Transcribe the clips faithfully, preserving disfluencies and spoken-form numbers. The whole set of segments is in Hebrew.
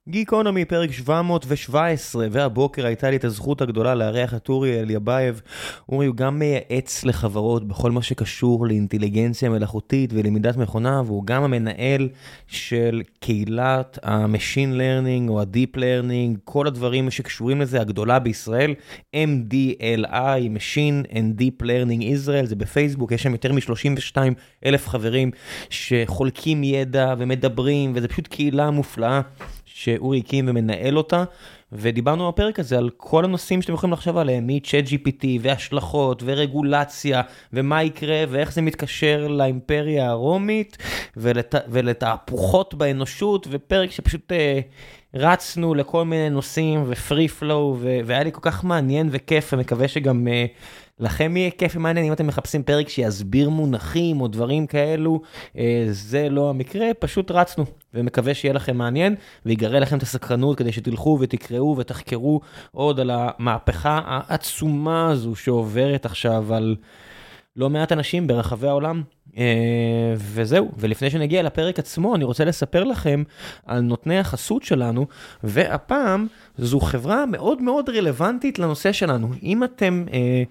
גיקונומי, פרק שבע מאות שבע עשרה, והבוקר הייתה לי את הזכות הגדולה לארח את אורי אליבייב. אורי הוא גם מייעץ לחברות בכל מה שקשור לאינטליגנציה מלאכותית ולמידת מכונה, והוא גם המנהל של קהילת ה-Machine Learning או ה-Deep Learning, כל הדברים שקשורים לזה, הגדולה בישראל, אם די אל איי, Machine and Deep Learning Israel, זה בפייסבוק, יש שם יותר מ-שלושים ושניים אלף חברים שחולקים ידע ומדברים, וזה פשוט קהילה מופלאה. שאורי הקים ומנהל אותה, ודיברנו בפרק הזה על כל הנושאים שאתם יכולים לחשוב עליהם, מ-צ'אט ג'י פי טי והשלכות ורגולציה, ומה יקרה ואיך זה מתקשר לאימפריה הרומית, ולת... ולתהפוכות באנושות, ופרק שפשוט אה, רצנו לכל מיני נושאים, ופרי פלואו, ו... והיה לי כל כך מעניין וכיף, ומקווה שגם אה, לכם יהיה כיף ומעניין, אם אתם מחפשים פרק שיסביר מונחים או דברים כאלו, אה, זה לא המקרה, פשוט רצנו. ומקווה שיהיה לכם מעניין, ויגרה לכם את הסקרנות כדי שתלכו ותקראו ותחקרו עוד על המהפכה העצומה הזו שעוברת עכשיו על לא מעט אנשים ברחבי העולם. וזהו, ולפני שנגיע לפרק עצמו, אני רוצה לספר לכם על נותני החסות שלנו, והפעם זו חברה מאוד מאוד רלוונטית לנושא שלנו. אם אתם אה,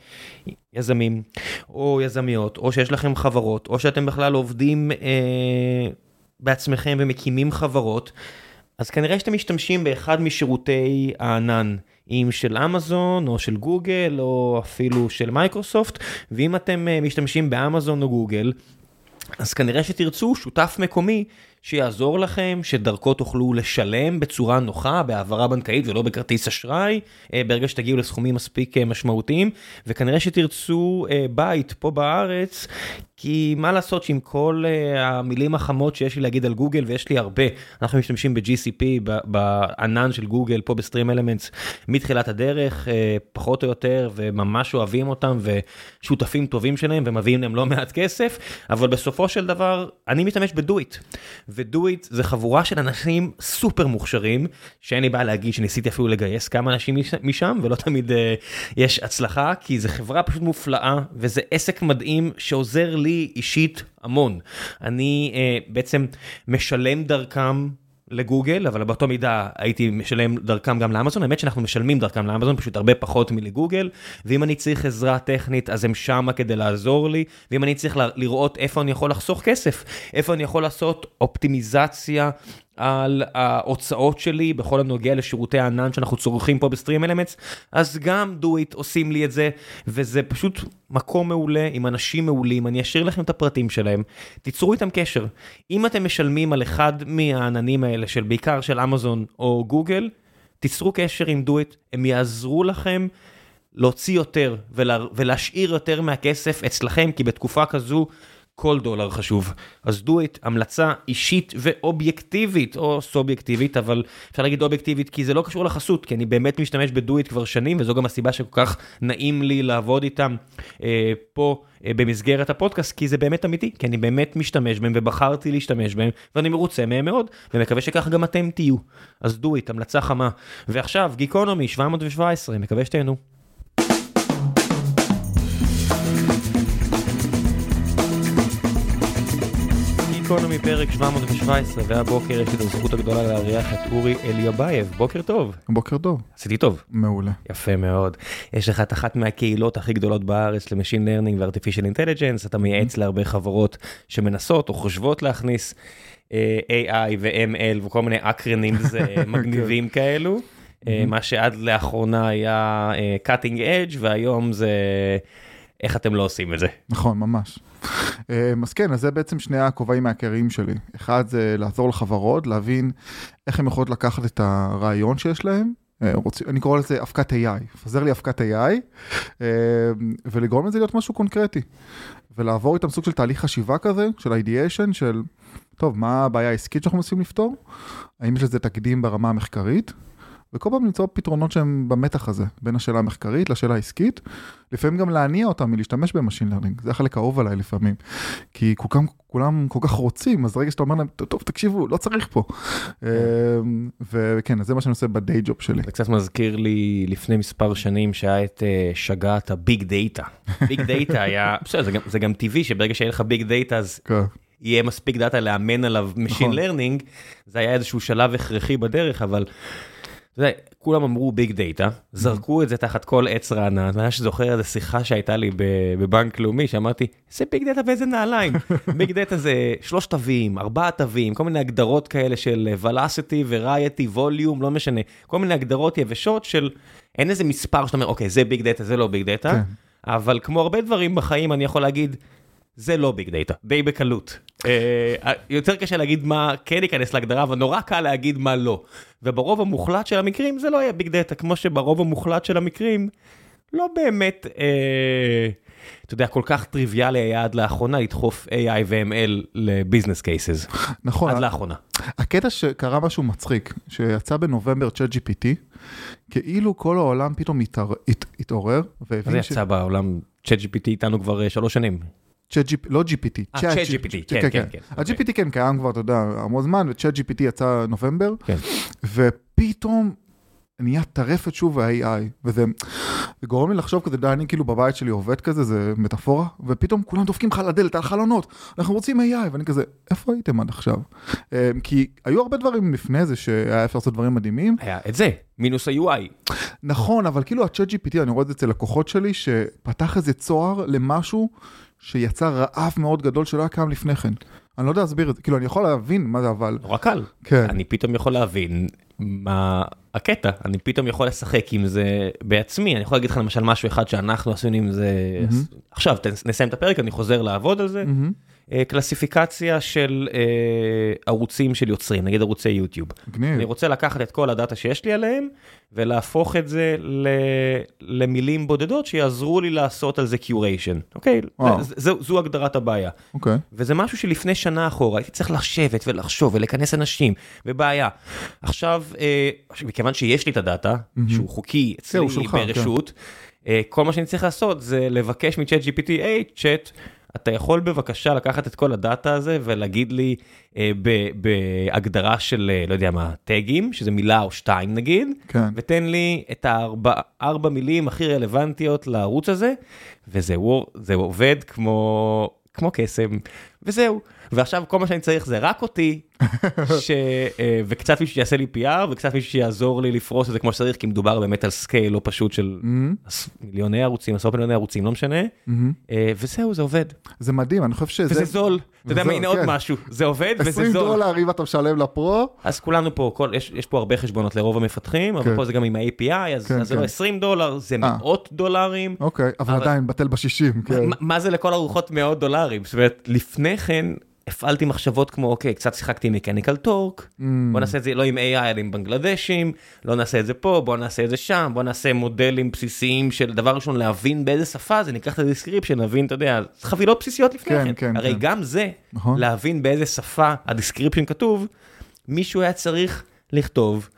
יזמים או יזמיות, או שיש לכם חברות, או שאתם בכלל עובדים אה, בעצמכם ומקימים חברות, אז כנראה שאתם משתמשים באחד משירותי הענן, אם של אמזון או של גוגל או אפילו של מייקרוסופט, ואם אתם משתמשים באמזון או גוגל, אז כנראה שתרצו שותף מקומי שיעזור לכם, שדרכו תוכלו לשלם בצורה נוחה, בהעברה בנקאית ולא בכרטיס אשראי, ברגע שתגיעו לסכומים מספיק משמעותיים, וכנראה שתרצו בית פה בארץ, כי מה לעשות שעם כל המילים החמות שיש לי להגיד על גוגל, ויש לי הרבה, אנחנו משתמשים ב-ג'י סי פי, בענן של גוגל, פה בסטרים אלמנטס, מתחילת הדרך, פחות או יותר, וממש אוהבים אותם, ושותפים טובים שלהם, ומביאים להם לא מעט כסף, אבל בסופו של דבר, אני משתמש ב-Do It. ו-Do It זה חבורה של אנשים סופר מוכשרים, שאין לי בעיה להגיד שניסיתי אפילו לגייס כמה אנשים משם, ולא תמיד uh, יש הצלחה, כי זה חברה פשוט מופלאה, וזה עסק מדהים שעוזר לי אישית המון. אני uh, בעצם משלם דרכם לגוגל, אבל באותו מידה הייתי משלם דרכם גם לאמזון, האמת שאנחנו משלמים דרכם לאמזון, פשוט הרבה פחות מלגוגל, ואם אני צריך עזרה טכנית, אז הם שמה כדי לעזור לי, ואם אני צריך לראות איפה אני יכול לחסוך כסף, איפה אני יכול לעשות אופטימיזציה על ההוצאות שלי, בכל הנוגע לשירותי הענן שאנחנו צורכים פה בסטרים אלמנטס, אז גם Do It עושים לי את זה, וזה פשוט מקום מעולה, עם אנשים מעולים, אני אשאיר לכם את הפרטים שלהם, תיצרו איתם קשר. אם אתם משלמים על אחד מהעננים האלה, של בעיקר של אמזון או גוגל, תיצרו קשר עם Do It, הם יעזרו לכם להוציא יותר, ולה, ולהשאיר יותר מהכסף אצלכם, כי בתקופה כזו, כל דולר חשוב. אז Do It, המלצה אישית ואובייקטיבית, או סובייקטיבית, אבל אפשר להגיד אובייקטיבית, כי זה לא קשור לחסות, כי אני באמת משתמש ב-Do It כבר שנים, וזו גם הסיבה שכל כך נעים לי לעבוד איתם אה, פה אה, במסגרת הפודקאסט, כי זה באמת אמיתי, כי אני באמת משתמש בהם, ובחרתי להשתמש בהם, ואני מרוצה מהם מאוד, ומקווה שכך גם אתם תהיו. אז Do It, המלצה חמה. ועכשיו, גיקונומי, שבע מאות שבע עשרה, מקווה שתהנו. גיקונומי פרק שבע מאות שבע עשרה, והבוקר יש לי את הזכות הגדולה לארח את אורי אליבייב. בוקר טוב. בוקר טוב. עשיתי טוב. מעולה. יפה מאוד. יש לך את אחת מהקהילות הכי גדולות בארץ ל-Machine Learning ו-Artificial Intelligence, אתה מייעץ להרבה חברות שמנסות או חושבות להכניס איי איי ו-אם אל וכל מיני אקרנימס מגניבים כאלו, מה שעד לאחרונה היה cutting edge, והיום זה... איך אתם לא עושים את זה? נכון, ממש. אז כן, אז זה בעצם שני הכובעים העיקריים שלי. אחד זה לעזור לחברות, להבין איך הם יכולות לקחת את הרעיון שיש להם, אני קורא לזה אבקת איי איי, פזר לי אבקת איי איי, ולגרום לזה להיות משהו קונקרטי, ולעבור איתם סוג של תהליך חשיבה כזה, של אידיאשן, של, טוב, מה הבעיה העסקית שאנחנו מנסים לפתור? האם יש לזה תקדים ברמה המחקרית? וכל פעם למצוא פתרונות שהם במתח הזה, בין השאלה המחקרית לשאלה העסקית, לפעמים גם להניע אותם מלהשתמש במשין לרנינג, זה החלק האהוב עליי לפעמים, כי כולם, כולם כל כך רוצים, אז רגע שאתה אומר להם, טוב, תקשיבו, לא צריך פה. וכן, זה מה שאני עושה בדיי ג'וב שלי. זה קצת מזכיר לי לפני מספר שנים, שהיה את שגעת הביג דאטה. ביג דאטה היה, בסדר, זה גם טבעי, שברגע שהיה לך ביג דאטה, אז יהיה מספיק דאטה לאמן עליו Machine Learning, זה היה איזשהו שלב הכרחי בדרך, אבל אתה יודע, כולם אמרו ביג דאטה, זרקו את זה תחת כל עץ רענן, אני ממש זוכר איזו שיחה שהייתה לי בבנק לאומי, שאמרתי, זה ביג דאטה ואיזה נעליים. ביג דאטה זה שלושת תווים, ארבעה תווים, כל מיני הגדרות כאלה של velocity, variety, volume, לא משנה, כל מיני הגדרות יבשות של, אין איזה מספר שאתה אומר, אוקיי, זה ביג דאטה, זה לא ביג דאטה, אבל כמו הרבה דברים בחיים, אני יכול להגיד, זה לא ביג דאטה, די בקלות. יותר קשה להגיד מה כן ייכנס להגדרה, אבל נורא קל להגיד מה לא. וברוב המוחלט של המקרים זה לא יהיה ביג דאטה, כמו שברוב המוחלט של המקרים לא באמת, אתה יודע, כל כך טריוויאלי היה עד לאחרונה לדחוף איי איי ו-אם אל לביזנס קייסס. נכון. עד לאחרונה. הקטע שקרה משהו מצחיק, שיצא בנובמבר צ'אט ג'י פי טי, כאילו כל העולם פתאום התעורר. זה יצא בעולם צ'אט ג'י פי טי איתנו כבר שלוש שנים. לא ג'י פי טי, צ'אט ג'י פי טי, כן, כן, כן. ה-ג'י פי טי כן קיים כבר, אתה יודע, המון זמן, וצ'אט ג'י פי טי יצא נובמבר, ופתאום נהיה טרפת שוב ה-איי איי, וזה גורם לי לחשוב כזה, די, אני כאילו בבית שלי עובד כזה, זה מטאפורה, ופתאום כולם דופקים לך לדלת, על חלונות, אנחנו רוצים איי איי, ואני כזה, איפה הייתם עד עכשיו? כי היו הרבה דברים לפני זה, שהיה אפשר לעשות דברים מדהימים. היה את זה, מינוס ה-יו איי. נכון, אבל כאילו ה-צ'אט ג'י פי טי, אני רואה את זה אצל לקוחות שלי, שפתח איזה צוהר למשהו שיצא רעב מאוד גדול שלא היה קיים לפני כן. אני לא יודע להסביר את זה, כאילו אני יכול להבין מה זה אבל. נורא קל. כן. אני פתאום יכול להבין מה הקטע, אני פתאום יכול לשחק עם זה בעצמי, אני יכול להגיד לך למשל משהו אחד שאנחנו עשינו עם זה, mm-hmm. עכשיו נסיים את הפרק, אני חוזר לעבוד על זה, mm-hmm. קלסיפיקציה של ערוצים של יוצרים, נגיד ערוצי יוטיוב. גניב. אני רוצה לקחת את כל הדאטה שיש לי עליהם, ולהפוך את זה למילים בודדות שיעזרו לי לעשות על זה קיוריישן, אוקיי? זו הגדרת הבעיה. אוקיי. וזה משהו שלפני שנה אחורה, הייתי צריך לשבת ולחשוב ולכנס אנשים, ובעיה. עכשיו, מכיוון שיש לי את הדאטה, שהוא חוקי אצלי ברשות, כל מה שאני צריך לעשות זה לבקש מצ'אט ג'י פי טי, היי, צ'אט, אתה יכול בבקשה לקחת את כל הדאטה הזה ולהגיד לי אה, ב, בהגדרה של, לא יודע מה, טגים, שזה מילה או שתיים נגיד, כן. ותן לי את הארבע, ארבע מילים הכי רלוונטיות לערוץ הזה, וזה זה עובד כמו, כמו קסם, וזהו. ועכשיו כל מה שאני צריך זה רק אותי, ש... וקצת מישהו שיעשה לי פי אר, וקצת מישהו שיעזור לי לפרוס את זה כמו שצריך, כי מדובר באמת על סקייל לא פשוט של מיליוני ערוצים, עשרות מיליוני ערוצים, לא משנה, וזהו, זה עובד. זה מדהים, אני חושב שזה... וזה זול, אתה יודע מה, הנה עוד משהו, זה עובד וזה זול. עשרים דולר אם אתה משלם לפרו. אז כולנו פה, יש פה הרבה חשבונות לרוב המפתחים, אבל פה זה גם עם ה-איי פי איי, אז זה לא עשרים דולר, זה מאות דולרים. אוקיי, אבל עדיין בטל בשישים. מה זה לכל ארוחות מאות דולרים? זאת אומרת, לפני כן הפעלתי מחשבות כמו, אוקיי, קצת שיחקתי עם מקניקל טורק, בוא נעשה את זה לא עם איי איי, אלא עם בנגלדשים, לא נעשה את זה פה, בוא נעשה את זה שם, בוא נעשה מודלים בסיסיים של דבר ראשון להבין באיזה שפה, זה ניקח את הדיסקריפשן, להבין, אתה יודע, חבילות בסיסיות לפני כן, כן הרי כן. גם זה, נכון. להבין באיזה שפה הדיסקריפשן כתוב, מישהו היה צריך לכתוב,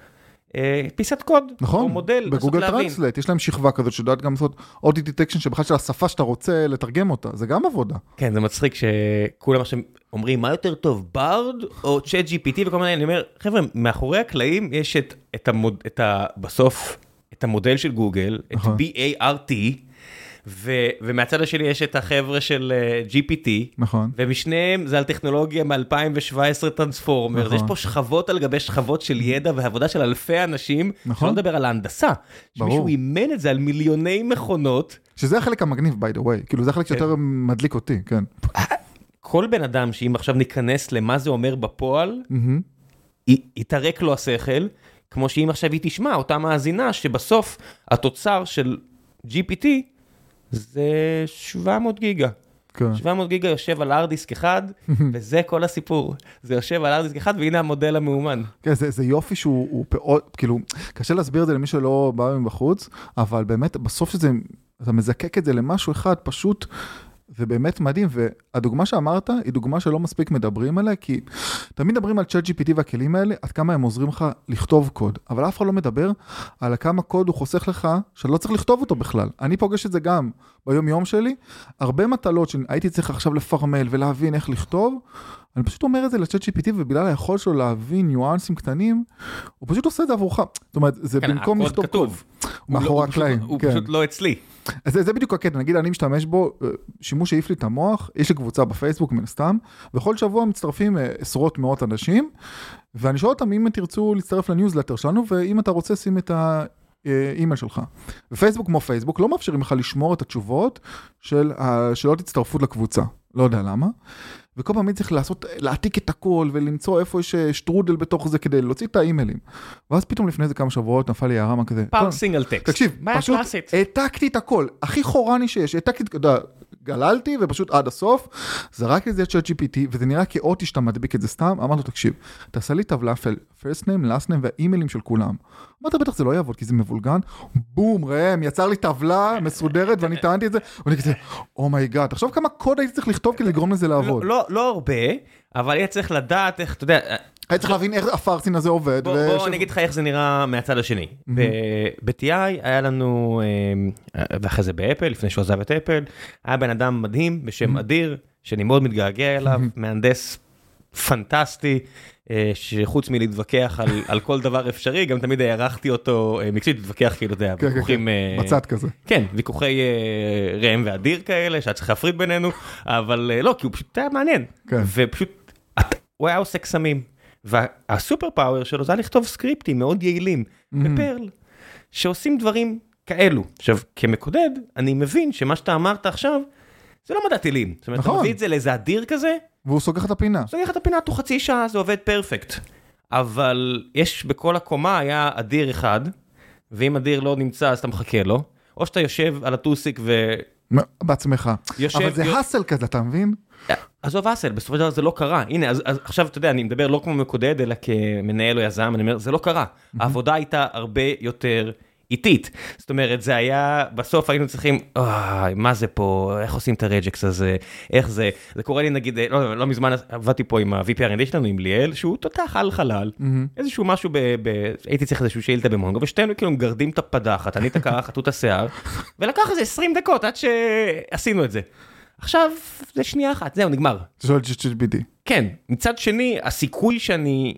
פיסת קוד, נכון, או מודל, בגוגל טרנסלייט, יש להם שכבה כזאת שיודעת גם לעשות אודי דיטקשן שבכלל של השפה שאתה רוצה לתרגם אותה, זה גם עבודה. כן, זה מצחיק שכולם אומרים, מה יותר טוב, ברד או צ'אט ג'י פי טי וכל מיני, אני אומר, חבר'ה, מאחורי הקלעים יש את, את, המוד, את ה, בסוף, את המודל של גוגל, את בי איי אר טי, ו, ומהצד השני יש את החבר'ה של ג'י פי טי, נכון. ומשניהם זה על טכנולוגיה מ-אלפיים שבע עשרה טרנספורמר, נכון. יש פה שכבות על גבי שכבות של ידע ועבודה של אלפי אנשים, נכון. שלא לדבר על ההנדסה, ברור. שמישהו אימן את זה על מיליוני מכונות. שזה החלק המגניב, by the way, כאילו זה החלק שיותר מדליק אותי, כן. כל בן אדם שאם עכשיו ניכנס למה זה אומר בפועל, mm-hmm. יתרק לו השכל, כמו שאם עכשיו היא תשמע, אותה מאזינה, שבסוף התוצר של ג'י פי טי, זה שבע מאות גיגה. כן. שבע מאות גיגה יושב על ארדיסק אחד, וזה כל הסיפור. זה יושב על ארדיסק אחד, והנה המודל המאומן. כן, זה, זה יופי שהוא פאות, כאילו, קשה להסביר את זה למי שלא בא מבחוץ, אבל באמת, בסוף שזה, אתה מזקק את זה למשהו אחד, פשוט, זה באמת מדהים, והדוגמה שאמרת, היא דוגמה שלא מספיק מדברים עליה, כי תמיד מדברים על צ'אט ג'י פי טי והכלים האלה, עד כמה הם עוזרים לך לכתוב קוד, אבל אף אחד לא מדבר על כמה קוד הוא חוסך לך, שלא צריך לכתוב אותו בכלל. אני פוגש את זה גם ביום יום שלי, הרבה מטלות שהייתי צריך עכשיו לפרמל ולהבין איך לכתוב, אני פשוט אומר את זה לצ'אט ג'י פי טי, ובגלל היכול שלו להבין ניואנסים קטנים, הוא פשוט עושה את זה עבורך. זאת אומרת, זה כן, במקום לכתוב קוד. מאחורי הקלעים. הוא פשוט לא אצלי. אז זה בדיוק הקטע, נגיד אני משתמש בו, שימוש שהעיף לי את המוח, יש לי קבוצה בפייסבוק מן הסתם, וכל שבוע מצטרפים עשרות מאות אנשים, ואני שואל אותם אם תרצו להצטרף לניוזלטר שלנו, ואם אתה רוצה שים את האימייל שלך. ופייסבוק כמו פייסבוק לא מאפשרים לך לשמור את התשובות של השאלות הצטרפות לקבוצה. לא יודע למה. וכל פעם אני צריך לעשות, להעתיק את הכל, ולמצוא איפה יש שטרודל בתוך זה, כדי להוציא את האימיילים. ואז פתאום לפני זה כמה שבועות נפל לי הערה מה כזה. פעם סינגל טקסט. תקשיב, פשוט העתקתי את הכל, הכי חורני שיש, העתקתי, גללתי, ופשוט עד הסוף, זרק לי את זה את צ'אט ג'י פי טי, וזה נראה כאותי שאתה מדביק את זה סתם, אמרתי לו, תקשיב, תעשה לי טבלה, first name, last name, והאימיילים של כולם. אמרת, בטח זה לא יעבוד, כי זה מבולגן. בום, ראם, יצר לי טבלה מסודרת, ואני טענתי את זה, ואני כזה, אומייגאד, תחשוב כמה קוד הייתי צריך לכתוב כדי לגרום לזה לעבוד. לא, לא הרבה, אבל היה צריך לדעת איך, אתה יודע, הייתי צריך להבין איך הפרסין הזה עובד. בוא אני אגיד לך איך זה נראה מהצד השני. ב-טי איי היה לנו, ואחרי זה באפל, לפני שהוא עזב את אפל, היה בן אדם מדהים בשם אדיר, שאני מאוד מתגעגע אליו, מהנדס פנטסטי, שחוץ מלהתווכח על כל דבר אפשרי, גם תמיד הערכתי אותו, מקצועית להתווכח כאילו, אתה יודע, ויכוחים... בצד כזה. כן, ויכוחי ראם ואדיר כאלה, שהיה צריך להפריד בינינו, אבל לא, כי הוא פשוט היה מעניין. ופשוט, הוא היה עושה קסמים. והסופר פאוור שלו זה היה לכתוב סקריפטים מאוד יעילים, בפרל, שעושים דברים כאלו. עכשיו, כמקודד, אני מבין שמה שאתה אמרת עכשיו, זה לא מדע טילים. זאת אומרת, אתה מביא את זה לאיזה אדיר כזה, והוא סוגח את הפינה. סוגח את הפינה, תוך חצי שעה זה עובד פרפקט. אבל יש בכל הקומה היה אדיר אחד, ואם אדיר לא נמצא, אז אתה מחכה לו, או שאתה יושב על הטוסיק ו... בעצמך. אבל זה הסל כזה, אתה מבין? עזוב הסל, בסופו של דבר זה לא קרה. הנה, אז עכשיו אתה יודע, אני מדבר לא כמו מקודד, אלא כמנהל או יזם, אני אומר, זה לא קרה. העבודה הייתה הרבה יותר איטית. זאת אומרת, זה היה, בסוף היינו צריכים, אוי, מה זה פה, איך עושים את הרג'קס הזה, איך זה, זה קורה לי נגיד, לא, לא מזמן עבדתי פה עם ה-וי פי אר אנד די שלנו, עם ליאל, שהוא תותח על חלל, איזשהו משהו, הייתי צריך איזשהו שאילתה במונגו, ושתינו כאילו מגרדים את הפדחת, אני תקעה חטות השיער, ולקח איזה עשרים דקות עד שעשינו את זה. עכשיו, זה שנייה אחת, זהו, נגמר. זה שואל צ'אט ג'י פי טי. כן, מצד שני, הסיכוי שאני...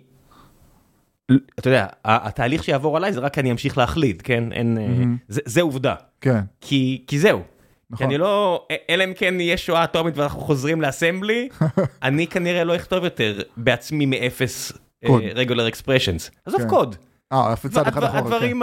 אתה יודע, התהליך שיעבור עליי זה רק אני אמשיך להחליד, כן? אין, זה, זה עובדה. כן. כי, כי זהו. כי אני לא, אלא אם כן יהיה שואה אטומית ואנחנו חוזרים לאסמבלי, אני כנראה לא אכתוב יותר בעצמי מאפס regular expressions. עזוב קוד. אה, צד אחד אחורה. הדברים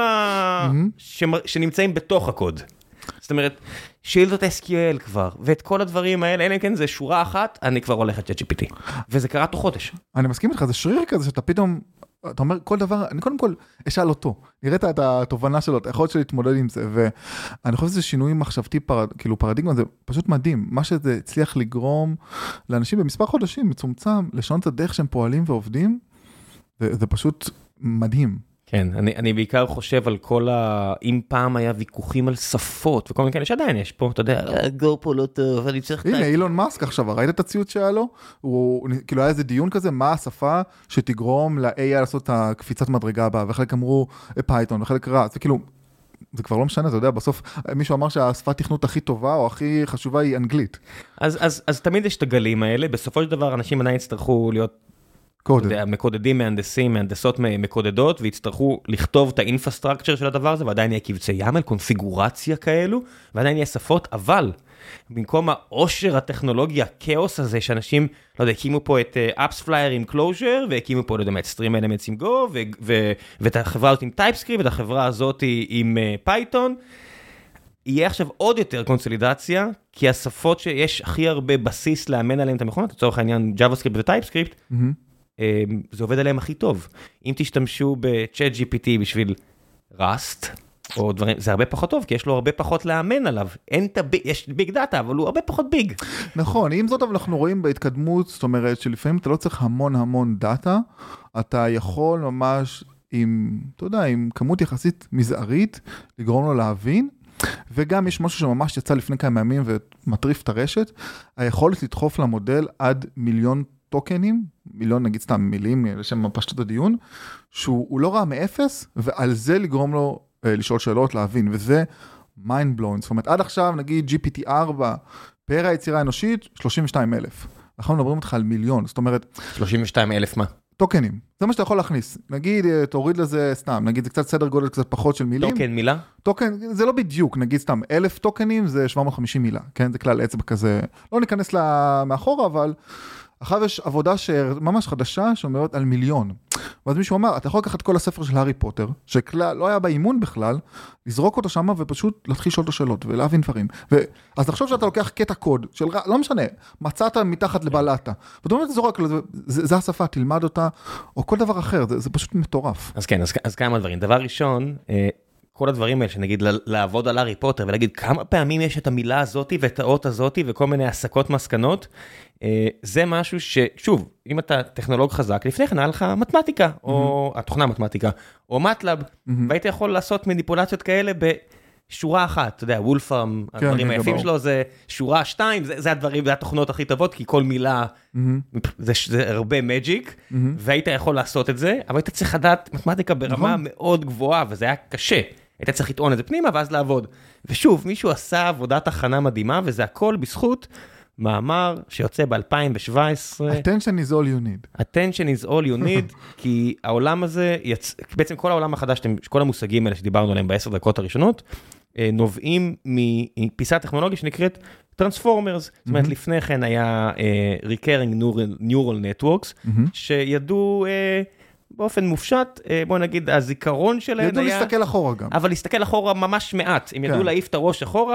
שנמצאים בתוך הקוד. זאת אומרת, שאילתות אס קיו אל כבר, ואת כל הדברים האלה, אלא אם כן זה שורה אחת, אני כבר הולך את צ'אט ג'י פי טי. וזה קרה תוך חודש. אני מסכים איתך, זה שריר כזה שאתה פתאום... אתה אומר, כל דבר, אני קודם כל אשאל אותו, נראית את התובנה שלו, את היכולת שלי להתמודד עם זה, ואני חושב שזה שינוי מחשבתי, פרד, כאילו פרדיגמה, זה פשוט מדהים, מה שזה הצליח לגרום לאנשים במספר חודשים, מצומצם, לשנות את הדרך שהם פועלים ועובדים, זה, זה פשוט מדהים. כן, אני, אני בעיקר חושב על כל ה... אם פעם היה ויכוחים על שפות, וכל מיני כאלה שעדיין יש פה, אתה יודע, גו פה לא טוב, אני צריך... הנה, אילון מאסק עכשיו, ראית את הציוץ שהיה לו? הוא, כאילו היה איזה דיון כזה, מה השפה שתגרום ל-איי איי לעשות את הקפיצת מדרגה הבאה, וחלק אמרו פייתון, וחלק רע, זה כאילו, זה כבר לא משנה, אתה יודע, בסוף מישהו אמר שהשפת תכנות הכי טובה, או הכי חשובה היא אנגלית. אז, אז, אז תמיד יש את הגלים האלה, בסופו של דבר אנשים עדיין יצטרכו להיות יודע, מקודדים, מהנדסים, מהנדסות מקודדות, ויצטרכו לכתוב את האינפרסטרקצ'ר של הדבר הזה, ועדיין יהיה קבצי ימל, קונפיגורציה כאלו, ועדיין יהיה שפות, אבל במקום העושר הטכנולוגי, הכאוס הזה, שאנשים, לא יודע, הקימו פה את אפס פלייר עם קלוז'ר, והקימו פה, לא יודע, את סטרים אלמנטס עם גו, ואת החברה הזאת עם טייפסקריפט, ואת החברה הזאת עם פייתון, יהיה עכשיו עוד יותר קונסולידציה, כי השפות שיש הכי הרבה בסיס לאמן עליהם את המכונות, לצורך העניין JavaScript וטייפסקריפט, זה עובד עליהם הכי טוב. אם תשתמשו ב-צ'אט ג'י פי טי בשביל Rust, או דברים, זה הרבה פחות טוב, כי יש לו הרבה פחות לאמן עליו. אין את הביג, יש ביג דאטה, אבל הוא הרבה פחות ביג. נכון, עם זאת, אבל אנחנו רואים בהתקדמות, זאת אומרת, שלפעמים אתה לא צריך המון המון דאטה, אתה יכול ממש עם, אתה יודע, עם כמות יחסית מזערית, לגרום לו להבין, וגם יש משהו שממש יצא לפני כמה ימים ומטריף את הרשת, היכולת לדחוף למודל עד מיליון טוקנים, מיליון נגיד סתם מילים לשם פשטות הדיון, שהוא לא רע מאפס, ועל זה לגרום לו אה, לשאול שאלות, להבין, וזה mind blowing, זאת אומרת, עד עכשיו נגיד ג'י פי טי ארבע, פר היצירה האנושית, שלושים ושתיים אלף. אנחנו מדברים אותך על מיליון, זאת אומרת... שלושים ושתיים אלף מה? טוקנים, זה מה שאתה יכול להכניס. נגיד, תוריד לזה סתם, נגיד, זה קצת סדר גודל קצת פחות של מילים. טוקן מילה? טוקן, זה לא בדיוק, נגיד סתם, אלף טוקנים זה שבע מאות וחמישים מילה, כן? זה כלל אצבע כזה, לא ניכנס מאחורה, אבל אחר יש עבודה שממש חדשה, שאומרת על מיליון. ואז מישהו אמר, אתה יכול לקחת כל הספר של הארי פוטר, שכלל, לא היה באימון בכלל, לזרוק אותו שם ופשוט להתחיל לשאול אותו שאלות, ולהבין דברים. ו... אז תחשוב שאתה לוקח קטע קוד, של... לא משנה, מצאת מתחת לבלטה, ואתה אומר, תזרוק, זה, זה, זה השפה, תלמד אותה, או כל דבר אחר, זה, זה פשוט מטורף. אז כן, אז, אז כמה דברים. דבר ראשון, אה... כל הדברים האלה, שנגיד לעבוד על הארי פוטר, ולהגיד כמה פעמים יש את המילה הזאת, ואת האות הזאת, וכל מיני הסקות מסקנות, זה משהו ששוב, אם אתה טכנולוג חזק, לפני כן היה לך מתמטיקה, או התוכנה מתמטיקה, או מטלב, והיית יכול לעשות מניפולציות כאלה בשורה אחת, אתה יודע, וולפרם, הדברים היפים שלו, זה שורה שתיים, זה הדברים, זה התוכנות הכי טובות, כי כל מילה, זה הרבה מג'יק, והיית יכול לעשות את זה, אבל היית צריך לדעת מתמטיקה ברמה מאוד גבוהה, וזה היה קשה. היית צריך לטעון את זה פנימה, ואז לעבוד. ושוב, מישהו עשה עבודת הכנה מדהימה, וזה הכל בזכות מאמר שיוצא ב-אלפיים שבע עשרה. Attention is all you need. Attention is all you need, כי העולם הזה, יצ... בעצם כל העולם החדש, כל המושגים האלה שדיברנו עליהם בעשר דקות הראשונות, נובעים מפיסה טכנולוגית שנקראת Transformers. זאת אומרת, לפני כן היה Recurring Neural Networks, שידעו... באופן מופשט, בוא נגיד, הזיכרון שלהם ידעו היה... להסתכל אחורה גם. אבל להסתכל אחורה ממש מעט. הם ידעו כן. להעיף את הראש אחורה,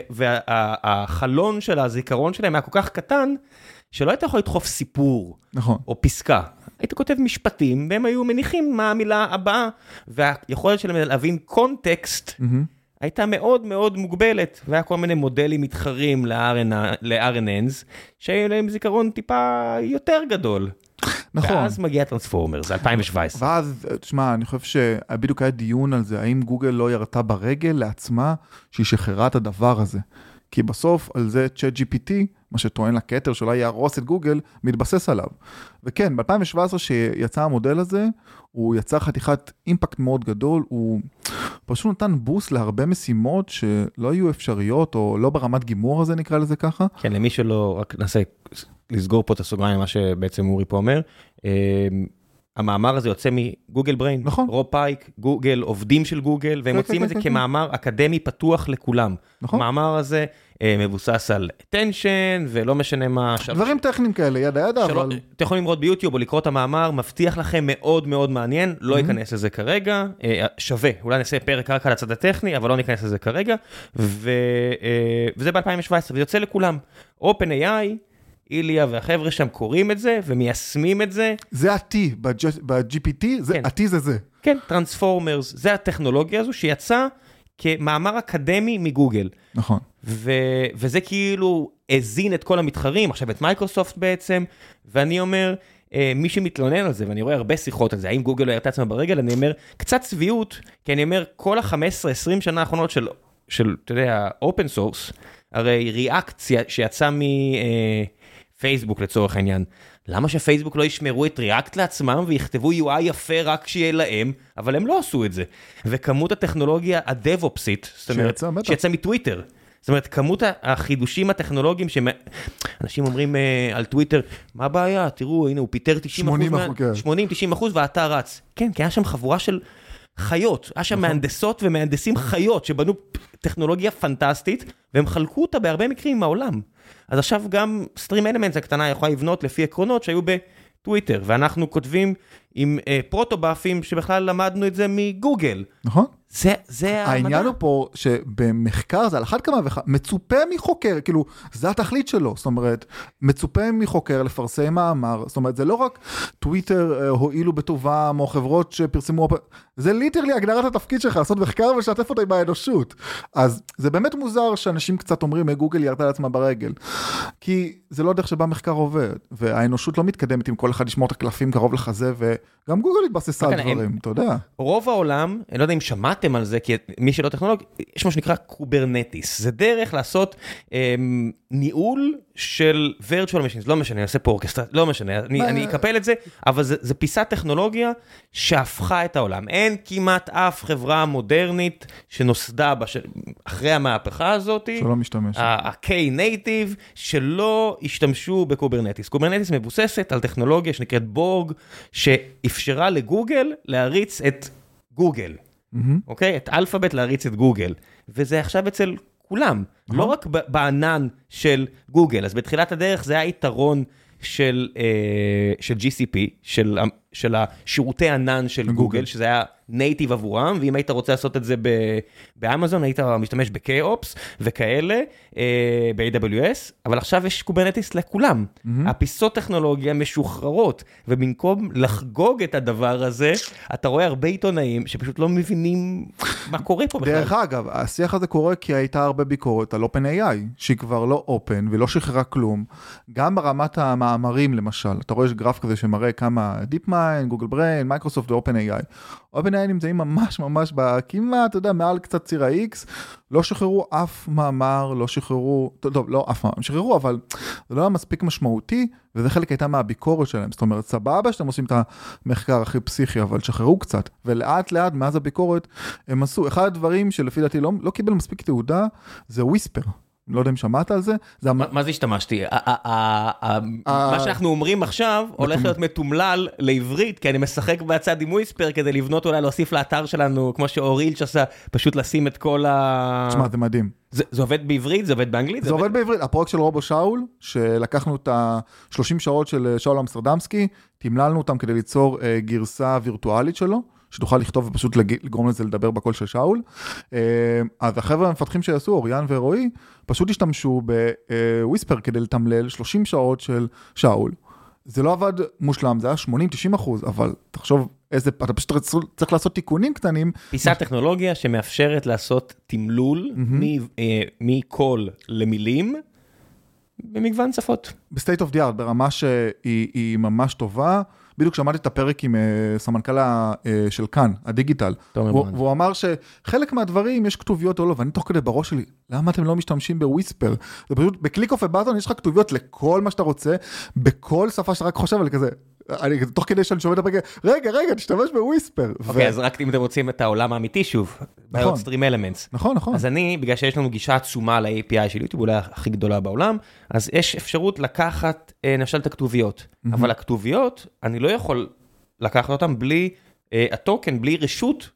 והחלון של הזיכרון שלהם היה כל כך קטן, שלא היית יכול לדחוף סיפור, נכון. או פסקה. היית כותב משפטים, והם היו מניחים מה המילה הבאה, והיכולת שלהם להבין קונטקסט, mm-hmm. הייתה מאוד מאוד מוגבלת, והיה כל מיני מודלים מתחרים ל-אר אן אנס, שהיו להם זיכרון טיפה יותר גדול. נכון. ואז מגיע טרנספורמר, זה אלפיים שבע עשרה. ואז, תשמע, אני חושב שבדיוק היה דיון על זה, האם גוגל לא ירתה ברגל לעצמה שהיא שחררה את הדבר הזה. כי בסוף על זה צ'אט ג'י פי טי, מה שטוען לכתר שאולי יהרוס את גוגל, מתבסס עליו. וכן, ב-אלפיים שבע עשרה שיצא המודל הזה, הוא יצר חתיכת אימפקט מאוד גדול, הוא פשוט נתן בוסט להרבה משימות שלא היו אפשריות, או לא ברמת גימור הזה נקרא לזה ככה. כן, למי שלא, רק נעשה לסגור פה את הסוגריים, מה שבעצם אורי פה אומר, המאמר הזה יוצא מגוגל בריין, נכון. רוב פייק, גוגל, עובדים של גוגל, והם מוצאים את זה כמאמר אקדמי פתוח לכולם. נכון. המאמר הזה מבוסס על attention, ולא משנה מה... דברים טכניים כאלה, ידה ידה, אבל... אתם יכולים לראות ביוטיוב או לקרוא את המאמר, מבטיח לכם מאוד מאוד מעניין, לא ייכנס לזה כרגע, שווה, אולי נעשה פרק רק על הצד הטכני, אבל לא ניכנס לזה כרגע, וזה ב-אלפיים שבע עשרה, וזה יוצא לכולם. OpenAI, איליה והחבר'ה שם קוראים את זה, ומיישמים את זה. זה ה-T, ב-ג'י פי טי, ה-T זה זה. כן, Transformers, זה הטכנולוגיה הזו שיצא כמאמר אקדמי מגוגל. נכון. וזה כאילו הזין את כל המתחרים, עכשיו את מייקרוסופט בעצם, ואני אומר, מי שמתלונן על זה, ואני רואה הרבה שיחות על זה, האם גוגל לא ירתה עצמה ברגל, אני אומר, קצת צביעות, כי אני אומר, כל ה-חמש עשרה עשרים שנה האחרונות של, של, אתה יודע, open source, הרי ריאקציה שיצא מפייסבוק לצורך העניין, למה שפייסבוק לא ישמרו את ריאקט לעצמם ויכתבו יו איי יפה רק שיהיה להם, אבל הם לא עשו את זה. וכמות הטכנולוגיה הדב-אופסית, זאת אומרת, שיצא מטוויטר, זאת אומרת, כמות החידושים הטכנולוגיים שאנשים אומרים על טוויטר, מה הבעיה? תראו, הנה, הוא פיטר שמונים תשעים אחוז והאתר רץ. כן, כי היה שם חבורה של חיות, היה שם מהנדסות ומהנדסים חיות שבנו טכנולוגיה פנטסטית, והם חלקו אותה בהרבה מקרים עם העולם. אז עכשיו גם סטרים אלמנטס הקטנה יכולה לבנות לפי עקרונות שהיו בטוויטר, ואנחנו כותבים עם אה, פרוטובאפים שבכלל למדנו את זה מגוגל. נכון. זה, זה העניין הוא פה שבמחקר זה על אחד כמה וכמה, מצופה מחוקר, כאילו, זה התכלית שלו, זאת אומרת, מצופה מחוקר לפרסם מאמר, זאת אומרת, זה לא רק טוויטר הועילו בטובם, או חברות שפרסמו, זה ליטרלי הגדרת התפקיד שלך, לעשות מחקר ולשתף אותי באנושות. אז זה באמת מוזר שאנשים קצת אומרים, גוגל ירתה לעצמה ברגל, כי זה לא דרך שבה מחקר עובד, והאנושות לא מתקדמת עם כל אחד לשמור את הקלפים קרוב לחזה, וגם גוגל התבססה על דברים, אתה יודע. רוב העולם, אני לא יודע אם שמעת שמעתם על זה, כי מי שלא טכנולוג, יש מה שנקרא קוברנטיס. זה דרך לעשות אה, ניהול של virtual machines, לא משנה, אני אעשה פה אורקסטרה, לא משנה, אני, אני אקפל את זה, אבל זה, זה פיסת טכנולוגיה שהפכה את העולם. אין כמעט אף חברה מודרנית שנוסדה בש... אחרי המהפכה הזאת, שלא משתמש. ה-K-Native, שלא השתמשו בקוברנטיס. קוברנטיס מבוססת על טכנולוגיה שנקראת בורג, שאפשרה לגוגל להריץ את גוגל. אוקיי? את אלפאבית להריץ את גוגל. וזה עכשיו אצל כולם. לא רק בענן של גוגל. אז בתחילת הדרך זה היה יתרון של, של ג'י סי פי, של, של השירותי ענן של גוגל, שזה היה נייטיב עבורם, ואם היית רוצה לעשות את זה באמזון, היית משתמש ב-K-Ops וכאלה, ב-איי דאבליו אס, אבל עכשיו יש קוברנטיס לכולם. הפיסות טכנולוגיה משוחררות, ובמקום לחגוג את הדבר הזה, אתה רואה הרבה עיתונאים שפשוט לא מבינים מה קורה פה בכלל. דרך אגב, השיח הזה קורה כי הייתה הרבה ביקורת על OpenAI, שהיא כבר לא אופן ולא שחררה כלום, גם ברמת המאמרים למשל. אתה רואה יש גרף כזה שמראה כמה DeepMind, Google Brain, Microsoft ו-OpenAI. OpenAI נמצאים ממש ממש בכמעט, אתה יודע, מעל קצת ציר ה-X, לא שחררו אף מאמר, לא שחררו, טוב, לא אף מאמר, הם שחררו, אבל זה לא היה מספיק משמעותי, וזה חלק הייתה מהביקורת שלהם. זאת אומרת, סבבה שאתם עושים את המחקר הכי פסיכי, אבל שחררו קצת, ולאט לאט מאז הביקורת הם עשו, אחד הדברים שלפי דעתי לא, לא קיבל מספיק תעודה, זה וויספר. לא יודע אם שמעת על זה. מה זה השתמשתי? מה שאנחנו אומרים עכשיו הולך להיות מתומלל לעברית, כי אני משחק בצד עם וויספר כדי לבנות אולי להוסיף לאתר שלנו, כמו שאור אילץ' עשה, פשוט לשים את כל ה... תשמע, זה מדהים. זה עובד בעברית? זה עובד באנגלית? זה עובד בעברית. הפרויקט של רובו שאול, שלקחנו את ה-שלושים שעות של שאול אמסטרדמסקי, תמללנו אותם כדי ליצור גרסה וירטואלית שלו, שתוכל לכתוב ופשוט לגרום לזה לדבר בקול של שאול. אז החבר'ה המפתחים שיעשו, אוריאן ורועי, פשוט השתמשו בוויספר כדי לתמלל שלושים שעות של שאול. זה לא עבד מושלם, זה היה שמונים תשעים אחוז, אבל תחשוב איזה, אתה פשוט צריך לעשות תיקונים קטנים. פיסת טכנולוגיה שמאפשרת לעשות תמלול מקול למילים, במגוון שפות. בסטייט אוף די ארט, ברמה שהיא ממש טובה, בדיוק שמעתי את הפרק עם סמנכ"ל של כאן, הדיגיטל, והוא אמר שחלק מהדברים יש כתוביות או לא, ואני תוך כדי בראש שלי, למה אתם לא משתמשים בוויספר? זה פשוט, בקליק אוף הבטון יש לך כתוביות לכל מה שאתה רוצה, בכל שפה שאתה רק חושב על כזה, אני, תוך כדי שאני שומע את הפרק, רגע, רגע, תשתמש בוויספר. אוקיי, אז רק אם אתם רוצים את העולם האמיתי שוב, בעיות סטרים אלמנטס. נכון, נכון. אז אני, בגלל שיש לנו גישה עצומה ל-איי פי איי של יוטיוב, אולי הכי גדולה בעולם, אז יש אפשרות לקחת, נמשל, את הכתוביות. אבל הכתוביות, אני לא יכול לקחת אותן בלי הטוקן, בלי רשות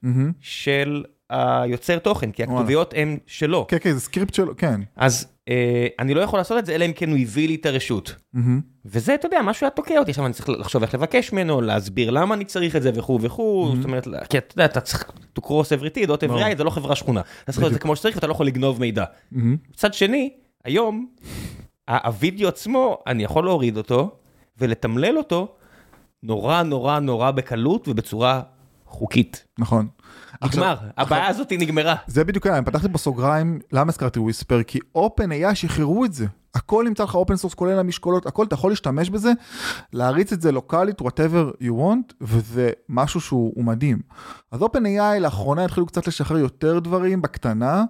של היוצר תוכן, כי הכתוביות הן שלו. כן, כן, זה סקריפט שלו, כן. אז אני לא יכול לעשות את זה, אלא אם כן הוא הביא לי את הרשות. וזה, אתה יודע, משהו היה תוקע אותי, עכשיו אני צריך לחשוב איך לבקש ממנו, להסביר למה אני צריך את זה וכו' וכו', זאת אומרת, כי אתה יודע, אתה צריך to cross every T, דות every I, זה לא חברה שכונה. אתה צריך לעשות את זה כמו שצריך, ואתה לא יכול לגנוב מידע. מצד שני, היום, הווידאו עצמו, אני יכול להוריד אותו, ולתמלל אותו, נורא נורא נורא בקלות, ובצורה חוקית. נכון. נגמר, הבעיה הזאת היא נגמרה. זה בדיוק, אני פתחתי בסוגריים, למה הזכרתי וויספר? כי OpenAI שחררו את זה. הכל נמצא לך אופן סורס, כולל המשקולות, הכל, אתה יכול להשתמש בזה, להריץ את זה לוקלית, whatever you want, וזה משהו שהוא מדהים. אז OpenAI לאחרונה התחילו קצת לשחרר יותר דברים בקטנה,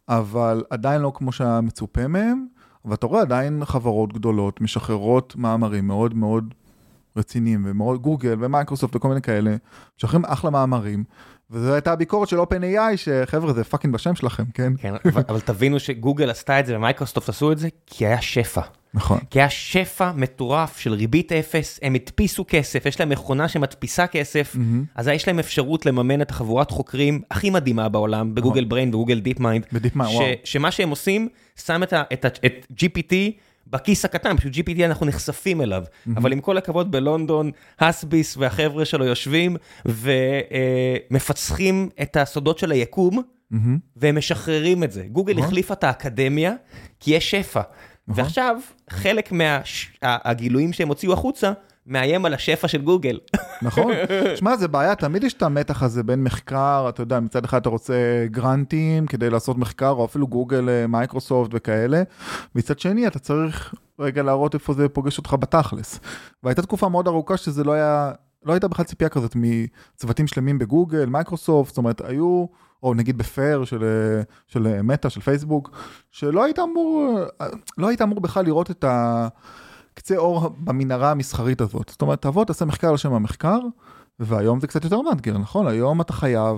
אבל עדיין לא כמו שהמצופה מהם, ואתה רואה עדיין חברות גדולות, משחררות מאמרים מאוד מאוד רציניים, ומאוד גוגל ומייקרוסופט וכל מיני כאלה, משחררים אחלה מאמרים, וזו הייתה הביקורת של OpenAI, שחבר'ה, זה פאקינג בשם שלכם, כן? כן, אבל, אבל תבינו שגוגל עשתה את זה, ומייקרוסופט עשו את זה, כי היה שפע. נכון. כי היה שפע מטורף של ריבית אפס, הם הדפיסו כסף, יש להם מכונה שמדפיסה כסף, mm-hmm. אז יש להם אפשרות לממן את החבורת חוקרים הכי מדהימה בעולם, בגוגל בריין וגוגל דיפ מיינד, שמה שהם עושים, שם את, את, את ג'י פי טי, בכיס הקטן, פשוט ג'י פי טי אנחנו נחשפים אליו, mm-hmm. אבל עם כל הכבוד בלונדון, הסביס והחבר'ה שלו יושבים, ומפצחים את הסודות של היקום, mm-hmm. והם משחררים את זה. גוגל mm-hmm. החליפה את האקדמיה, כי יש שפע. Mm-hmm. ועכשיו, חלק מהגילויים שהם הוציאו החוצה, מאיים על השפע של גוגל. נכון. שמע, זה בעיה, תמיד יש את המתח הזה בין מחקר, אתה יודע, מצד אחד אתה רוצה גרנטים כדי לעשות מחקר, או אפילו גוגל, מייקרוסופט וכאלה, מצד שני אתה צריך רגע להראות איפה זה פוגש אותך בתכלס. והייתה תקופה מאוד ארוכה שזה לא היה לא הייתה בכלל ציפייה כזאת מצוותים שלמים בגוגל, מייקרוסופט, זאת אומרת, היו, או נגיד בפייר של, של מטה, של פייסבוק, שלא היית אמור, לא היית אמור בכלל לראות את הקצה אור במנהרה המסחרית הזאת. זאת אומרת, תבוא, תעשה מחקר לשם המחקר, והיום זה קצת יותר מאתגר, נכון? היום אתה חייב,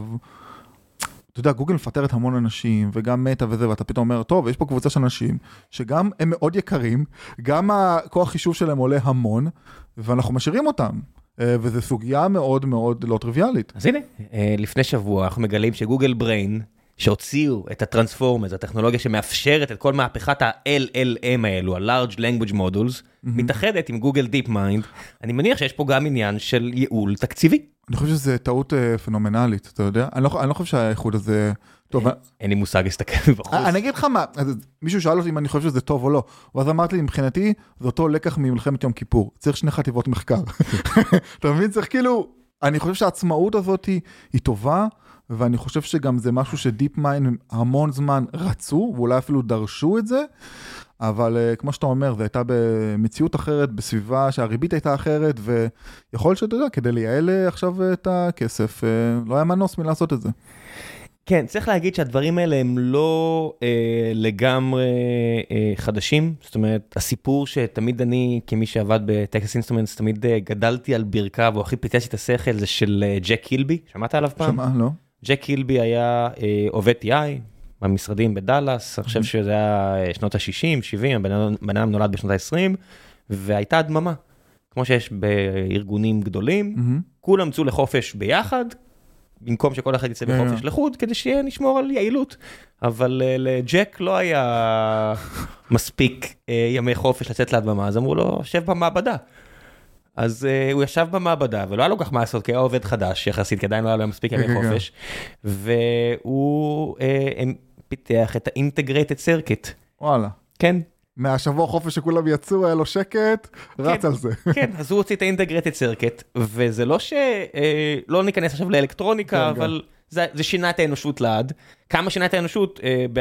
אתה יודע, גוגל מפטרת המון אנשים, וגם מטה וזה, ואתה פתאום אומר, טוב, יש פה קבוצה של אנשים, שגם הם מאוד יקרים, גם הכוח חישוב שלהם עולה המון, ואנחנו משאירים אותם. וזו סוגיה מאוד מאוד לא טריוויאלית. אז הנה, לפני שבוע אנחנו מגלים שגוגל בריין, שהוציאו את הטרנספורמרס, הטכנולוגיה שמאפשרת את כל מהפכת ה-אל אל אם האלו, ה-Large Language Models, מתאחדת עם גוגל Deep Mind. אני מניח שיש פה גם עניין של ייעול תקציבי. אני חושב שזו טעות פנומנלית, אתה יודע? אני לא, אני לא חושב שהאיחוד הזה טוב. אין לי מושג להסתכל מבחוץ. אני אגיד לך מה, מישהו שאל אותי אם אני חושב שזה טוב או לא, ואז אמרתי לי, מבחינתי, זה אותו לקח ממלחמת יום כיפור. צריך שני חטיבות מחקר. אתה מבין? צריך כאילו, אני חושב שהעצמאות הזאת היא טובה, ואני חושב שגם זה משהו שדיפ מיינד המון זמן רצו, ואולי אפילו דרשו את זה, אבל כמו שאתה אומר, זה הייתה במציאות אחרת, בסביבה שהריבית הייתה אחרת, ויכול להיות שאתה יודע, כדי לייעל עכשיו את הכסף, לא היה מנוס מלעשות את זה. כן, צריך להגיד שהדברים האלה הם לא אה, לגמרי אה, חדשים, זאת אומרת, הסיפור שתמיד אני, כמי שעבד בטקסס אינסטרומנטס, תמיד אה, גדלתי על ברכיו, או הכי פיתחתי את השכל, זה של אה, ג'ק קילבי, שמעת עליו פעם? שמע, לא. ג'ק קילבי היה אה, עובד טי איי, במשרדים בדלס, אני חושב שזה היה שנות ה-שישים, שבעים, הבן אדם נולד בשנות ה-עשרים, והייתה דממה, כמו שיש בארגונים גדולים, כולם צאו לחופש ביחד, במקום שכל אחד יצא בחופש לחוד, כדי שיהיה נשמור על יעילות. אבל לג'ק לא היה מספיק ימי חופש לצאת להדממה, אז אמרו לו, שב במעבדה. אז הוא ישב במעבדה, ולא היה לו כך מה לעשות, כי היה עובד חדש יחסית, כי עדיין לא היה לו מספיק ימי חופש, והוא פיתח את ה-Integrated Circuit. וואלה. כן. מהשבוע חופש שכולם יצאו, היה לו שקט, רץ על זה. כן, אז הוא הוציא את ה-Integrated Circuit, וזה לא שלא ניכנס עכשיו לאלקטרוניקה, אבל זה שינה את האנושות לעד. כמה שינה את האנושות?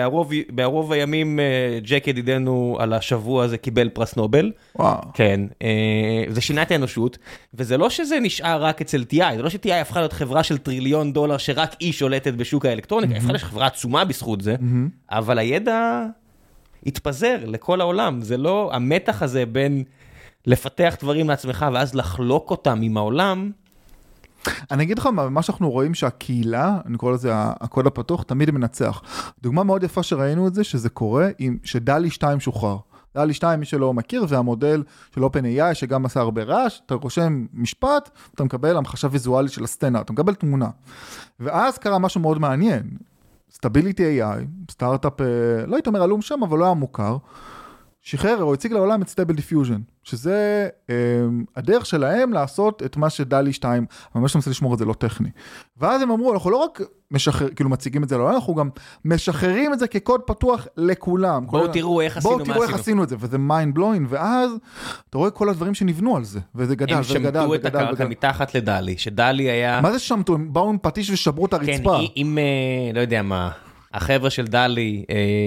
בערוב הימים ג'ק ידידנו על השבוע הזה קיבל פרס נובל. וואו. כן, זה שינה את האנושות, וזה לא שזה נשאר רק אצל טי איי, זה לא ש-טי איי הפכה להיות חברה של טריליון דולר שרק היא שולטת בשוק האלקטרוניקה, הפכה להיות חברה עצומה בזכות זה, אבל הידע התפזר לכל העולם, זה לא המתח הזה בין לפתח דברים לעצמך ואז לחלוק אותם עם העולם. אני אגיד לך מה שאנחנו רואים שהקהילה, אני קורא לזה הקוד הפתוח, תמיד מנצח. דוגמה מאוד יפה שראינו את זה, שזה קורה עם שדלי שתיים שוחרר. דלי שתיים, מי שלא מכיר, זה המודל של אופן איי איי, שגם עשה הרבה רעש, אתה רושם משפט, אתה מקבל המחשה ויזואלית של הסצנה, אתה מקבל תמונה. ואז קרה משהו מאוד מעניין. סטביליטי איי איי, סטארט-אפ, לא היית אומר עלום שם, אבל לא היה מוכר, שחרר או הציג לעולם את סטייבל דיפיוז'ן, שזה אה, הדרך שלהם לעשות את מה שדלי שתיים, ממש מנסה לשמור את זה לא טכני. ואז הם אמרו, אנחנו לא רק משחרר, כאילו מציגים את זה לעולם, אנחנו גם משחררים את זה כקוד פתוח לכולם. בואו תראו איך עשינו מה עשינו. בואו תראו איך עשינו את זה, וזה mind blowing, ואז אתה רואה כל הדברים שנבנו על זה, וזה גדל, הם זה גדל, שמטו את הקרקע מתחת לדלי, שדלי היה... מה זה שמטו? הם באו עם פטיש ושברו את הרצפה. כן, אם, לא יודע מה, החבר'ה של דלי...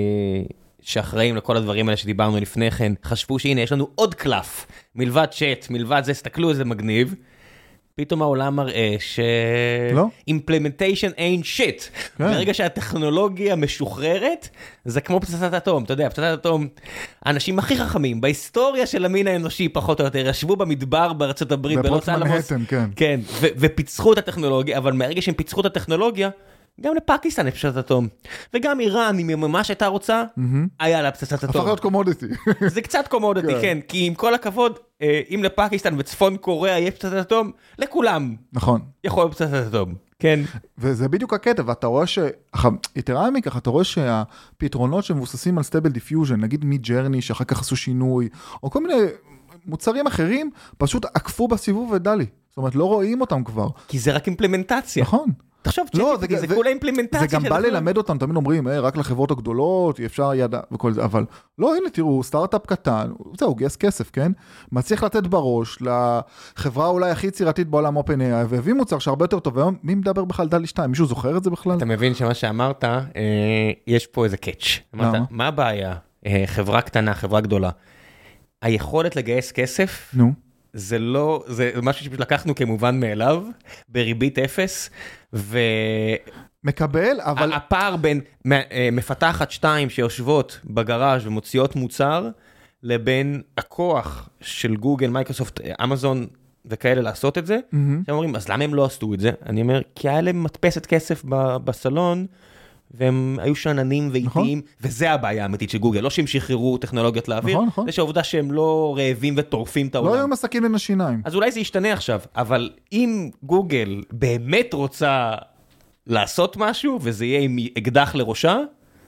שאחראים לכל הדברים האלה שדיברנו לפני כן, חשבו שהנה, יש לנו עוד קלף, מלבד צ'אט, מלבד זה, סתכלו איזה מגניב, פתאום העולם מראה ש... לא. implementation ain't shit. כן. ברגע שהטכנולוגיה משוחררת, זה כמו פצצת אטום, אתה יודע, פצצת אטום, האנשים הכי חכמים, בהיסטוריה של המין האנושי, פחות או יותר, ישבו במדבר בארצות הברית, בפרוץ מנהטן, כן. כן, ו- ופיצחו את הטכנולוגיה, אבל מהרגע שהם פיצחו את הטכנולוגיה, גם לפקיסטן יש פצצת אטום. וגם איראן, אם היא ממש הייתה רוצה, היה לה פצצת אטום. הפך להיות קומודיטי. זה קצת קומודיטי, כן. כי עם כל הכבוד, אם לפקיסטן וצפון קוריאה יש פצצת אטום, לכולם. נכון. יכול להיות פצצת אטום. כן. וזה בדיוק הקטע, ואתה רואה ש... יתרה מכך, אתה רואה שהפתרונות שמבוססים על סטייבל דיפיוז'ן, נגיד מג'רני, שאחר כך עשו שינוי, או כל מיני מוצרים אחרים, פשוט עקפו בסיבוב ודלי. זאת אומרת, לא רואים אותם כבר. כי זה רק אימפלמנטציה. נכון. תחשוב, לא, זה, זה, זה כולה אימפלמנטציה. זה גם בא ללמד אותם, תמיד אומרים, אה, רק לחברות הגדולות, אפשר ידע וכל זה, אבל לא, הנה, תראו, סטארט-אפ קטן, זהו, גייס כסף, כן? מצליח לתת בראש לחברה אולי הכי יצירתית בעולם אופן איי איי, והביא מוצר שהרבה יותר טוב, והיום, מי מדבר בכלל דלי שתיים? מישהו זוכר את זה בכלל? אתה מבין שמה שאמרת, אה, יש פה איזה קאץ'. אמרת, מה הבעיה? אה, חברה קטנה, חברה גדולה. היכולת לגייס כסף, נו. זה לא, זה משהו שפשוט לקחנו כמובן מאליו, בריבית אפס, ו... מקבל, אבל... הפער בין מפתחת שתיים שיושבות בגראז' ומוציאות מוצר, לבין הכוח של גוגל, מייקרוסופט, אמזון וכאלה לעשות את זה, שהם אומרים, אז למה הם לא עשו את זה? אני אומר, כי היה להם מדפסת כסף בסלון, והם היו שננים ואיטיים, וזה הבעיה האמיתית של גוגל, לא שהם שחררו טכנולוגיות לאוויר, זה שהעובדה שהם לא רעבים וטורפים את העולם. לא היו מסכים בין השיניים. אז אולי זה ישתנה עכשיו, אבל אם גוגל באמת רוצה לעשות משהו, וזה יהיה עם אקדח לראשה,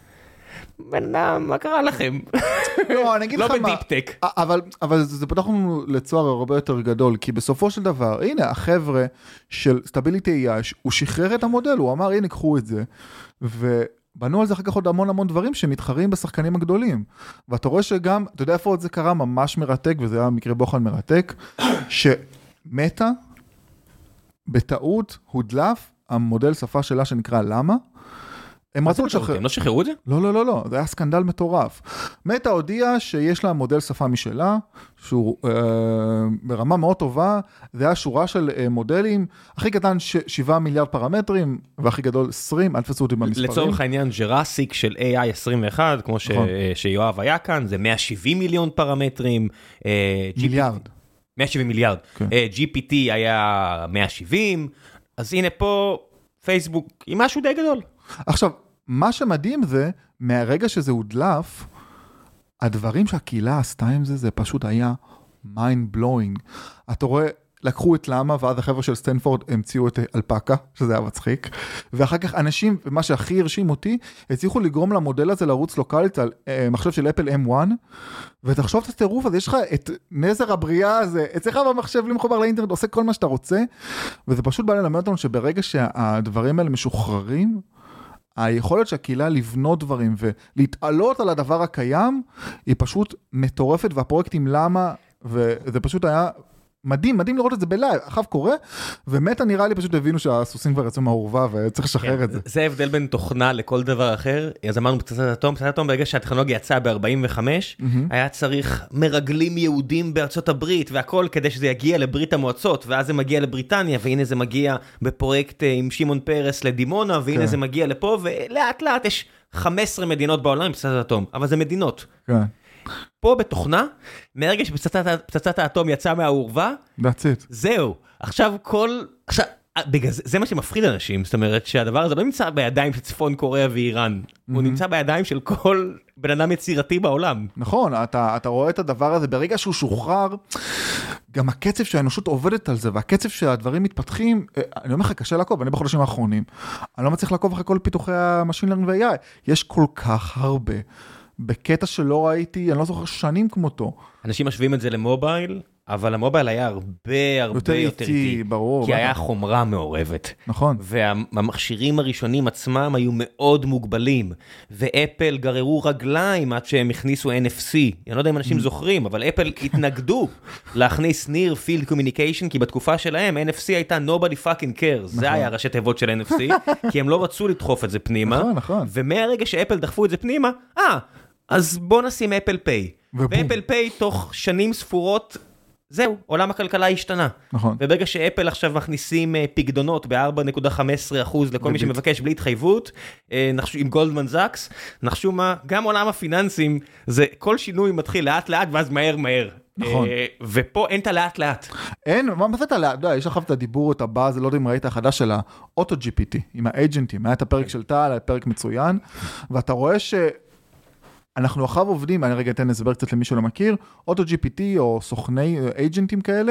מה קרה לכם? לא, אני אגיד לך מה. לא בדיפ-טק. אבל, אבל זה פתח לנו לצוהר הרבה יותר גדול, כי בסופו של דבר, הנה, החבר'ה של Stability איי איי, הוא שחרר את המודל, הוא אמר, הנה, קחו את זה, ובנו על זה אחר כך עוד המון המון דברים שמתחרים בשחקנים הגדולים. ואתה רואה שגם, אתה יודע איפה עוד זה קרה ממש מרתק, וזה היה מקרה בוחן מרתק, שמטה, בטעות, הודלף, המודל שפה שלה שנקרא למה, הם רצו לשחרר. הם לא שחררו את זה? לא, לא, לא, לא, זה היה סקנדל מטורף. מטה הודיעה שיש לה מודל שפה משלה, שהוא אה, ברמה מאוד טובה, זה היה שורה של אה, מודלים, הכי קטן ש- שבעה מיליארד פרמטרים, והכי גדול עשרים, אל תפסו אותי במספרים. לצורך העניין, ג'רסיק של איי איי עשרים ואחת, כמו ש- נכון. שיואב היה כאן, זה מאה ושבעים מיליון פרמטרים. אה, מיליארד. מאה ושבעים מיליארד. כן. אה, ג'י פי טי היה מאה ושבעים, אז הנה פה פייסבוק עם משהו די גדול. עכשיו, מה שמדהים זה, מהרגע שזה הודלף, הדברים שהקהילה עשתה עם זה, זה פשוט היה mind blowing. אתה רואה, לקחו את למה, ואז החבר'ה של סטנפורד המציאו את אלפקה, שזה היה מצחיק, ואחר כך אנשים, ומה שהכי הרשים אותי, הצליחו לגרום למודל הזה לרוץ לוקלית על אה, מחשב של אפל אם וואן, ותחשוב את הטירוף הזה, יש לך את נזר הבריאה הזה, אצלך במחשב בלי מחובר לאינטרנט, עושה כל מה שאתה רוצה, וזה פשוט בא ללמד אותנו שברגע שהדברים האלה משוחררים, היכולת שהקהילה לבנות דברים ולהתעלות על הדבר הקיים, היא פשוט מטורפת, והפרויקטים למה, וזה פשוט היה מדהים, מדהים לראות את זה בלייב, אחר קורה, ומטה נראה לי פשוט הבינו שהסוסים כבר יצאו מהעורבה, וצריך לשחרר את זה. זה ההבדל בין תוכנה לכל דבר אחר, אז אמרנו פצצת אטום, פצצת אטום ברגע שהטכנולוגיה יצאה ב-ארבעים וחמש, היה צריך מרגלים יהודים בארצות הברית, והכל כדי שזה יגיע לברית המועצות, ואז זה מגיע לבריטניה, והנה זה מגיע בפרויקט עם שמעון פרס לדימונה, והנה זה מגיע לפה, ולאט לאט יש חמש עשרה מדינות בעולם עם פצצת אטום, אבל זה מדינות. כן. פה בתוכנה, מהרגע שפצצת האטום יצאה מהעורבה, That's it. זהו. עכשיו כל... עכשיו, בגלל זה, זה מה שמפחיד אנשים, זאת אומרת שהדבר הזה לא נמצא בידיים של צפון קוריאה ואיראן, mm-hmm. הוא נמצא בידיים של כל בן אדם יצירתי בעולם. נכון, אתה, אתה רואה את הדבר הזה, ברגע שהוא שוחרר, גם הקצב שהאנושות עובדת על זה, והקצב שהדברים מתפתחים, אני אומר לך, קשה לעקוב, אני בחודשים האחרונים, אני לא מצליח לעקוב אחרי כל פיתוחי המשין לרנינג ו-איי איי, יש כל כך הרבה. בקטע שלא ראיתי, אני לא זוכר שנים כמותו. אנשים משווים את זה למובייל, אבל המובייל היה הרבה הרבה יותר, יותר איטי, ברור, כי היה חומרה מעורבת. נכון. והמכשירים הראשונים עצמם היו מאוד מוגבלים, ואפל גררו רגליים עד שהם הכניסו אן אף סי. אני לא יודע אם אנשים זוכרים, אבל אפל התנגדו להכניס Near Field Communication, כי בתקופה שלהם אן אף סי הייתה Nobody fucking cares. זה היה ראשי תיבות של אן אף סי, כי הם לא רצו לדחוף את זה פנימה. נכון, נכון. ומהרגע שאפל דחפו את זה פנימה, אה, אז בוא נשים אפל פיי. ואפל פיי תוך שנים ספורות, זהו, עולם הכלכלה השתנה. נכון. וברגע שאפל עכשיו מכניסים פקדונות ב-ארבע נקודה חמש עשרה אחוז לכל מי שמבקש בלי התחייבות, עם גולדמן זאקס, נחשו מה, גם עולם הפיננסים, זה כל שינוי מתחיל לאט לאט ואז מהר מהר. נכון. ופה אין את הלאט לאט. אין, מה זה את הלאט? יש לך את הדיבור, את הבא, זה לא יודע אם ראית החדש של האוטו-ג'י פי טי, עם האג'נטים, היה את הפרק של טל, היה פרק מצוין, ואתה רואה ש... אנחנו אחר עובדים, אני רגע אתן הסבר קצת למי שלא מכיר, אוטו-ג'י פי טי או סוכני אג'נטים כאלה,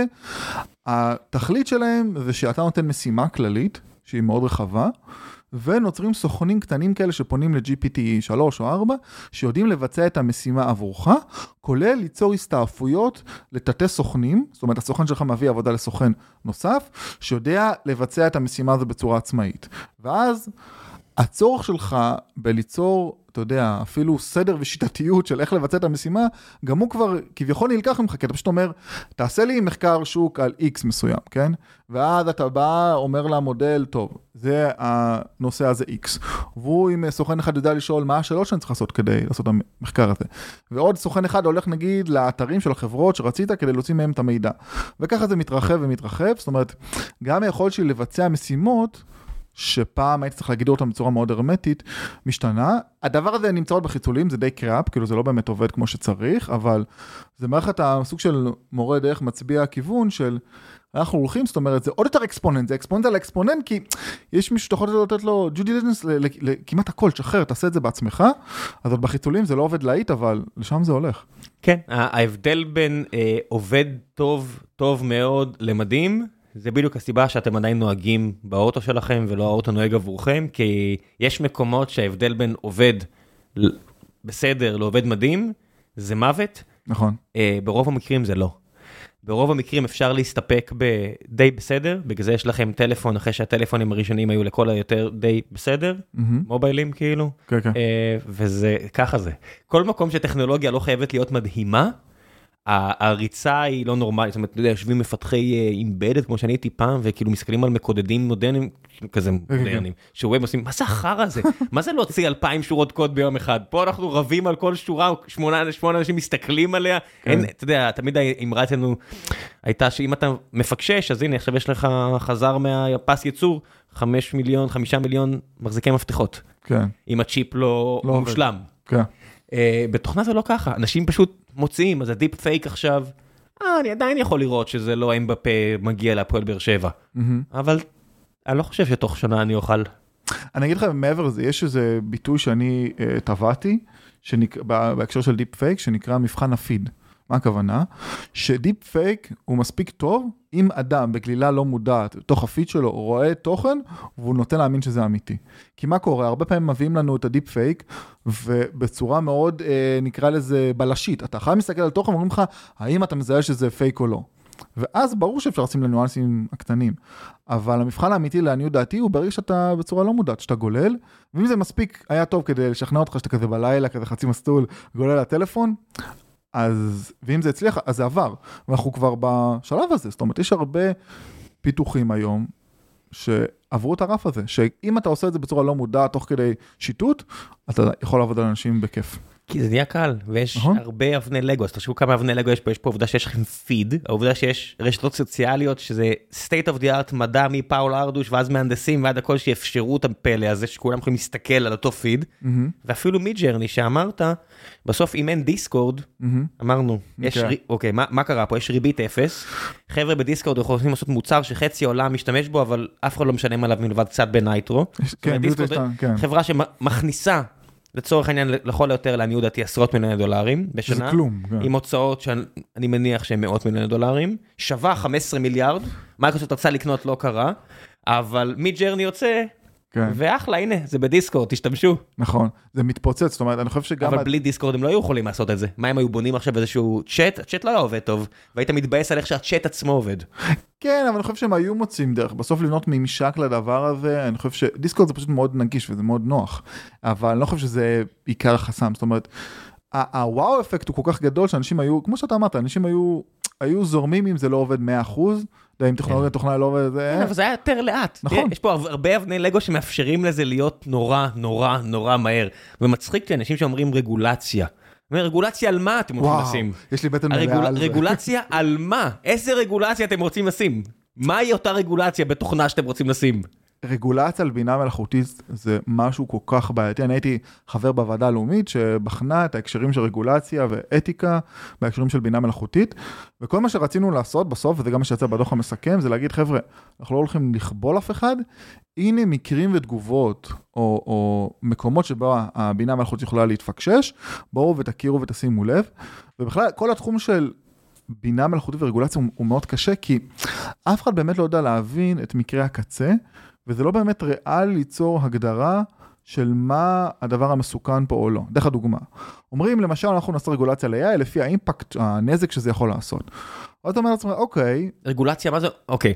התכלית שלהם זה שאתה נותן משימה כללית, שהיא מאוד רחבה, ונוצרים סוכנים קטנים כאלה שפונים ל-ג'י פי טי שלוש או ארבע, שיודעים לבצע את המשימה עבורך, כולל ליצור הסתעפויות לתתי סוכנים, זאת אומרת, הסוכן שלך מביא עבודה לסוכן נוסף, שיודע לבצע את המשימה הזו בצורה עצמאית. ואז הצורך שלך בליצור, אתה יודע, אפילו סדר ושיטתיות של איך לבצע את המשימה, גם הוא כבר כביכול נלקח ממך, כי אתה פשוט אומר, תעשה לי מחקר שוק על X מסוים, כן? ואז אתה בא, אומר למודל, טוב, זה הנושא הזה X. והוא עם סוכן אחד יודע לשאול מה השאלות שאני צריך לעשות כדי לעשות את המחקר הזה. ועוד סוכן אחד הולך נגיד לאתרים של החברות שרצית כדי להוציא מהם את המידע. וככה זה מתרחב ומתרחב, זאת אומרת, גם היכולת שלי לבצע משימות, שפעם הייתי צריך להגיד אותם בצורה מאוד הרמטית, משתנה. הדבר הזה נמצא עוד בחיצולים, זה די קראפ, כאילו זה לא באמת עובד כמו שצריך, אבל זה מערכת הסוג של מורה דרך מצביע הכיוון של, אנחנו הולכים, זאת אומרת, זה עוד יותר אקספוננט, זה אקספוננט על אקספוננט, כי יש מישהו שאתה יכול לתת לו דו דיליג'נס לכמעט הכל, שחרר, תעשה את זה בעצמך, אז עוד בחיצולים זה לא עובד להיט, אבל לשם זה הולך. כן, ההבדל בין אה, עובד טוב, טוב מאוד למדהים, זה בדיוק הסיבה שאתם עדיין נוהגים באוטו שלכם, ולא האוטו נוהג עבורכם, כי יש מקומות שההבדל בין עובד בסדר לעובד מדהים, זה מוות. נכון. ברוב המקרים זה לא. ברוב המקרים אפשר להסתפק בדי בסדר, בגלל זה יש לכם טלפון, אחרי שהטלפונים הראשונים היו לכל היותר די בסדר, מוביילים כאילו, וזה, ככה זה. כל מקום שטכנולוגיה לא חייבת להיות מדהימה, הריצה היא לא נורמלית, זאת אומרת, אתה יודע, יושבים מפתחי אימבדד, כמו שאני הייתי פעם, וכאילו מסתכלים על מקודדים מודרניים, כזה מודרניים, שרואים עושים, מה זה החר הזה? מה זה להוציא אלפיים שורות קוד ביום אחד? פה אנחנו רבים על כל שורה, שמונה, שמונה אנשים מסתכלים עליה, אין, אתה יודע, תמיד האמרה אצלנו הייתה שאם אתה מפקשש, אז הנה, עכשיו יש לך חזר מהפס ייצור, חמש מיליון, חמישה מיליון מחזיקי מפתחות. כן. אם הצ'יפ לא מושלם. כן. בתוכנה זה לא ככה, אנשים פשוט מוציאים, אז הדיפ פייק עכשיו, אה, אני עדיין יכול לראות שזה לא אמבפה מגיע להפועל באר שבע, אבל אני לא חושב שתוך שנה אני אוכל. אני אגיד לך, מעבר לזה, יש איזה ביטוי שאני טבעתי, בהקשר של דיפ פייק, שנקרא מבחן הפיד. מה הכוונה? שדיפ פייק הוא מספיק טוב, אם אדם בגלילה לא מודעת, תוך הפיד שלו, הוא רואה תוכן, והוא נותן להאמין שזה אמיתי. כי מה קורה? הרבה פעמים מביאים לנו את הדיפ פייק, ובצורה מאוד, אה, נקרא לזה בלשית. אתה חייב מסתכל על תוכן, ואומרים לך, האם אתה מזהה שזה פייק או לא? ואז ברור שאפשר לשים לניואנסים הקטנים. אבל המבחן האמיתי לעניות דעתי, הוא ברגע שאתה בצורה לא מודעת, שאתה גולל, ואם זה מספיק היה טוב כדי לשכנע אותך, שאתה כזה בלילה, כזה חצי מסטול, גולל לטלפון, אז, ואם זה הצליח, אז זה עבר. ואנחנו כבר בשלב הזה, זאת אומרת, יש הרבה פיתוחים היום, שעברו את הרף הזה, שאם אתה עושה את זה בצורה לא מודעת, תוך כדי שיטוט, אתה יכול לעבוד על אנשים בכיף. כי זה נהיה קל, ויש נכון? הרבה אבני לגו, אז תחשבו כמה אבני לגו יש פה, יש פה עובדה שיש לכם פיד, העובדה שיש רשתות סוציאליות, שזה state of the art מדע מפאול ארדוש, ואז מהנדסים, ועד הכל שיאפשרו את הפלא הזה, שכולם יכולים להסתכל על אותו פיד, mm-hmm. ואפילו מידג'רני שאמרת, בסוף אם אין דיסקורד, mm-hmm. אמרנו, יש, okay. ר... אוקיי, מה, מה קרה פה? יש ריבית אפס, חבר'ה בדיסקורד יכולים לעשות מוצר שחצי העולם משתמש בו, אבל אף אחד לא משלם עליו מלבד קצת בנייטרו, כן, דיסקורד, כן. חברה שמכניסה לצורך העניין, לכל היותר לעניות דעתי עשרות מיליוני דולרים בשנה. זה כלום. עם הוצאות שאני מניח שהן מאות מיליוני דולרים. שווה חמישה עשר מיליארד. מייקרוסופט רצה לקנות לא קרה. אבל מידג'רני יוצא, כן. ואחלה, הנה, זה בדיסקורד, תשתמשו. נכון, זה מתפוצץ, זאת אומרת, אני חושב שגם... אבל בלי דיסקורד הם לא היו יכולים לעשות את זה. מה הם היו בונים עכשיו איזשהו צ'אט? הצ'אט לא היה עובד טוב, והיית מתבאס על איך שהצ'אט עצמו עובד. כן, אבל אני חושב שהם היו מוצאים דרך. בסוף לבנות ממשק לדבר הזה, אני חושב שדיסקורד זה פשוט מאוד נגיש וזה מאוד נוח. אבל אני לא חושב שזה עיקר החסם. זאת אומרת, הוואו אפקט הוא כל כך גדול שאנשים היו, כמו שאתה אמרת, אנשים היו, היו זורמים אם זה לא עובד מאה אחוז, אם טכנולוגיה תוכנה לא עובד, זה... אבל זה היה יותר לאט. נכון. יש פה הרבה אבני לגו שמאפשרים לזה להיות נורא, נורא, נורא מהר. ומצחיק לי אנשים שאומרים רגולציה. רגולציה על מה אתם רוצים לשים? יש לי בטן מלאה על זה. רגולציה על מה? איזה רגולציה אתם רוצים לשים? מהי אותה רגולציה בתוכנה שאתם רוצים לשים? רגולציה על בינה מלאכותית זה משהו כל כך בעייתי. אני הייתי חבר בוועדה הלאומית שבחנה את ההקשרים של רגולציה ואתיקה בהקשרים של בינה מלאכותית, וכל מה שרצינו לעשות בסוף, וזה גם מה שיצא בדוח המסכם, זה להגיד, חבר'ה, אנחנו לא הולכים לכבול אף אחד, הנה מקרים ותגובות, או, או מקומות שבו הבינה המלאכותית יכולה להתפקשש, בואו ותכירו ותשימו לב, ובכלל כל התחום של בינה מלאכותית ורגולציה הוא, הוא מאוד קשה, כי אף אחד באמת לא יודע להבין את מקרי הקצה, וזה לא באמת ריאל ליצור הגדרה של מה הדבר המסוכן פה או לא. דרך הדוגמה. אומרים, למשל, אנחנו נעשה רגולציה ל-איי איי לפי האימפקט, הנזק שזה יכול לעשות. אז אתה אומר לעצמך, אוקיי. רגולציה, מה זה? אוקיי.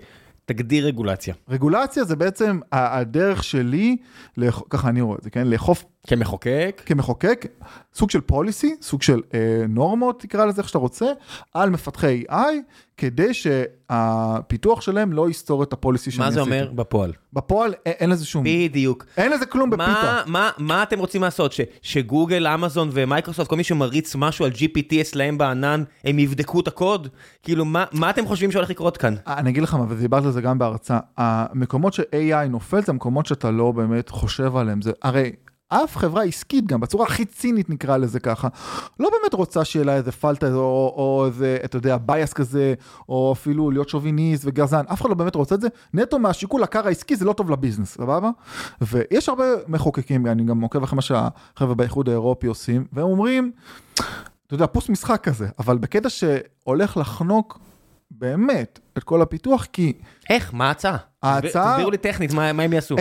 תגדיר רגולציה. רגולציה זה בעצם הדרך שלי, ככה אני רואה את זה, כן? לאכוף כמחוקק. כמחוקק, סוג של פוליסי, סוג של אה, נורמות, תקרא לזה איך שאתה רוצה, על מפתחי איי איי, כדי שהפיתוח שלהם לא יסתור את הפוליסי שאני עשיתי. מה זה אומר בפועל? בפועל אין, אין לזה שום. בדיוק. אין לזה כלום בפיתה. מה, מה, מה אתם רוצים לעשות? ש, שגוגל, אמזון ומייקרוסופט, כל מי שמריץ משהו על ג'י פי טי אצלהם בענן, הם יבדקו את הקוד? כאילו, מה, מה אתם חושבים שהולך לקרות כאן? אני אגיד לך מה, ודיברת על זה גם בהרצאה, המקומות ש-איי איי נופל, זה המקומות שאתה לא באמת חושב עליהם. זה, הרי אף חברה עסקית גם, בצורה הכי צינית נקרא לזה ככה, לא באמת רוצה שיהיה לה איזה פלטה, או, או איזה, אתה יודע, בייס כזה, או אפילו להיות שוביניסט וגזען, אף אחד לא באמת רוצה את זה, נטו מהשיקול הקר העסקי, זה לא טוב לביזנס, סבבה? ויש הרבה מחוקקים, אני גם עוקב אחרי מה שהחבר'ה באיחוד האירופי עושים, והם אומרים, אתה יודע, פוס משחק כזה, אבל בקטע שהולך לחנוק באמת את כל הפיתוח, כי... איך? מה ההצעה? ההצעה... תסבירו לי טכנית, מה, מה הם יעשו?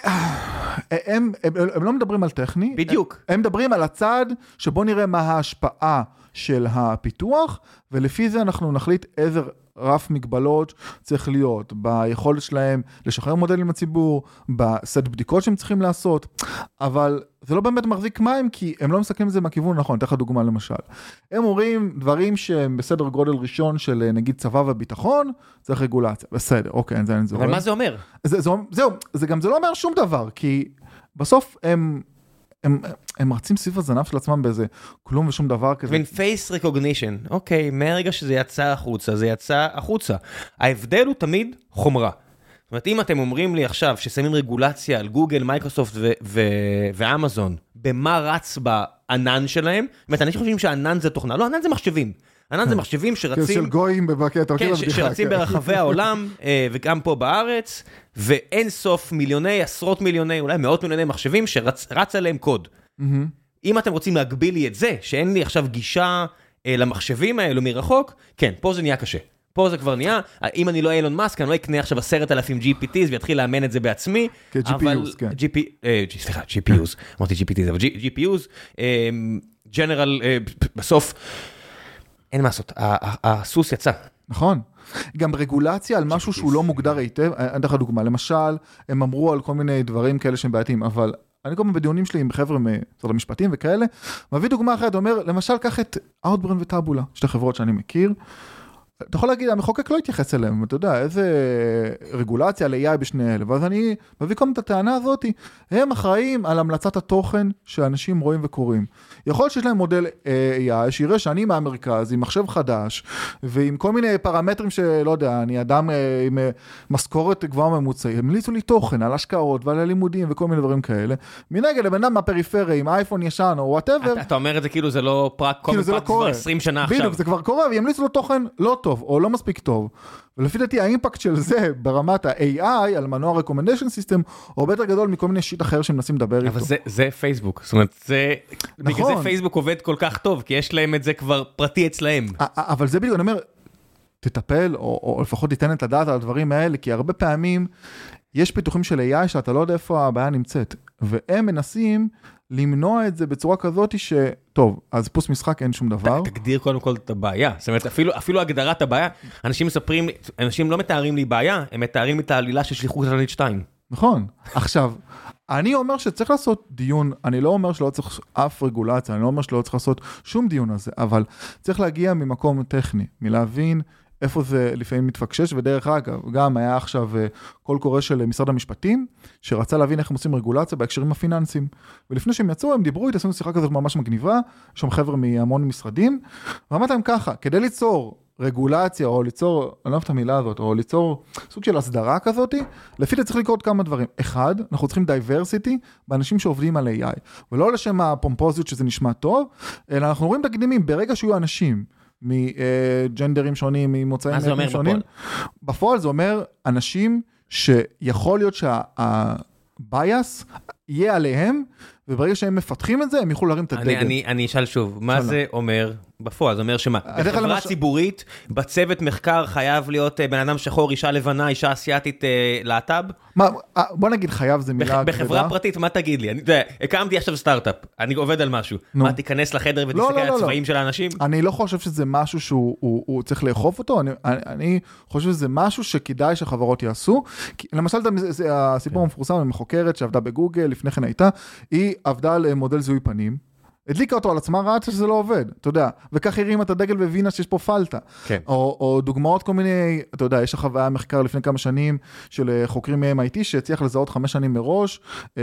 הם, הם, הם לא מדברים על טכני, בדיוק. הם, הם מדברים על הצד שבו נראה מה ההשפעה של הפיתוח, ולפי זה אנחנו נחליט איזה רף מגבלות צריך להיות, ביכולת שלהם לשחרר מודלים לציבור, בסט בדיקות שהם צריכים לעשות, אבל זה לא באמת מחזיק מים, כי הם לא מסתכלים על זה מהכיוון הנכון. אתן לך דוגמה למשל. הם אומרים דברים שהם בסדר גודל ראשון של נגיד צבא וביטחון, צריך רגולציה. בסדר, אוקיי, זה אין זה. אבל מה זה אומר? זה, זה, זהו, זה גם זה לא אומר שום דבר, כי בסוף הם... הם, הם רצים סביב הזנב של עצמם באיזה כלום ושום דבר כזה. face recognition, אוקיי, מהרגע שזה יצא החוצה, זה יצא החוצה. ההבדל הוא תמיד חומרה. זאת אומרת, אם אתם אומרים לי עכשיו ששמים רגולציה על גוגל, מייקרוסופט ו- ו- ואמזון, במה רץ בענן שלהם, זאת אומרת, אנשים חושבים שהענן זה תוכנה, לא, ענן זה מחשבים. ענן זה מחשבים שרצים... של גויים בבקט, כן, שרצים ברחבי העולם, וגם פה בארץ, ואין סוף מיליוני, עשרות מיליוני, אולי מאות מיליוני מחשבים שרץ עליהם קוד. אם אתם רוצים להגביל לי את זה, שאין לי עכשיו גישה למחשבים האלו מרחוק, כן, פה זה נהיה קשה. פה זה כבר נהיה, אם אני לא אילון מאסק, אני לא אקנה עכשיו עשרת אלפים ג'י פי טיז ויתחיל לאמן את זה בעצמי. כ-ג'י פי יוז, כן. סליחה, ג'י פי יוז, אמרתי ג'י פי טיז, אבל ג'י פי יוז, ג'נרל, בסוף, אין מה לעשות, הסוס יצא. נכון. גם רגולציה על משהו שהוא לא מוגדר היטב, אני אתן לך דוגמה, למשל, הם אמרו על כל מיני דברים כאלה שהם בעייתיים, אבל אני כל מיני בדיונים שלי עם חבר'ה משרד המשפטים וכאלה, מביא דוגמה אחרת, אומר, למשל, קח את Outbrain וטאבולה, שתי חברות שאני מכיר, אתה יכול להגיד, המחוקק לא יתייחס אליהם, אתה יודע, איזה רגולציה ל-איי איי בשני אלה, ואז אני מביא כל את הטענה הזאת, הם אחראים על המלצת התוכן שאנשים רואים וקוראים. יכול להיות שיש להם מודל איי איי, שיראה שאני מהמרכז, עם מחשב חדש, ועם כל מיני פרמטרים שלא יודע, אני אדם עם משכורת גבוהה ממוצעי, הם המליצו לי תוכן על השקעות ועל הלימודים וכל מיני דברים כאלה. מנגד, לבן אדם מהפריפריה, עם אייפון ישן או whatever, אתה אומר את זה כאילו זה לא פרק, כל פרק כבר עשרים שנה עכשיו. בדיוק, זה כבר קורה, וימליצו לו תוכן לא טוב, או לא מספיק טוב. ולפי דעתי, האימפקט של זה ברמת ה-איי איי, על מנוע recommendation system, הוא הרבה יותר גדול מכל מיני שיט אחר שמנסים לדבר איתו. אבל זה, זה פייסבוק. זאת אומרת, זה, נכון. בגלל זה פייסבוק עובד כל כך טוב, כי יש להם את זה כבר פרטי אצלהם. אבל זה בדיוק, אני אומר, תטפל, או, או לפחות תיתן את הדעת על הדברים האלה, כי הרבה פעמים יש פיתוחים של איי איי שאתה לא יודע איפה הבעיה נמצאת, והם מנסים למנוע את זה בצורה כזאת ש... טוב, אז פוס משחק אין שום דבר. תגדיר קודם כל את הבעיה. זאת אומרת, אפילו, אפילו הגדרת הבעיה, אנשים מספרים, אנשים לא מתארים לי בעיה, הם מתארים את העלילה של שליחות קטלנית שתיים. נכון. עכשיו, אני אומר שצריך לעשות דיון, אני לא אומר שלא צריך אף רגולציה, אני לא אומר שלא צריך לעשות שום דיון הזה, אבל צריך להגיע ממקום טכני, מלהבין איפה זה לפעמים מתפקשש, ודרך אגב, גם היה עכשיו קול קורא של משרד המשפטים, שרצה להבין איך הם עושים רגולציה בהקשרים הפיננסיים, ולפני שהם יצאו, הם דיברו, התעשינו שיחה כזאת ממש מגניבה, שם חבר'ה מהמון משרדים, ואמרת להם ככה, כדי ליצור רגולציה, או ליצור, אני לא אוהב את המילה הזאת, או ליצור סוג של הסדרה כזאת, לפי זה צריך לקרות כמה דברים. אחד, אנחנו צריכים דייברסיטי, באנשים שעובדים על איי איי, ולא לשם הפומפוזיות שזה נשמע טוב, אלא אנחנו רואים תקדימים, ברגע שיהיו אנשים, מג'נדרים שונים, ממוצאים שונים. בפועל זה אומר אנשים שיכול להיות שהבייס, יהיה עליהם, וברגע שהם מפתחים את זה, הם יוכלו להרים את הדגל. אני, אני אשאל שוב, מה זה אומר בפועל? זה אומר שמה? בחברה ציבורית, בצוות מחקר חייב להיות בן אדם שחור, אישה לבנה, אישה אסיאתית להט"ב? מה, בוא נגיד חייב זה מילה כבדה. בחברה פרטית, מה תגיד לי? אני, אתה יודע, הקמתי עכשיו סטארט-אפ, אני עובד על משהו. מה, תיכנס לחדר ותסתכל על הצבעים של האנשים? אני לא חושב שזה משהו שהוא צריך לאכוף אותו, אני, אני חושב שזה משהו שכדאי שחברות יעשו. למשל, הסיפור המפורסם המחוקרת שעבדה בגוגל, לפני כן הייתה, היא עבדה על מודל זיהוי פנים, הדליקה אותו על עצמה, ראה שזה לא עובד, אתה יודע, וכך הרימה את הדגל והבינה שיש פה פלטה. כן. או, או דוגמאות כל מיני, אתה יודע, יש החוויה מחקר לפני כמה שנים של חוקרים מ-אם איי טי שהצליח לזהות חמש שנים מראש, אה,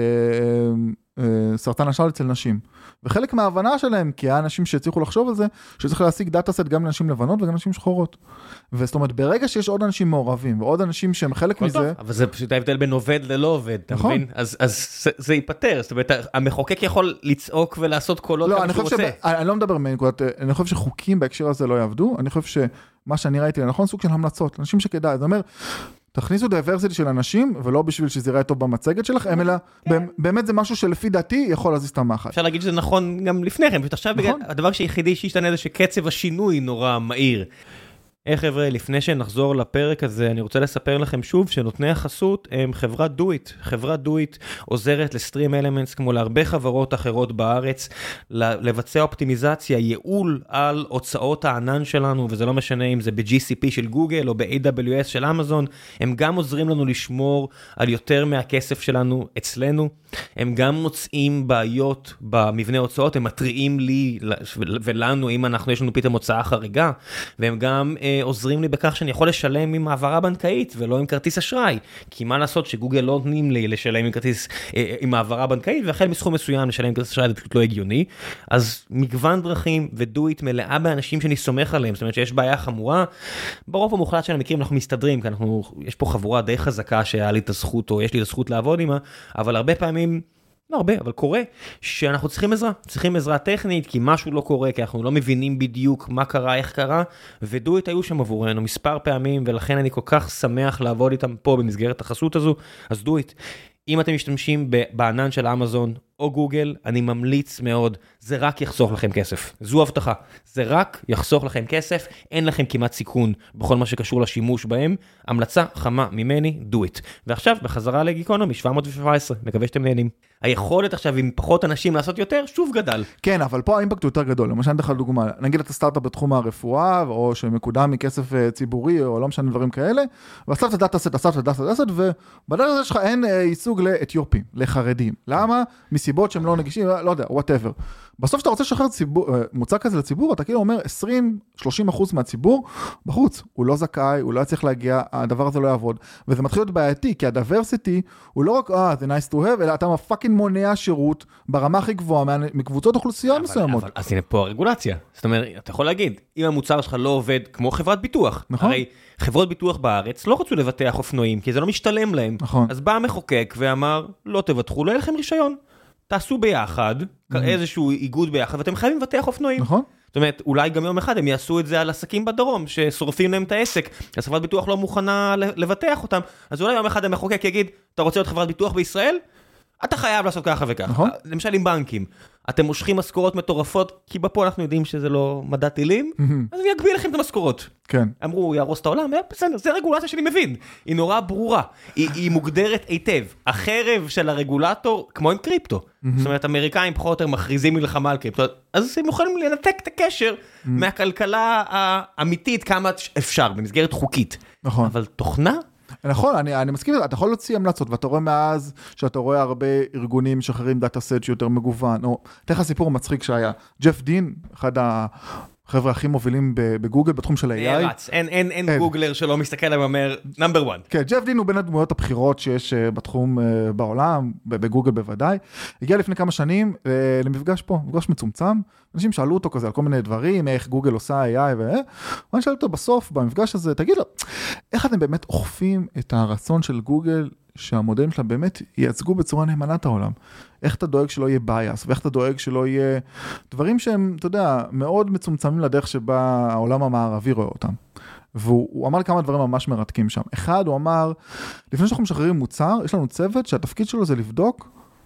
אה, סרטן השחל אצל נשים. וחלק מההבנה שלהם, כי היה אנשים שהצליחו לחשוב על זה, שצריך להשיג דאטה סט גם לנשים לבנות וגם לנשים שחורות. וזאת אומרת, ברגע שיש עוד אנשים מעורבים, ועוד אנשים שהם חלק מזה... טוב, אבל זה פשוט ההבדל בין עובד ללא עובד, אתה נכון. מבין? אז, אז זה, זה ייפטר, זאת אומרת, המחוקק יכול לצעוק ולעשות קולות לא, כמה אני שהוא חושב רוצה. ש... אני לא מדבר מנקודת, אני חושב שחוקים בהקשר הזה לא יעבדו, אני חושב שמה שאני ראיתי לנכון סוג של המלצות, אנשים שכדאי, זה אומר, תכניסו דייברסיטי של אנשים, ולא בשביל שזה יראה טוב במצגת שלכם, אלא באמת זה משהו שלפי דעתי יכול להזיז את המחט. אפשר להגיד שזה נכון גם לפני כן, פשוט עכשיו בגלל, הדבר שהיחידי שהשתנה זה שקצב השינוי נורא מהיר. היי חבר'ה, לפני שנחזור לפרק הזה, אני רוצה לספר לכם שוב שנותני החסות הם חברת דויט. חברת דויט עוזרת לסטרים אלמנטס כמו להרבה חברות אחרות בארץ, לבצע אופטימיזציה, ייעול על הוצאות הענן שלנו, וזה לא משנה אם זה ב-ג'י סי פי של גוגל או ב-איי דאבליו אס של אמזון, הם גם עוזרים לנו לשמור על יותר מהכסף שלנו אצלנו, הם גם מוצאים בעיות במבנה הוצאות, הם מטריעים לי ולנו אם אנחנו, יש לנו פתאום הוצאה חריגה, והם גם עוזרים לי בכך שאני יכול לשלם עם העברה בנקאית ולא עם כרטיס אשראי, כי מה לעשות שגוגל לא נותנים לי לשלם עם כרטיס, עם העברה בנקאית, והחל מסכום מסוים לשלם עם כרטיס אשראי זה פשוט לא הגיוני. אז מגוון דרכים ודויט מלאה באנשים שאני סומך עליהם, זאת אומרת שיש בעיה חמורה, ברוב המוחלט של המקרים אנחנו מסתדרים, כי אנחנו, יש פה חבורה די חזקה שהיה לי את הזכות או יש לי את הזכות לעבוד עימה, אבל הרבה פעמים לא הרבה, אבל קורה שאנחנו צריכים עזרה, צריכים עזרה טכנית, כי משהו לא קורה, כי אנחנו לא מבינים בדיוק מה קרה, איך קרה, ודויט היו שם עבורנו מספר פעמים, ולכן אני כל כך שמח לעבוד איתם פה במסגרת החסות הזו, אז דויט. אם אתם משתמשים בענן של אמזון או גוגל, אני ממליץ מאוד, זה רק יחסוך לכם כסף. זו הבטחה. זה רק יחסוך לכם כסף, אין לכם כמעט סיכון בכל מה שקשור לשימוש בהם. המלצה חמה ממני, do it. ועכשיו, בחזרה לגיקונומי, שבע מאות שבע עשרה, מקווה שאתם נהנים. היכולת עכשיו עם פחות אנשים לעשות יותר, שוב גדל. כן, אבל פה האימפקט הוא יותר גדול. למשל, אני אתן לך דוגמה, נגיד אתה סטארט-אפ בתחום הרפואה, או שמקודם מכסף ציבורי, או לא משנה דברים כאלה, ואספת דאטה סט, אספת דאטה סט, ובדאטה סט שלך אין ייצוג לאתיופים, לחרדים. למה? מסיבות שהם לא נגישים, לא יודע, whatever. בסוף שאתה רוצה לשחרר מוצר כזה לציבור, אתה כאילו אומר עשרים שלושים אחוז מהציבור בחוץ. הוא לא זכאי, הוא לא יצליח להגיע, הדבר הזה לא יעבוד. וזה מתחיל להיות בעייתי, כי הדייברסיטי הוא לא רק, אה, זה nice to have, אלא אתה פאקינג מונע שירות ברמה הכי גבוהה מקבוצות אוכלוסייה מסוימות. אז הנה פה הרגולציה. זאת אומרת, אתה יכול להגיד, אם המוצר שלך לא עובד כמו חברת ביטוח, הרי חברות ביטוח בארץ לא רצו לבטח אופנועים, כי זה לא משתלם להם. אז בא המחוקק ואמר, לא תבטחו, לא יהיה לכם רישיון. תעשו ביחד, איזשהו איגוד ביחד, ואתם חייבים לבטח אופנועים. נכון. זאת אומרת, אולי גם יום אחד הם יעשו את זה על עסקים בדרום, ששורפים להם את העסק, אז חברת ביטוח לא מוכנה לבטח אותם, אז אולי יום אחד המחוקק יגיד, אתה רוצה להיות חברת ביטוח בישראל? אתה חייב לעשות ככה וככה. נכון. למשל עם בנקים, אתם מושכים משכורות מטורפות, כי בפה אנחנו יודעים שזה לא מדע טילים, אז אני אגביל לכם את המשכורות. כן. אמרו, יהרוס את העולם, בסדר, זה רגולציה שאני מבין. היא נורא ברורה, היא, היא מוגדרת היטב. החרב של הרגולטור, כמו עם קריפטו. זאת אומרת, אמריקאים פחות או יותר מכריזים מלחמה על קריפטו, אז הם יכולים לנתק את הקשר מהכלכלה האמיתית כמה אפשר, במסגרת חוקית. נכון. אבל תוכנה? נכון, אני, אני מסכים, אתה יכול להוציא המלצות, ואתה רואה מאז שאתה רואה הרבה ארגונים שחררים דאטה סט שיותר מגוון, או תן לך סיפור מצחיק שהיה, ג'ף דין, אחד החבר'ה הכי מובילים בגוגל בתחום של ה-איי איי. נערץ, אין, אין, אין גוגלר שלא מסתכל עליהם ואומר, נאמבר וואן. כן, ג'ף דין הוא בין הדמויות הבכירות שיש בתחום בעולם, בגוגל בוודאי. הגיע לפני כמה שנים למפגש פה, מפגש מצומצם, אנשים שאלו אותו כזה על כל מיני דברים, איך גוגל עושה איי איי ו... ואני שאל אותו בסוף, במפגש הזה, תגיד לו, איך אתם באמת אוכפים את הרצון של גוגל, שהמודלים שלה באמת ייצגו בצורה נאמנה את העולם? איך אתה דואג שלא יהיה בייס, ואיך אתה דואג שלא יהיה דברים שהם, אתה יודע, מאוד מצומצמים לדרך שבה העולם המערבי רואה אותם. והוא אמר כמה דברים ממש מרתקים שם. אחד, הוא אמר, לפני שאנחנו משחררים מוצר, יש לנו צוות שהתפקיד שלו זה לבדוק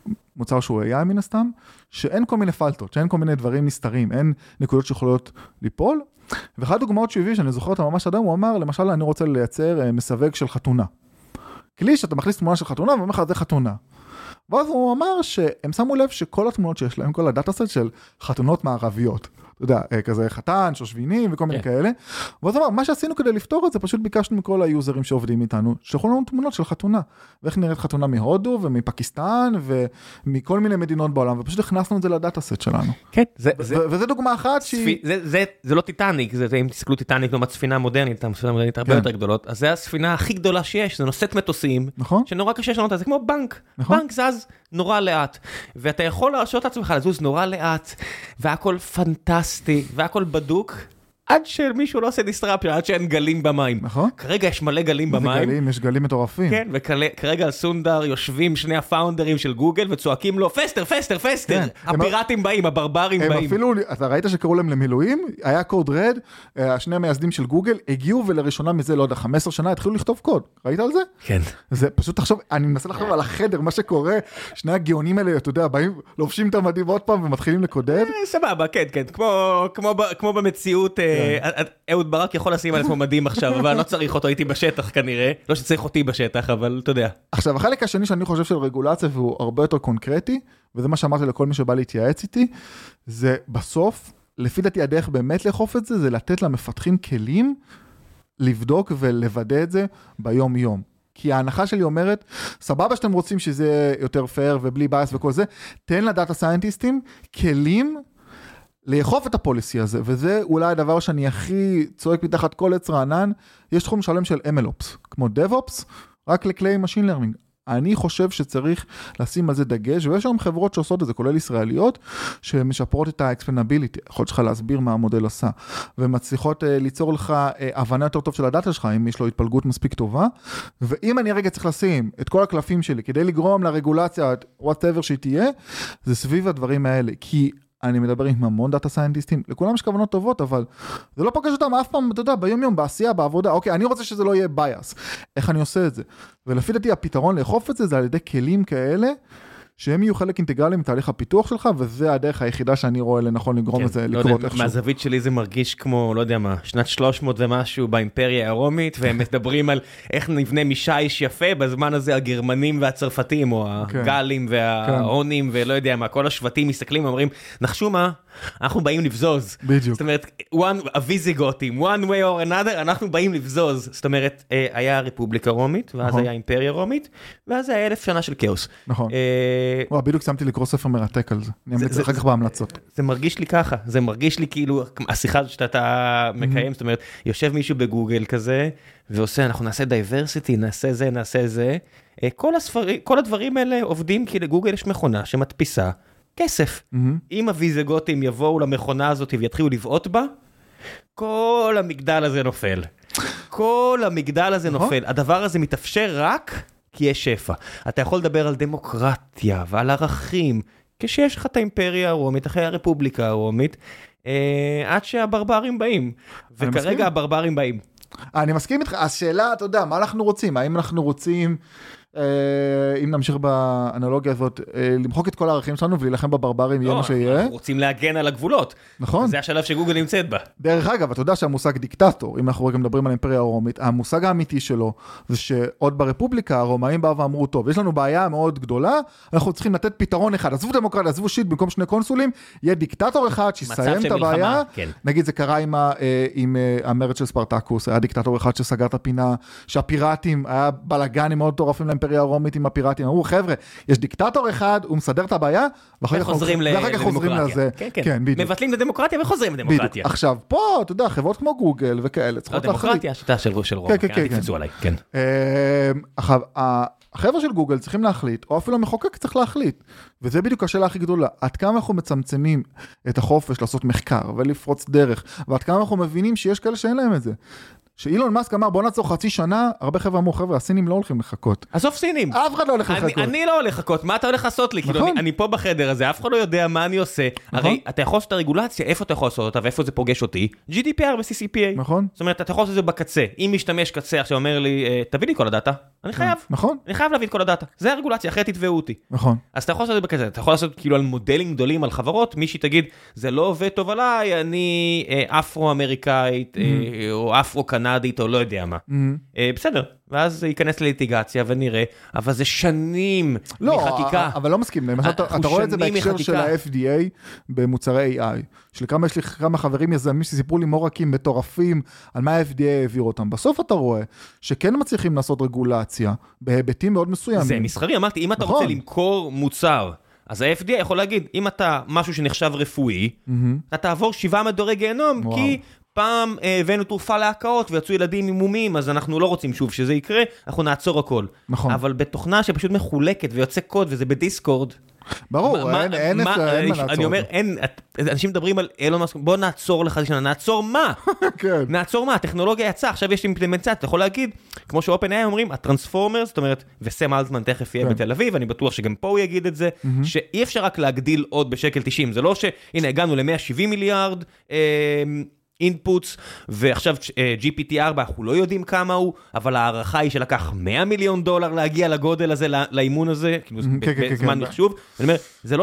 מוצר שהוא איי איי מן הסתם, שאין כל מיני פלטות, שאין כל מיני דברים נסתרים, אין נקודות שיכולות ליפול, ואחת דוגמאות שהוא הביא, שאני זוכר אותה ממש אדם, הוא אמר, למשל, אני רוצה לייצר מסווג של חתונה. כלי שאתה מכניס תמונה של חתונה, ואומר לך, זה חתונה. ואז הוא אמר שהם שמו לב שכל התמונות שיש להם, כל הדאטה-סט של חתונות מערביות, אתה יודע, כזה חתן, שושבינים וכל מיני כאלה. ואז אמר, מה שעשינו כדי לפתור את זה, פשוט ביקשנו מכל היוזרים שעובדים איתנו, שלחו לנו תמונות של חתונה. ואיך נראית חתונה מהודו ומפקיסטן ומכל מיני מדינות בעולם, ופשוט הכנסנו את זה לדאטה-סט שלנו. כן. וזה דוגמה אחת שהיא... זה לא טיטניק, אם תסתכלו טיטניק לעומת ספינה מודרנית, ספינה מודרנית הרבה יותר גדולות, אז זה הספינה הכי גדולה שיש, זה נושאת מטוסים, שנורא קשה לשנות, זה כמו בנק. בנק זז נורא לאט, ואתה יכול להרשות לעצמך לזוז נורא לאט, והכל פנטסטי, והכל בדוק, עד שמישהו לא עושה דיסטרפציה, עד שאין גלים במים. נכון. כרגע יש מלא גלים במים. גלים, יש גלים מטורפים. כן, וכרגע על סונדר יושבים שני הפאונדרים של גוגל, וצועקים לו, פסטר, פסטר, פסטר. הפיראטים באים, הברברים באים. הם אפילו, אתה ראית שקראו להם למילואים? היה קוד רד, השני המייסדים של גוגל, הגיעו ולראשונה מזה, לא יודע, חמש עשרה שנה, התחילו לכתוב קוד. ראית על זה? כן. זה פשוט תחשוב, אני מנסה לחשוב על החדר, מה שקורה, שני הגאונים האלה, אתה יודע, באים, לובשים את המדים עוד פעם ומתחילים לקודד. סבבה, כן, כן. כמו, כמו, כמו במציאות, אהוד ברק יכול לשים על עצמו מדהים עכשיו, אבל אני לא צריך אותו, הייתי בשטח כנראה, לא שצריך אותי בשטח, אבל אתה יודע. עכשיו, החלק השני שאני חושב של רגולציה, והוא הרבה יותר קונקרטי, וזה מה שאמרתי לכל מי שבא להתייעץ איתי, זה בסוף, לפי דעתי הדרך באמת לאכוף את זה, זה לתת למפתחים כלים, לבדוק ולוודא את זה ביום יום. כי ההנחה שלי אומרת, סבבה שאתם רוצים שזה יותר פייר ובלי בייס וכל זה, תן לדאטה סיינטיסטים כלים, לאכוף את הפוליסי הזה, וזה אולי הדבר שאני הכי צועק מתחת כל עץ רענן, יש תחום שלם של אם אל אופס, כמו DevOps, רק לכלי Machine Learning. אני חושב שצריך לשים על זה דגש, ויש היום חברות שעושות את זה, כולל ישראליות, שמשפרות את ה-explainability, יכולת שלך להסביר מה המודל עשה, ומצליחות uh, ליצור לך uh, הבנה יותר טוב של הדאטה שלך, אם יש לו התפלגות מספיק טובה, ואם אני רגע צריך לשים את כל הקלפים שלי, כדי לגרום לרגולציה, whatever שהיא תהיה, זה סביב הדברים האלה, כי אני מדבר עם המון דאטה סיינטיסטים, לכולם יש כוונות טובות, אבל זה לא פוגש אותם אף פעם, אתה יודע, ביום יום, בעשייה, בעבודה, אוקיי, אני רוצה שזה לא יהיה בייס, איך אני עושה את זה? ולפי דעתי, הפתרון לאכוף את זה, זה על ידי כלים כאלה, שהם יהיו חלק אינטגרלי מתהליך הפיתוח שלך, וזה הדרך היחידה שאני רואה לנכון לגרום את זה לקרות איכשהו. מהזווית שלי זה מרגיש כמו, לא יודע מה, שנת שלוש מאות ומשהו באימפריה הרומית, והם מדברים על איך נבנה מישייש יפה, בזמן הזה הגרמנים והצרפתים, או הגלים וההונים, ולא יודע מה, כל השבטים מסתכלים ואומרים, נחשו מה? אנחנו באים לבזוז. בדיוק. זאת אומרת, הוויזיגותים, one way or another, אנחנו באים לבזוז. זאת אומרת, היה רפובליקה רומית, ואז היה אימפריה רומית, ואז היה אלף שנה של כאוס. נכון. וואו, בדיוק שמתי לקרוא ספר מרתק על זה. אני אמליץ אחר כך בהמלצות. זה מרגיש לי ככה, זה מרגיש לי כאילו, השיחה הזאת שאתה מקיים, זאת אומרת, יושב מישהו בגוגל כזה, ועושה, אנחנו נעשה דייברסיטי, נעשה זה, נעשה זה. כל הספרים, כל הדברים האלה עובדים כי לגוגל יש מכונה שמדפיסה כסף. אם הוויזיגותים יבואו למכונה הזאת ויתחילו לבעוט בה, כל המגדל הזה נופל. כל המגדל הזה נופל. הדבר הזה מתאפשר רק כי יש שפע. אתה יכול לדבר על דמוקרטיה ועל ערכים, כשיש לך את האימפריה הרומית, אחרי הרפובליקה הרומית, עד שהברברים באים. וכרגע הברברים באים. אני מסכים איתך. השאלה, אתה יודע, מה אנחנו רוצים? האם אנחנו רוצים... אם נמשיך באנלוגיה הזאת, למחוק את כל הערכים שלנו ולהילחם בברברים, יהיה מה שיהיה. אנחנו רוצים להגן על הגבולות. נכון. זה השלב שגוגל נמצאת בה. דרך אגב, אתה יודע שהמושג דיקטטור, אם אנחנו רגע מדברים על האימפריה הרומית, המושג האמיתי שלו, זה שעוד ברפובליקה, הרומאים באו ואמרו, טוב, יש לנו בעיה מאוד גדולה, אנחנו צריכים לתת פתרון אחד, עזבו דמוקרטיה, עזבו שיט, במקום שני קונסולים, יהיה דיקטטור אחד שיסיים את הבעיה. נגיד, זה קרה עם המרד של ספרטקוס, היה דיקטטור אחד שסגר את הפינה, שהפיראטים, היה בלגנים מאוד טורפים לאימפריה הרומית עם הפיראטים, אמרו, חבר'ה, יש דיקטטור אחד, הוא מסדר את הבעיה, ואחר כך חוזרים לזה. כן, כן. מבטלים את הדמוקרטיה וחוזרים לדמוקרטיה. עכשיו, פה, אתה יודע, חברות כמו גוגל וכאלה, צריכות להחליט. הדמוקרטיה, השיטה של רוב, כן, תקפצו עליי, כן. החבר'ה של גוגל צריכים להחליט, או אפילו המחוקק צריך להחליט, וזה בדיוק השאלה הכי גדולה, עד כמה אנחנו מצמצמים את החופש לעשות מחקר ולפרוץ דרך, ועד כמה אנחנו מבינים שיש כאלה שאין להם את זה. שאילון מאסק אמר, בוא נעצור חצי שנה, הרבה חבר'ה אמרו, חבר'ה, הסינים לא הולכים לחכות. עזוב סינים. אף אחד לא הולך לחכות. אני לא הולך לחכות, מה אתה הולך לעשות לי? כאילו, אני פה בחדר הזה, אף אחד לא יודע מה אני עושה. הרי אתה יכול לעשות את הרגולציה, איפה אתה יכול לעשות אותה, ואיפה זה פוגש אותי? ג'י די פי אר ו-סי סי פי איי. נכון. זאת אומרת, אתה יכול לעשות את זה בקצה. אם משתמש קצה עכשיו אומר לי, תביא לי כל הדאטה. אני חייב. נכון. אני חייב להביא את כל הדאטה. זה הרגולציה, אחרי תתבעו אותי. נכון. אז אתה יכול לעשות את זה בקצה. אתה יכול לעשות כאילו על מודלים גדולים על חברות, מישהי תגיד, זה לא עובד טוב עליי, אני אפרו-אמריקאית, או אפרו-קנדית, או לא יודע מה. בסדר. ואז זה ייכנס לליטיגציה ונראה, אבל זה שנים מחקיקה. אבל לא מסכים. אתה רואה את זה בהקשר של ה-אף די איי במוצרי איי איי. שלכמה יש לי כמה חברים יזמים שסיפרו לי מורקים מטורפים על מה ה-אף די איי העביר אותם. בסוף אתה רואה שכן מצליחים לעשות רגולציה בהיבטים מאוד מסוימים. זה מסחרי, אמרתי, אם אתה רוצה למכור מוצר, אז ה-אף די איי יכול להגיד, אם אתה משהו שנחשב רפואי, אתה תעבור שבעה מדורי גיהנום, כי פעם הבאנו תרופה להקאות ויצאו ילדים עם מומים, אז אנחנו לא רוצים שוב שזה יקרה, אנחנו נעצור הכל. נכון. אבל בתוכנה שפשוט מחולקת ויוצא קוד וזה בדיסקורד. ברור, אין מה לעצור. אני אומר, אנשים מדברים על אילון מאסק, בוא נעצור לך שנה, נעצור מה? נעצור מה? הטכנולוגיה יצאה, עכשיו יש אימפלמנטציה, אתה יכול להגיד, כמו שאופן איי אומרים, הטרנספורמרס, זאת אומרת, וסם אלטמן תכף יהיה בתל אביב, אני בטוח שגם פה הוא יגיד את זה, שאי אפשר רק להגדיל עוד בשקל תשעים, זה לא שהנה הגענו ל-מאה ושבעים מיליארד, אינפוטס, ועכשיו ג'י פי טי ארבע, אנחנו לא יודעים כמה הוא, אבל הערכה היא שלקח מאה מיליון דולר להגיע לגודל הזה, לאימון הזה, כאילו בזמן מחשוב, ואני אומר, זה לא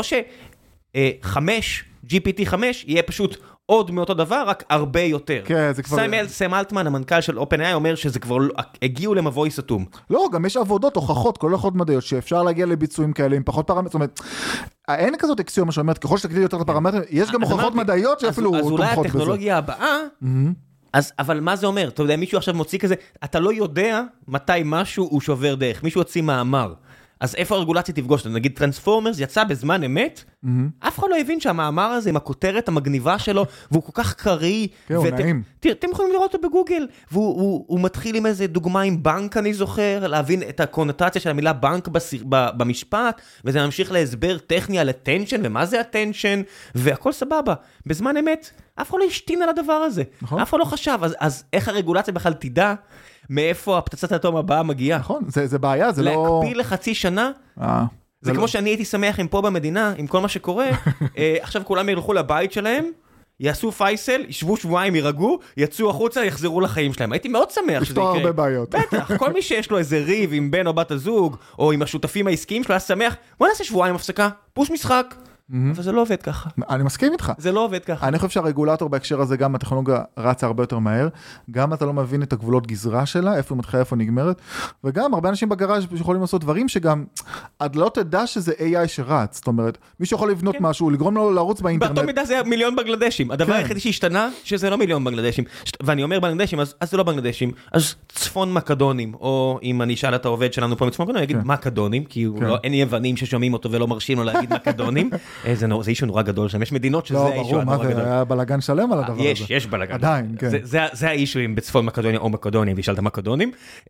שחמש, ג'י פי טי חמש, יהיה פשוט עוד מאותו דבר, רק הרבה יותר. סם אלטמן, המנכ"ל של אופן איי, אומר שזה כבר הגיעו למבוי סתום. לא, גם יש עבודות, הוכחות, כל הוכחות מדעיות, שאפשר להגיע לביצועים כאלה עם פחות פרמטרים, זאת אומרת, אין כזאת אקסיומה שאומרת, ככל שתגדיל יותר את הפרמטרים, יש גם הוכחות מדעיות שאפילו תומכות בזה. אז אולי הטכנולוגיה הבאה, אז, אבל מה זה אומר? אתה יודע, מישהו עכשיו מוציא כזה, אתה לא יודע מתי משהו הוא שובר דרך, מישהו הוציא מאמר. אז איפה הרגולציה תפגוש? נגיד טרנספורמרס יצא בזמן אמת, אף אחד לא הבין שהמאמר הזה עם הכותרת המגניבה שלו, והוא כל כך קרי. כן, הוא נעים. אתם יכולים לראות אותו בגוגל, והוא מתחיל עם איזה דוגמה עם בנק, אני זוכר, להבין את הקונוטציה של המילה בנק במשפט, וזה ממשיך להסבר טכני על attention, ומה זה attention, והכל סבבה. בזמן אמת, אף אחד לא השתין על הדבר הזה. אף אחד לא חשב. אז איך הרגולציה בכלל תדע מאיפה הפצצת האטום הבאה מגיעה? נכון, זה בעיה, זה לא... להקפיא לחצי שנה? זה כמו שאני הייתי שמח עם פה במדינה, עם כל מה שקורה, עכשיו כולם ילכו לבית שלהם, יעשו פייסל, ישבו שבועיים, ירגעו, יצאו החוצה, יחזרו לחיים שלהם. הייתי מאוד שמח שזה יקרה. לפתור הרבה בעיות. בטח, כל מי שיש לו איזה ריב עם בן או בת הזוג, או עם השותפים העסקיים שלו, היה שמח, בוא נעשה שבועיים הפסקה, פוש משחק. אבל זה לא עובד ככה. אני מסכים איתך. זה לא עובד ככה. אני חושב שהרגולטור בהקשר הזה, גם הטכנולוגיה רצה הרבה יותר מהר, גם אתה לא מבין את הגבולות גזרה שלה, איפה היא מתחילה, איפה נגמרת, וגם הרבה אנשים בגראז' יכולים לעשות דברים שגם, עד לא תדע שזה איי איי שרץ, זאת אומרת, מישהו יכול לבנות משהו, לגרום לו לרוץ באינטרנט. באותו מידה זה מיליון בנגלדשים. הדבר היחידי שהשתנה, שזה לא מיליון בנגלדשים. ואני אומר בנגלדשים, אז זה לא בנגלדשים, אז צפון מקדונים, או אם אני אשאל את העובד שלנו פה מצפון מקדונים, יגיד מקדונים, כי אין יוונים ששומעים אותו ולא מרשים לו להגיד מקדונים. זה אישו נורא גדול שם, יש מדינות שזה האישו הנורא גדול. היה בלגן שלם על הדבר הזה. יש, יש בלגן. עדיין, כן. זה האישויים בצפון מקדוניה או מקדוניה, וישאלת מקדונים.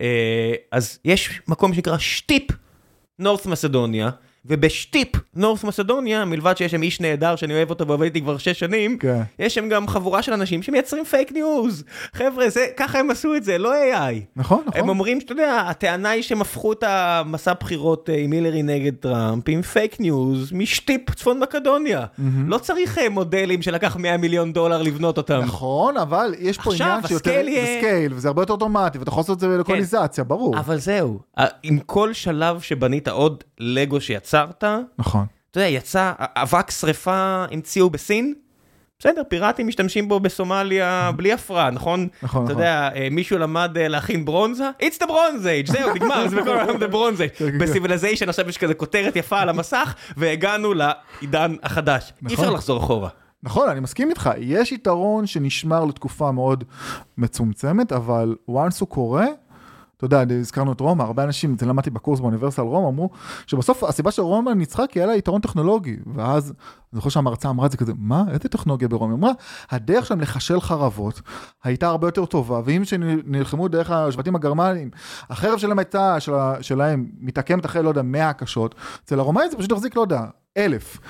אז יש מקום שנקרא שטיפ נורת' מסדוניה, ובשטיפ נורת' מסדוניה, מלבד שיש שם איש נהדר שאני אוהב אותו ועובד איתי כבר שש שנים, יש שם גם חבורה של אנשים שמייצרים פייק ניוז. חבר'ה, ככה הם עשו את זה, לא איי איי. נכון, נכון. הם אומרים, שאתה יודע, הטענה היא שהם הפכו את המסע בחירות עם הילרי נגד טראמפ עם פייק ניוז משטיפ צפון מקדוניה. לא צריך מודלים שלקח מאה מיליון דולר לבנות אותם. נכון, אבל יש פה עניין שיותר סקייל, וזה הרבה יותר אוטומטי, ואתה יכול לעשות את זה בלוקליזציה, ברור. אבל זהו, עם כל שלב שבנית עוד לגו שיצא נכון. אתה יודע, יצא, אבק שריפה המציאו בסין, בסדר, פיראטים משתמשים בו בסומליה בלי הפרעה, נכון? נכון, אתה יודע, מישהו למד להכין ברונזה? It's the bronze age, זהו, נגמר, זה בכל העולם the bronze age. בסיביליזיישן עכשיו יש כזה כותרת יפה על המסך, והגענו לעידן החדש. אי אפשר לחזור אחורה. נכון, אני מסכים איתך. יש יתרון שנשמר לתקופה מאוד מצומצמת, אבל once הוא קורה, אתה יודע, הזכרנו את רומא, הרבה אנשים, זה למדתי בקורס באוניברסיטה על רומא, אמרו שבסוף הסיבה של רומא ניצחה כי היה לה יתרון טכנולוגי, ואז אני חושב שהמרצה אמרה את זה כזה, מה? איזה טכנולוגיה ברומא? היא אמרה, הדרך שלהם לחשל חרבות הייתה הרבה יותר טובה, ואם שנלחמו דרך השבטים הגרמניים, החרב שלהם הייתה, שלהם, מתעקמת אחרי, לא יודע, מאה קשות, אצל הרומאים זה פשוט החזיק, לא יודע, אלף.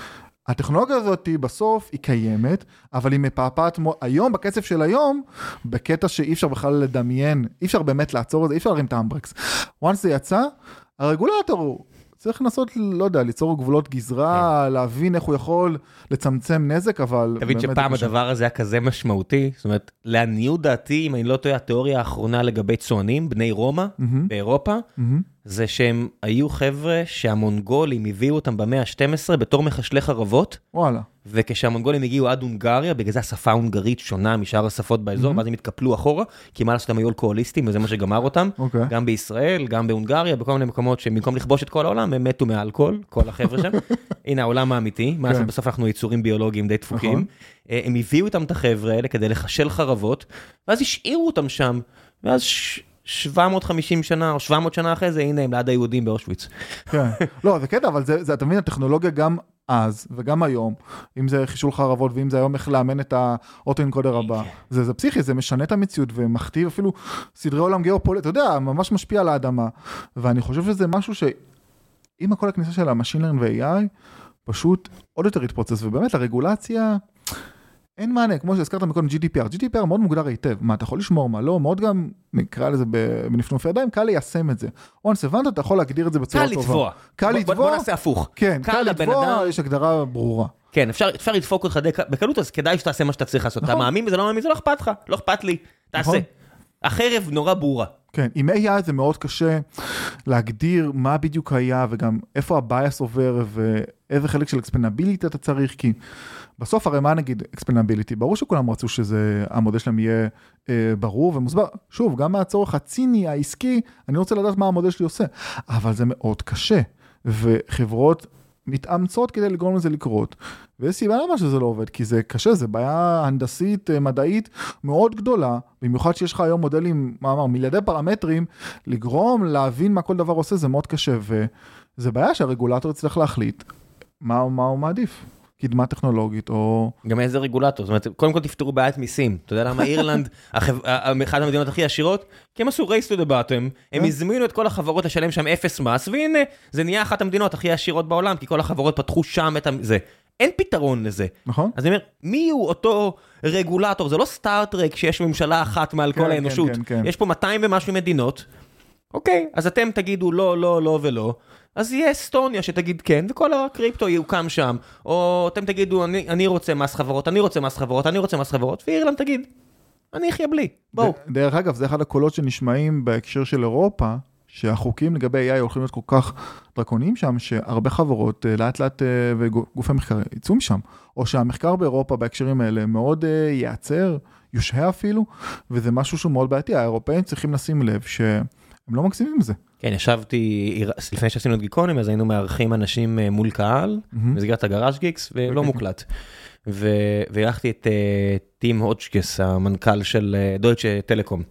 הטכנולוגיה הזאת בסוף היא קיימת, אבל היא מפעפעת היום, בקצב של היום, בקטע שאי אפשר בכלל לדמיין, אי אפשר באמת לעצור את זה, אי אפשר להרים את האמברקס. once זה יצא, הרגולטור הוא צריך לנסות, לא יודע, ליצור גבולות גזרה, להבין איך הוא יכול לצמצם נזק, אבל... תבין שפעם הדבר הזה היה כזה משמעותי, זאת אומרת, לעניות דעתי, אם אני לא טועה, התיאוריה האחרונה לגבי צוענים, בני רומא, באירופה, זה שהם היו חבר'ה שהמונגולים הביאו אותם במאה ה-שתים עשרה בתור מחשלי חרבות, וואלה. וכשהמונגולים הגיעו עד הונגריה, בגלל זה השפה ההונגרית שונה משאר השפות באזור, ואז הם התקפלו אחורה, כי מה לעשות הם היו אלכוהוליסטים, וזה מה שגמר אותם, גם בישראל, גם בהונגריה, בכל מיני מקומות שבמקום לכבוש את כל העולם, הם מתו מאלכוהול, כל החבר'ה שם. הנה, העולם האמיתי, מה לעשות, בסוף אנחנו יצורים ביולוגיים די דפוקים. הם הביאו אותם את החבר'ה האלה כדי לחשל חרבות, ואז השאירו אותם שם, ואז שבע מאות וחמישים שנה או שבע מאות שנה אחרי זה, הנה הם ליד היהודים באושוויץ. כן, לא, זה קטע, אבל זה, אתה מבין, הטכנולוגיה גם אז וגם היום, אם זה חישול חרבות ואם זה היום איך לאמן את האוטו-אנקודר הבא, זה, זה פסיכי, זה משנה את המציאות ומכתיב אפילו סדרי עולם גיאופוליטי, אתה יודע, ממש משפיע על האדמה, ואני חושב שזה משהו שעם כל הכניסה של המשין לרנינג ו-איי איי, פשוט עוד יותר התפוצץ, ובאמת הרגולציה... אין מענה, כמו שהזכרת מקודם ג'י די פי אר, ג'י די פי אר מאוד מוגדר היטב, מה אתה יכול לשמור, מה לא, מאוד גם, נקרא לזה בנפנופי ידיים, קל ליישם את זה. once הבנת, אתה יכול להגדיר את זה בצורה טובה. קל לתבוע. קל לתבוע. בוא נעשה הפוך. כן, קל לתבוע, יש הגדרה ברורה. כן, אפשר לדפוק אותך בקלות, אז כדאי שתעשה מה שאתה צריך לעשות. אתה מאמין וזה לא מאמין, זה לא אכפת לך, לא אכפת לי, תעשה. החרב נורא ברורה. כן, עם איי איי זה מאוד קשה להגדיר מה בדיוק היה, וגם איפה הבייס עובר, ואיזה חלק של explainability אתה צריך, כי בסוף הרי מה נגיד explainability, ברור שכולם רצו שזה, המודל שלהם יהיה אה, ברור ומוסבר, שוב, גם מהצורך הציני, העסקי, אני רוצה לדעת מה המודל שלי עושה, אבל זה מאוד קשה, וחברות מתאמצות כדי לגרום לזה לקרות, ויש סיבה למה שזה לא עובד, כי זה קשה, זה בעיה הנדסית, מדעית, מאוד גדולה, במיוחד שיש לך היום מודלים, מה אמר, מיליארדי פרמטרים, לגרום, להבין מה כל דבר עושה, זה מאוד קשה, וזה בעיה שהרגולטור צריך להחליט, מה, מה הוא מעדיף. קדמה טכנולוגית, או... גם איזה רגולטור, זאת אומרת, קודם כל תפתרו בעיית מיסים. אתה יודע למה אירלנד, אחת המדינות הכי עשירות, כי הם עשו race to the bottom, הם הזמינו את כל החברות לשלם שם אפס מס, והנה, זה נהיה אחת המדינות הכי עשירות בעולם, כי כל החברות פתחו שם את זה. אין פתרון לזה. נכון. אז אני אומר, מי הוא אותו רגולטור? זה לא סטארטרק שיש ממשלה אחת מעל כל האנושות. יש פה מאתיים ומשהו מדינות. אוקיי, אז אתם תגידו לא, לא, לא ולא. אז יהיה אסטוניה שתגיד כן, וכל הקריפטו יוקם שם, או אתם תגידו, אני, אני רוצה מס חברות, אני רוצה מס חברות, אני רוצה מס חברות, ואירלנד תגיד, אני אחיה בלי, בואו. דרך אגב, זה אחד הקולות שנשמעים בהקשר של אירופה, שהחוקים לגבי איי איי הולכים להיות כל כך דרקוניים שם, שהרבה חברות לאט לאט וגופי מחקר יצאו משם, או שהמחקר באירופה בהקשרים האלה מאוד ייעצר, יושהה אפילו, וזה משהו שהוא מאוד בעייתי, האירופאים צריכים לשים לב שהם לא מקסימים עם זה. כן, ישבתי, לפני שעשינו את גיקונים, אז היינו מארחים אנשים מול קהל, במסגרת הגראז' גיקס, ולא מוקלט. והלכתי את טים הודג'קס, המנכ"ל של דויטשה טלקום.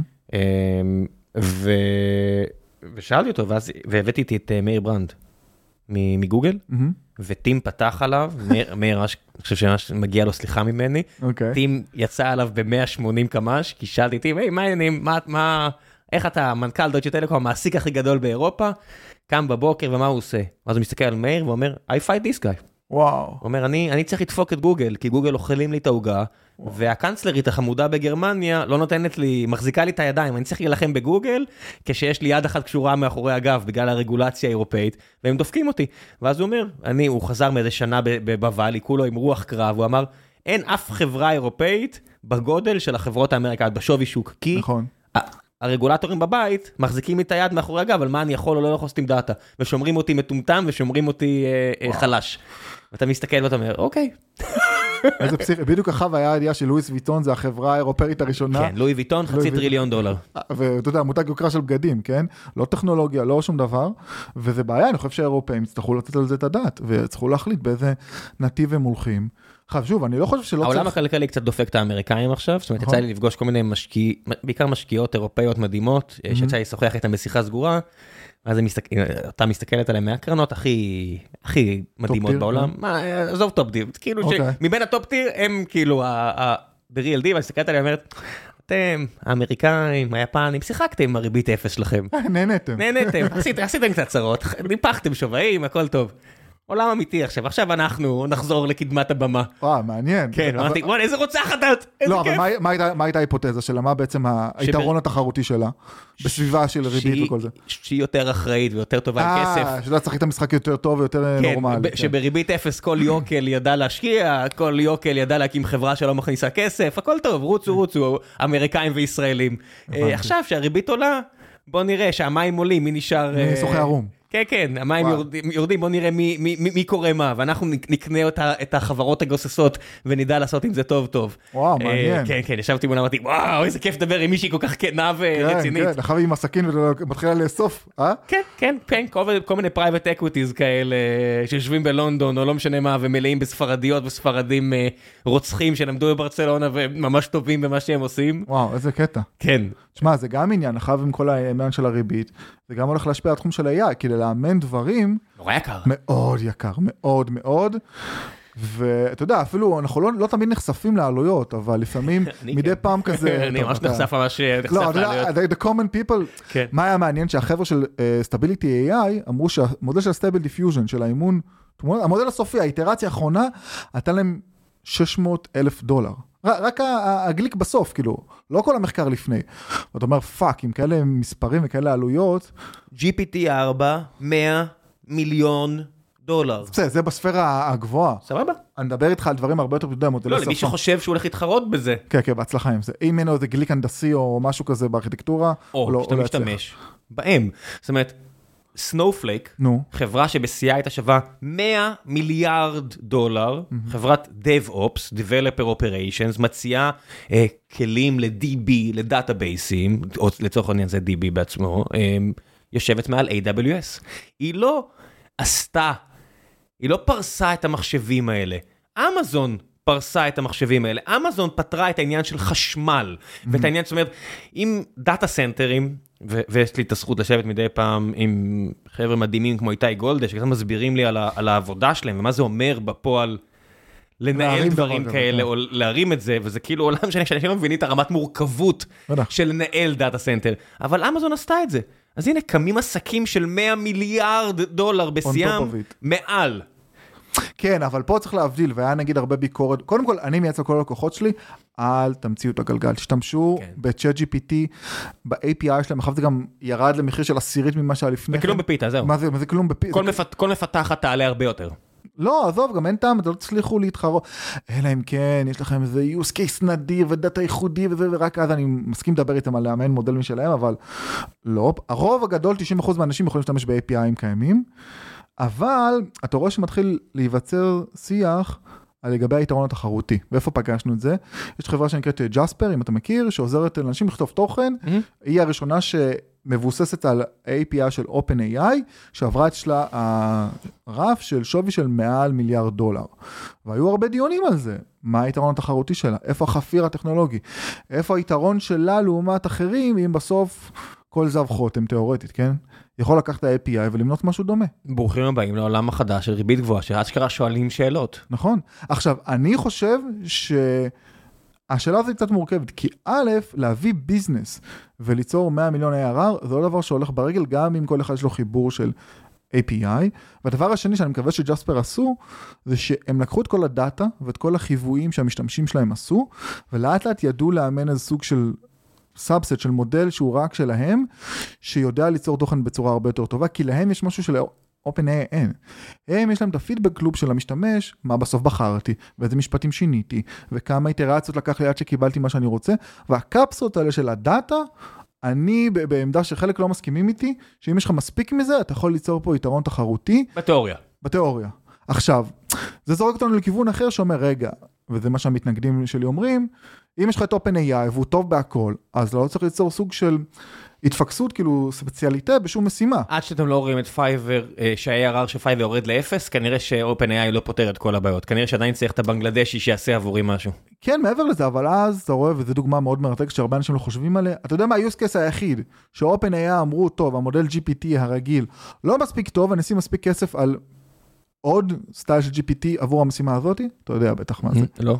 ושאלתי אותו, והבאתי איתי את מאיר ברנד, מגוגל, וטים פתח עליו, מאיר, אני חושב שממש מגיע לו סליחה ממני, טים יצא עליו ב-מאה ושמונים קמ"ש, כי שאלתי טים, היי, מה העניינים, מה... איך אתה, מנכ"ל דויטשה טלקום, המעסיק הכי גדול באירופה, קם בבוקר ומה הוא עושה? אז הוא מסתכל על מאיר ואומר, I fight this guy. וואו. הוא אומר, אני, אני צריך לדפוק את גוגל, כי גוגל אוכלים לי את ההוגה, והקנצלרית החמודה בגרמניה לא נותנת לי, מחזיקה לי את הידיים, אני צריך להילחם בגוגל, כשיש לי יד אחת קשורה מאחורי הגב, בגלל הרגולציה האירופאית, והם דופקים אותי. ואז הוא אומר, אני, הוא חזר מאיזה שנה בבבל, כולו עם רוח קרב, הוא אמר, אין אף חברה אירופאית בגודל של החברות האמריקאיות, בשווי שוק, כי... נכון. הרגולטורים בבית מחזיקים את היד מאחורי הגב, על מה אני יכול או לא יכול עם דאטה, ושומרים אותי מטומטם ושומרים אותי אה, חלש. ואתה מסתכל ואתה אומר, אוקיי. איזה פסיכי, בדיוק אחר היה הידיעה של לואיס ויטון, זה החברה האירופאית הראשונה. כן, לואי ויטון, חצי טריליון דולר. ואתה יודע, מותג יוקרה של בגדים, כן? לא טכנולוגיה, לא שום דבר, וזה בעיה, אני חושב שהאירופאים יצטרכו לתת על זה את הדעת, ויצטרכו להחליט באיזה נתיב הם הולכים. עכשיו, שוב, אני לא חושב שלא צריך... העולם הכלכלי קצת דופק את האמריקאים עכשיו, זאת אומרת, יצא לי לפגוש כל מיני משקיעים, בעיקר משקיעות אירופאיות מדהימות, שיצא לי לשוחח איתם בשיחה סגורה, אז אתה מסתכלת עליהם מהקרנות הכי, הכי מדהימות בעולם. מה, עזוב טופ טיר, כאילו שמבין הטופ טיר הם כאילו ב-ריאל די, ואני מסתכלת עליהם ואומרת, אתם, האמריקאים, היפנים, שיחקתם עם הריבית אפס שלכם. נהנתם. נהנתם, עשיתם קצת צרות, ניפחתם שווים, הכל טוב. עולם אמיתי עכשיו, עכשיו אנחנו נחזור לקדמת הבמה. וואו, מעניין. כן, אמרתי, וואי, איזה רוצחת את, איזה לא, כיף. אבל מה הייתה ההיפותזה שלה? מה בעצם היתרון התחרותי שלה? בסביבה של ריבית וכל זה. שהיא יותר אחראית ויותר טובה עם כסף. אה, שלה צריך את המשחק יותר טוב ויותר נורמלי. כן, שבריבית אפס כל יוקל ידע להשקיע, כל יוקל ידע להקים חברה שלא מכניסה כסף, הכל טוב, רוצו, רוצו, אמריקאים וישראלים. עכשיו שהריבית עולה, בוא נראה שהמים עולים, מי נשאר... מי שוחה ערום. כן, כן, המים יורדים, יורדים, בוא נראה מי, מי, מי, מי קורא מה, ואנחנו נקנה אותה, את החברות הגוססות, ונדע לעשות עם זה טוב טוב. וואו, מעניין. כן, כן, ישבתי מולה, אמרתי, וואו, איזה כיף לדבר עם מישהי כל כך כנה ורצינית. כן, כן, אחרי עם הסכין ומתחילה לאסוף, אה? כן, כן, כן, כל מיני private equities כאלה, שיושבים בלונדון, או לא משנה מה, ומלאים בספרדיות וספרדים רוצחים, שלמדו בברצלונה, וממש טובים במה שהם עושים. וואו, איזה קטע. כן. תשמע, זה גם עניין, אחר עם כל העניין של הריבית, זה גם הולך להשפיע על התחום של ה-איי איי, כי לאמן דברים... נורא יקר. מאוד יקר, מאוד מאוד. ואתה יודע, אפילו אנחנו לא, לא תמיד נחשפים לעלויות, אבל לפעמים מדי פעם כזה... אני ממש נחשף ממש נחשף לעלויות. לא, the common people, מה היה מעניין שהחבר'ה של Stability איי איי אמרו שהמודל של Stable Diffusion, של האימון, המודל הסופי, האיטרציה האחרונה, הייתה להם שש מאות אלף דולר. רק הגליק בסוף, כאילו, לא כל המחקר לפני. ואתה אומר, פאק, עם כאלה מספרים וכאלה עלויות... ג'י פי טי ארבע, מאה מיליון דולר. זה, זה בספירה הגבוהה. סבבה. אני מדבר איתך על דברים הרבה יותר פשוטים. לא, למי שחושב שהוא הולך להתחרות בזה. כן, כן, בהצלחה עם זה. אם אין לו איזה גליק הנדסי או משהו כזה בארכיטקטורה, או שאתה משתמש בהם. זאת אומרת, סנופלייק, חברה שבשיאה הייתה שווה מאה מיליארד דולר, חברת DevOps, Developer Operations, מציעה כלים ל-די בי, לדאטאבייסים, או לצורך העניין זה די בי בעצמו, יושבת מעל איי דאבליו אס. היא לא עשתה, היא לא פרסה את המחשבים האלה. אמזון פרסה את המחשבים האלה. אמזון פתרה את העניין של חשמל, ואת העניין, זאת אומרת, עם דאטה סנטרים, ויש לי את הזכות לשבת מדי פעם עם חבר'ה מדהימים כמו איתי גולדה, שכאן מסבירים לי על העבודה שלהם, ומה זה אומר בפועל לנהל דברים כאלה, או להרים את זה, וזה כאילו עולם שאנשים לא מבינים את הרמת מורכבות של לנהל דאטה סנטר. אבל אמזון עשתה את זה. אז הנה, קמים עסקים של מאה מיליארד דולר בסיים מעל. כן, אבל פה צריך להבדיל, והיה נגיד הרבה ביקורת. קודם כל, אני מייצר כל הלקוחות שלי, אל תמציאו את הגלגל. תשתמשו ב-צ'אט ג'י פי טי, ב-איי פי איי שלהם, אחר זה גם ירד למחיר של עשירית ממה שהיה לפני. זה כלום בפיתה, זהו. מה זה, זה כלום בפיתה. כל מפתחת תעלה הרבה יותר. לא, עזוב, גם אין טעם, אתם לא תצליחו להתחרות. אלא אם כן, יש לכם איזה use case נדיר ודאטה ייחודי וזה, ורק אז אני מסכים לדבר איתם על לאמן מודל משלהם, אבל לא. הרוב הגדול, תשעים אחוז מהאנשים יכולים להשתמש ב-איי פי איי קיימים, אבל אתה רואה שמתחיל להיווצר שיח על לגבי היתרון התחרותי. ואיפה פגשנו את זה? יש חברה שנקראת ג'ספר, אם אתה מכיר, שעוזרת לאנשים לכתוב תוכן. היא הראשונה שמבוססת על איי פי איי של OpenAI, שעברה אצלה הרף של שווי של מעל מיליארד דולר. והיו הרבה דיונים על זה. מה היתרון התחרותי שלה? איפה החפיר הטכנולוגי? איפה היתרון שלה לעומת אחרים, אם בסוף כל זב חותם תיאורטית, כן? יכול לקחת את ה-איי פי איי ולמנות משהו דומה. ברוכים הבאים לעולם החדש של ריבית גבוהה, שאשכרה שואלים שאלות. נכון. עכשיו, אני חושב שהשאלה הזו היא קצת מורכבת, כי א', להביא ביזנס וליצור מאה מיליון איי אר אר, זה לא דבר שהולך ברגל, גם אם כל אחד יש לו חיבור של איי פי איי. והדבר השני שאני מקווה שג'ספר עשו, זה שהם לקחו את כל הדאטה ואת כל החיוויים שהמשתמשים שלהם עשו, ולאט לאט ידעו לאמן איזה סוג של סאבסט של מודל שהוא רק שלהם, שיודע ליצור תוכן בצורה הרבה יותר טובה, כי להם יש משהו של OpenAI אין. הם יש להם את הפידבק לופ של המשתמש, מה בסוף בחרתי, ואיזה משפטים שיניתי, וכמה איטרציות לקח לי עד שקיבלתי מה שאני רוצה, והקפסות האלה של הדאטה, אני בעמדה שחלק לא מסכימים איתי, שאם יש לך מספיק מזה, אתה יכול ליצור פה יתרון תחרותי. בתיאוריה. בתיאוריה. עכשיו, זה זורק אותנו לכיוון אחר שאומר, רגע, וזה מה שהמתנגדים שלי אומרים, אם יש לך את OpenAI והוא טוב בהכל, אז לא צריך ליצור סוג של התפקסות, כאילו ספציאליטה בשום משימה. עד שאתם לא רואים את פייבר, שה-איי אר אר של פייבר יורד לאפס, כנראה ש-OpenAI לא פותר את כל הבעיות. כנראה שעדיין צריך את הבנגלדשי שיעשה עבורי משהו. כן, מעבר לזה, אבל אז אתה רואה, וזו דוגמה מאוד מרתקת שהרבה אנשים לא חושבים עליה, אתה יודע מה ה-use case היחיד, ש-OpenAI אמרו, טוב, המודל ג'י פי טי הרגיל לא מספיק טוב, אני אשים מספיק כסף על עוד סטייל של ג'י פי טי עבור המשימה הזאת, אתה יודע בטח מה זה. לא.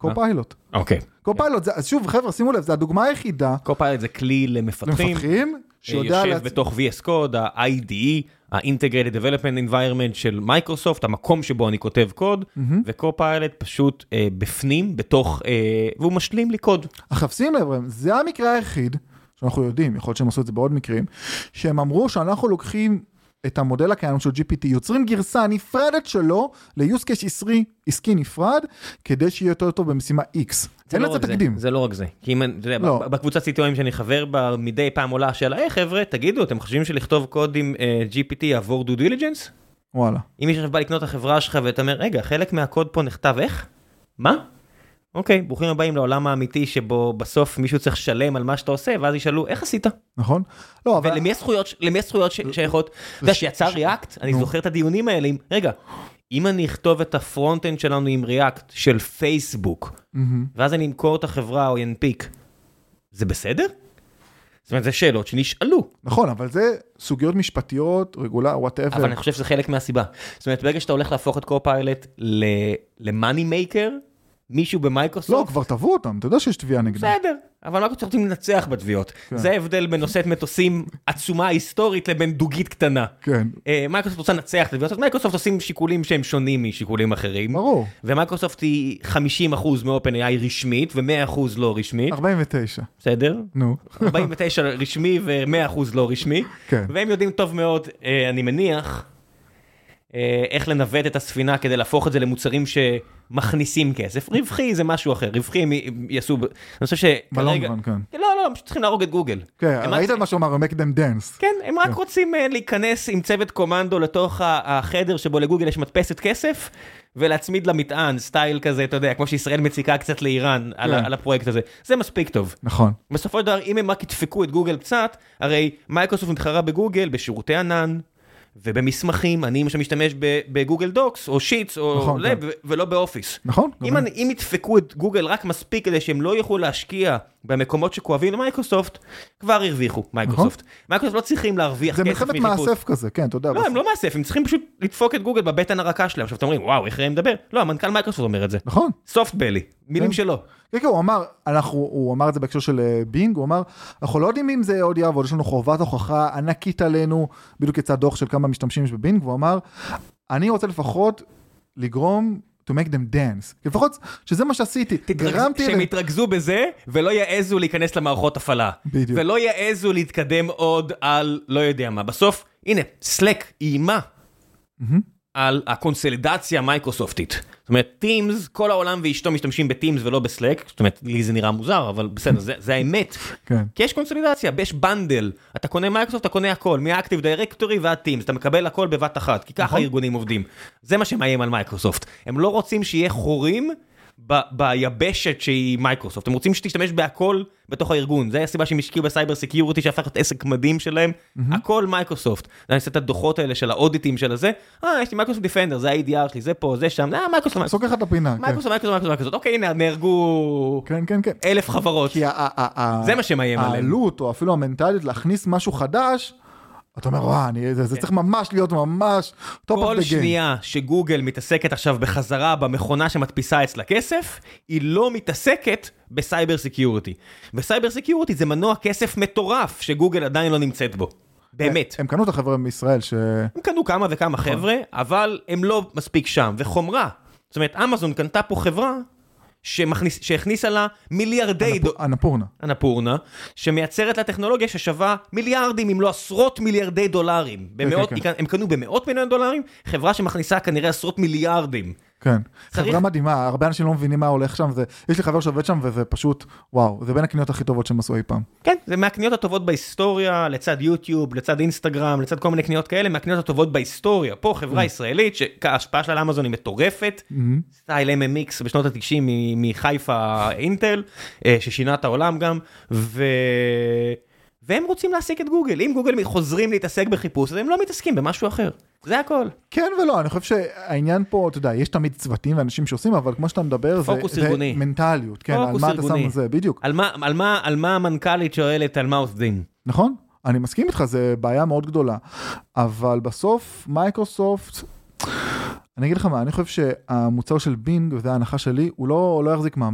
קופיילוט. אוקיי. קופיילוט, אז שוב, חבר'ה, שימו לב, זה הדוגמה היחידה. קופיילוט זה כלי למפתחים. למפתחים, יושב בתוך וי אס Code, ה-איי די אי, ה-Integrated Development Environment של מייקרוסופט, המקום שבו אני כותב קוד, וקופיילוט פשוט בפנים, בתוך, והוא משלים לי קוד. עכשיו שים לב, זה המקרה היחיד, שאנחנו יודעים, יכול להיות שהם עשו את זה בעוד מקרים, שהם אמרו שאנחנו לוקחים את המודל הקיים של ג'י פי טי, יוצרים גרסה נפרדת שלו, ל-use case עסקי נפרד, כדי שיהיה יותר טוב במשימה X. אין לזה תקדים. זה לא רק זה. כי אם, אתה יודע, בקבוצת סי טי או-ים שאני חבר בה, מדי פעם עולה השאלה, היי חבר'ה, תגידו, אתם חושבים שלכתוב קוד עם ג'י פי טי יעבור due diligence? וואלה. אם מישהו בא לקנות את החברה שלך, ואתה אומר, רגע, חלק מהקוד פה נכתב איך? מה? אוקיי, ברוכים הבאים לעולם האמיתי שבו בסוף מישהו צריך לשלם על מה שאתה עושה, ואז ישאלו, איך עשית? נכון. לא, אבל... ולמי הזכויות, למי הזכויות שייכות? אתה יודע, שיצא ריאקט, אני זוכר את הדיונים האלה, רגע, אם אני אכתוב את הפרונט-אנד שלנו עם ריאקט של פייסבוק, ואז אני אמכור את החברה או ינפיק, זה בסדר? זאת אומרת, זה שאלות שנשאלו. נכון, אבל זה סוגיות משפטיות, רגולה, whatever. אבל אני חושב שזה חלק מהסיבה. זאת אומרת, ברגע שאתה הולך להפוך את קופיילוט למאני מייקר, מישהו במייקרוסופט... לא, כבר תבעו אותם, אתה יודע שיש תביעה נגדה. בסדר, אבל מייקרוסופט רוצים לנצח בתביעות. זה ההבדל בין נושאת מטוסים עצומה היסטורית לבין דוגית קטנה. כן. מייקרוסופט רוצה לנצח את התביעות, אז מייקרוסופט עושים שיקולים שהם שונים משיקולים אחרים. ברור. ומייקרוסופט היא חמישים אחוז מ-OpenAI רשמית, ו-מאה אחוז לא רשמית. ארבעים ותשע. בסדר? נו. ארבעים ותשע רשמי ו-מאה אחוז לא רשמי. כן. והם יודעים טוב מאוד, אני מניח, איך לנווט את הספינה כדי להפוך את זה למוצרים שמכניסים כסף. רווחי זה משהו אחר, רווחי הם יעשו... אני חושב שכרגע... לא, לא, הם צריכים להרוג את גוגל. כן, ראית מה שאומר, make them dance. כן, הם רק רוצים להיכנס עם צוות קומנדו לתוך החדר שבו לגוגל יש מדפסת כסף, ולהצמיד למטען, סטייל כזה, אתה יודע, כמו שישראל מציקה קצת לאיראן על הפרויקט הזה. זה מספיק טוב. נכון. בסופו של דבר, אם הם רק ידפקו את גוגל קצת, הרי מייקרוסופט מתחרה בגוגל, בשירותי ענן, ובמסמכים, אני למשל משתמש בגוגל דוקס, או שיטס, או לב, ולא באופיס. נכון. אם ידפקו את גוגל רק מספיק כדי שהם לא יוכלו להשקיע במקומות שכואבים למייקרוסופט, כבר הרוויחו מייקרוסופט. מייקרוסופט לא צריכים להרוויח כסף מחיפוש. זה מלחמת מאסף כזה, כן, אתה יודע. לא, הם לא מאסף, הם צריכים פשוט לדפוק את גוגל בבטן הרכה שלהם. עכשיו אתם אומרים, וואו, איך הם מדבר? לא, המנכ"ל מייקרוסופט אומר את זה. נכון. סופט בלי, מילים שלו. כן, כן, הוא אמר, אנחנו, הוא אמר את זה בהקשר של בינג, הוא אמר, אנחנו לא יודעים אם זה עוד יעבוד, יש לנו חובת הוכחה ענקית עלינו, בדיוק יצא דוח של כמה משתמשים יש בבינג, והוא אמר, אני רוצה לפחות לגרום to make them dance. לפחות שזה מה שעשיתי. שהם יתרכזו בזה, ולא יעזו להיכנס למערכות הפעלה. בדיוק. ולא יעזו להתקדם עוד על לא יודע מה. בסוף, הנה, Slack אימה על הקונסולידציה המייקרוסופטית. זאת אומרת, Teams, כל העולם ואשתו משתמשים ב-Teams ולא ב-Slack. זאת אומרת, לי זה נראה מוזר, אבל בסדר, זה, זה האמת. כן. כי יש קונסולידציה, יש בנדל. אתה קונה מייקרוסופט, אתה קונה הכל, מה-Active Directory ועד Teams. אתה מקבל הכל בבת אחת, כי ככה הארגונים עובדים. זה מה שמאיים על מייקרוסופט. הם לא רוצים שיהיה חורים ב- ביבשת שהיא מייקרוסופט. הם רוצים שתשתמש בהכל בתוך הארגון. זה הסיבה שהם השקיעו בסייבר סקיוריטי, שהפך את עסק מדהים שלהם. Mm-hmm. הכל מייקרוסופט. אני עושה את הדוחות האלה של האודיטים של הזה. אה, יש לי מייקרוסופט דיפנדר, זה ה-איי די אר שלי, זה פה, זה שם. אה, מייקרוסופט. סוגר את הפינה. מייקרוסופט, מייקרוסופט, מייקרוסופט. אוקיי, הנה, נהרגו כן, כן, כן. אלף חברות. כי זה מה שמאיים עליהם. העלות, או אפילו המנטלית להכניס משהו חדש, אתה אומר, וואו, זה צריך ממש להיות ממש top of the game. כל שנייה שגוגל מתעסקת עכשיו בחזרה במכונה שמדפיסה אצלה כסף, היא לא מתעסקת בסייבר סקיוריטי. וסייבר סקיוריטי זה מנוע כסף מטורף שגוגל עדיין לא נמצאת בו. באמת. הם קנו את החבר'ה מישראל ש... הם קנו כמה וכמה חבר'ה, אבל הם לא מספיק שם. וחומרה. זאת אומרת, אמזון קנתה פה חברה, שמכניס, שהכניסה לה מיליארדי... אנפ... אנפורנה. אנפורנה, שמייצרת לה טכנולוגיה ששווה מיליארדים, אם לא עשרות מיליארדי דולרים. במאות, כן, כן. הם קנו במאות מיליון דולרים, חברה שמכניסה כנראה עשרות מיליארדים. כן, צריך... חברה מדהימה, הרבה אנשים לא מבינים מה הולך שם, זה... יש לי חבר שעובד שם וזה פשוט, וואו, זה בין הקניות הכי טובות שהם עשו אי פעם. כן, זה מהקניות הטובות בהיסטוריה, לצד יוטיוב, לצד אינסטגרם, לצד כל מיני קניות כאלה, מהקניות הטובות בהיסטוריה. פה חברה ישראלית, שההשפעה שלה על אמזון היא מטורפת, סטייל אם אם אקס בשנות ה-תשעים מחיפה אינטל, ששינה את העולם גם, ו... והם רוצים להשיג את גוגל. אם גוגל חוזרים להתעסק בחיפוש, אז הם לא מתעסקים במשהו אחר. זה הכל. כן ולא, אני חושב שהעניין פה, אתה יודע, יש תמיד צוותים ואנשים שעושים, אבל כמו שאתה מדבר, זה, זה מנטליות. כן, על מה אתה שם את זה, בדיוק. על מה, על מה, על מה המנכ"לית שואלת, על מה עובדים. נכון, אני מסכים איתך, זה בעיה מאוד גדולה. אבל בסוף, מייקרוסופט, אני אגיד לך מה, אני חושב שהמוצר של בינג, וזה ההנחה שלי, הוא לא, לא יחזיק מעמד.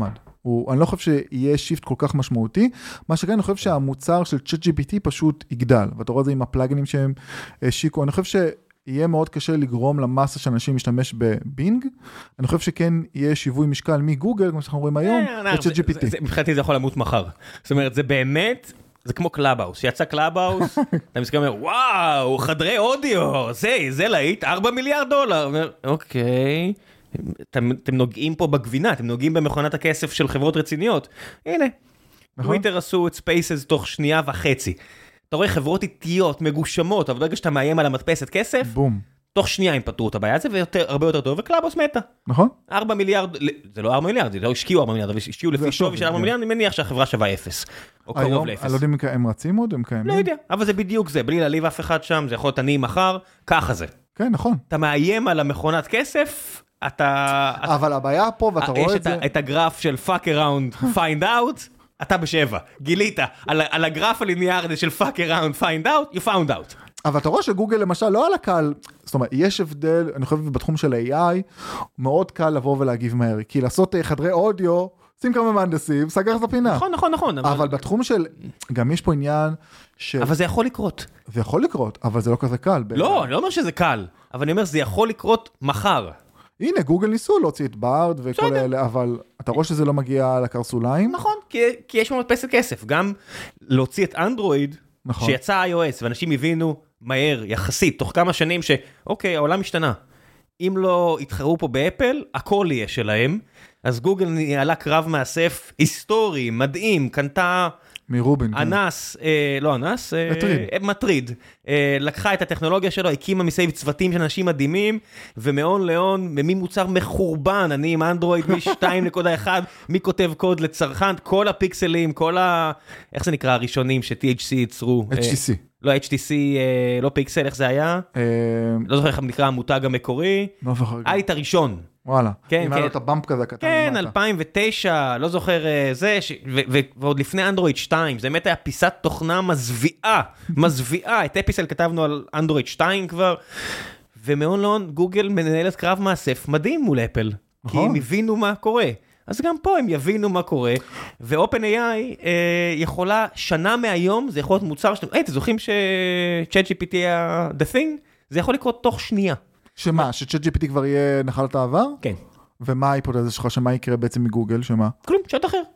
הוא, אני לא חושב שיהיה שיפט כל כך משמעותי, מה שכן, אני חושב שהמוצר של ChatGPT פשוט יגדל, ואתה רואה את זה עם הפלאגינים שהם שיקו, אני חושב שיהיה מאוד קשה לגרום למסה שאנשים להשתמש בבינג, אני חושב שכן יהיה שיווי משקל מגוגל, כמו שאנחנו רואים היום, ל-ChatGPT. מבחינתי זה יכול למות מחר, זאת אומרת, זה באמת... זה כמו קלאבהאוס, שיצא קלאבהאוס, אתה מסכים אומר, וואו, חדרי אודיו, זה, זה להיט, ארבע מיליארד דולר. אומר, אוקיי, אתם, אתם נוגעים פה בגבינה, אתם נוגעים במכונת הכסף של חברות רציניות. הנה, טוויטר עשו את ספייסס תוך שנייה וחצי. אתה רואה חברות איטיות, מגושמות, אבל ברגע שאתה מאיים על המדפסת כסף, בום. תוך שנייה הם פתרו את הבעיה הזה, והרבה יותר טוב, וקלאבהאוס מתה. נכון. ארבע מיליארד, זה לא ארבע מיליארד, זה לא השקיעו ארבע מיליארד, אבל השקיעו לפי שווי של ארבע מיליארד, אני מניח שהחברה שווה אפס, או קרוב לאפס. אני לא יודע אם הם רצים עוד, הם קיימים? לא יודע, אבל זה בדיוק זה, בלי להעליב אף אחד שם, זה יכול להיות אני מחר, ככה זה. כן, נכון. אתה מאיים על המכונת כסף, אתה... אבל הבעיה פה, ואתה רואה את זה... יש את הגרף של fuck around, find out, אתה בשבע, גילית, על הגרף הליניארי של fuck around, find out, you found out. אבל אתה רואה שגוגל למשל לא על הקל, זאת אומרת, יש הבדל, אני חושב בתחום של איי איי, מאוד קל לבוא ולהגיב מהר, כי לעשות חדרי אודיו, שים כמה מהנדסים, סגר את הפינה. נכון, נכון, נכון. אבל, אבל בתחום של, גם יש פה עניין ש... אבל זה יכול לקרות. זה יכול לקרות, אבל זה לא כזה קל. לא, אני לא אומר שזה קל, אבל אני אומר, זה יכול לקרות מחר. הנה, גוגל ניסו להוציא את בארד וכל אלה, אבל אתה רואה שזה לא מגיע לקרסוליים? נכון, כי, כי יש מדפסת כסף. גם להוציא את אנדרואיד, נכון. שיצא iOS, ואנשים הבינו מהר, יחסית, תוך כמה שנים שאוקיי, העולם השתנה. אם לא יתחרו פה באפל, הכל יהיה שלהם. אז גוגל ניהלה קרב מאסף היסטורי, מדהים, קנתה... מרובין. אנס, אה, לא אנס, אה, מטריד. אה, מטריד. אה, לקחה את הטכנולוגיה שלו, הקימה מסביב צוותים של אנשים מדהימים, ומאון לאון, ממוצר מחורבן, אני עם אנדרואיד מ-שתיים נקודה אחת, מי כותב קוד לצרכן, כל הפיקסלים, כל ה... איך זה נקרא הראשונים ש-טי אייץ' סי ייצרו? אייץ' טי סי. אה, לא אייץ' טי סי, אה, לא פיקסל, איך זה היה? אה... לא זוכר איך נקרא המותג המקורי. לא זוכר. היה לי את הראשון. וואלה, כן, אם כן. היה לו את הבאמפ כזה קטן. כן, אלפיים ותשע, לא זוכר זה, ש... ו- ו- ועוד לפני אנדרואיד שתיים, זה באמת היה פיסת תוכנה מזוויעה, מזוויעה, את אפיסל כתבנו על אנדרואיד שתיים כבר, ומאון לאון גוגל מנהלת קרב מאסף מדהים מול אפל, כי הם הבינו מה קורה. אז גם פה הם יבינו מה קורה, ו-OpenAI אה, יכולה, שנה מהיום, זה יכול להיות מוצר, שאתם, היי, אתם זוכרים ש-ChatGPT היה the thing? זה יכול לקרות תוך שנייה. שמה, ש-ChatGPT כבר יהיה נחלת העבר? כן. ומה ההיפותזה שלך, שמה יקרה בעצם מגוגל, שמה? כלום, צ'אט אחר.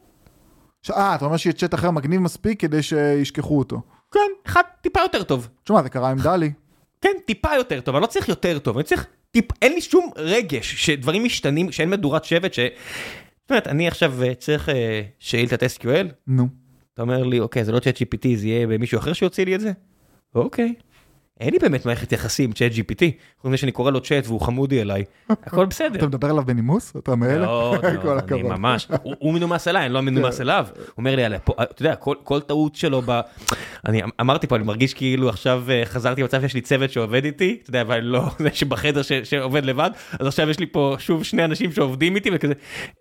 אה, אתה אומר שיהיה צ'אט אחר מגניב מספיק כדי שישכחו אותו. כן, אחד טיפה יותר טוב. תשמע, זה קרה עם דלי. כן, טיפה יותר טוב, אני לא צריך יותר טוב, אני צריך טיפ, אין לי שום רגש שדברים משתנים, שאין מדורת שבט, ש... זאת אומרת, אני עכשיו צריך שאילתת אס קיו אל? נו. אתה אומר לי, אוקיי, זה לא ChatGPT, זה יהיה במישהו אחר שיוציא לי את זה? אוקיי. אין לי באמת מערכת יחסים, ChatGPT, חוץ מזה שאני קורא לו צ'אט והוא חמודי אליי, הכל בסדר. אתה מדבר עליו בנימוס? אתה מאלה? לא, לא, אני ממש, הוא מנומס אליי, אני לא מנומס אליו, הוא אומר לי, אתה יודע, כל טעות שלו, אני אמרתי פה, אני מרגיש כאילו עכשיו חזרתי במצב שיש לי צוות שעובד איתי, אתה יודע, אבל לא זה שבחדר שעובד לבד, אז עכשיו יש לי פה שוב שני אנשים שעובדים איתי, וכזה,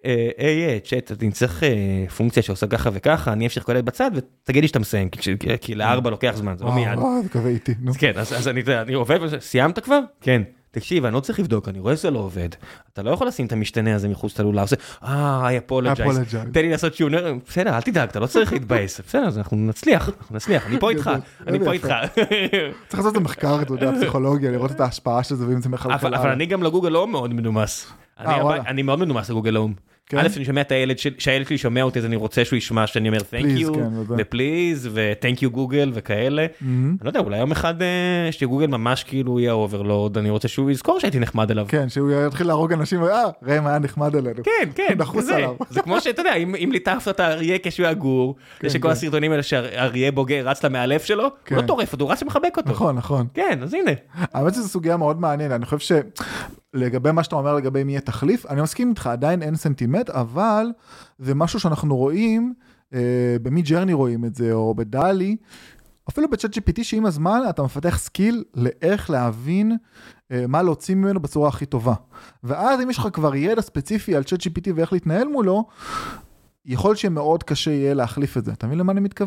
היי, צ'אט, אני צריך פונקציה שעושה ככה וככה, אני אמשיך קולט בצד, ותגיד לי שאתה מסיים, כי לארבע לוקח זמן, זה לא מיד. זה כזה איתי, נו. כן, אז אני, אני עובד, סיימת כבר? כן. תקשיב, אני לא צריך לבדוק, אני רואה שזה לא עובד. אתה לא יכול לשים את המשתנה הזה מחוץ ללולה, עושה, אה, I apologize. תן לי לעשות שיונר, בסדר, אל תדאג, אתה לא צריך להתבאס. בסדר, אז אנחנו נצליח, אנחנו נצליח, אני פה איתך, אני פה איתך. צריך לעשות את המחקר, אתה יודע, פסיכולוגיה, לראות את ההשפעה של זה, ואם זה מחלחל. אבל אני גם לגוגל לא מאוד מנומס. אני מאוד מנומס לגוגל הום. א', אני שומע את הילד, שהילד שלי שומע אותי, אז אני רוצה שהוא ישמע שאני אומר thank you, ופליז, ו-thank you גוגל, וכאלה. אני לא יודע, אולי יום אחד שגוגל ממש כאילו יהיה אוברלוד, אני רוצה שהוא יזכור שהייתי נחמד אליו. כן, שהוא יתחיל להרוג אנשים, אה, ראם היה נחמד אלינו. כן, כן, כזה. זה כמו שאתה יודע, אם ליטפת את האריה כשהוא היה גור, יש כל הסרטונים האלה שהאריה בוגר רץ למאלף שלו, הוא לא טורף, הוא רץ ומחבק אותו. נכון, נכון. כן, אז הנה. האמת שזו סוגיה מאוד מעניינת, אני חושב שלגבי מה שאתה אומר לגבי מי יהיה תחליף, אני מסכים איתך, עדיין אין סנטימט, אבל זה משהו שאנחנו רואים, אה, במי ג'רני רואים את זה, או בדלי, אפילו בצ'אט ג'י פי טי, שעם הזמן אתה מפתח סקיל לאיך להבין אה, מה להוציא ממנו בצורה הכי טובה. ואז אם יש לך כבר ידע ספציפי על צ'אט ג'י פי טי ואיך להתנהל מולו, יכול שמאוד קשה יהיה להחליף את זה. אתה מבין למה אני מתכוון?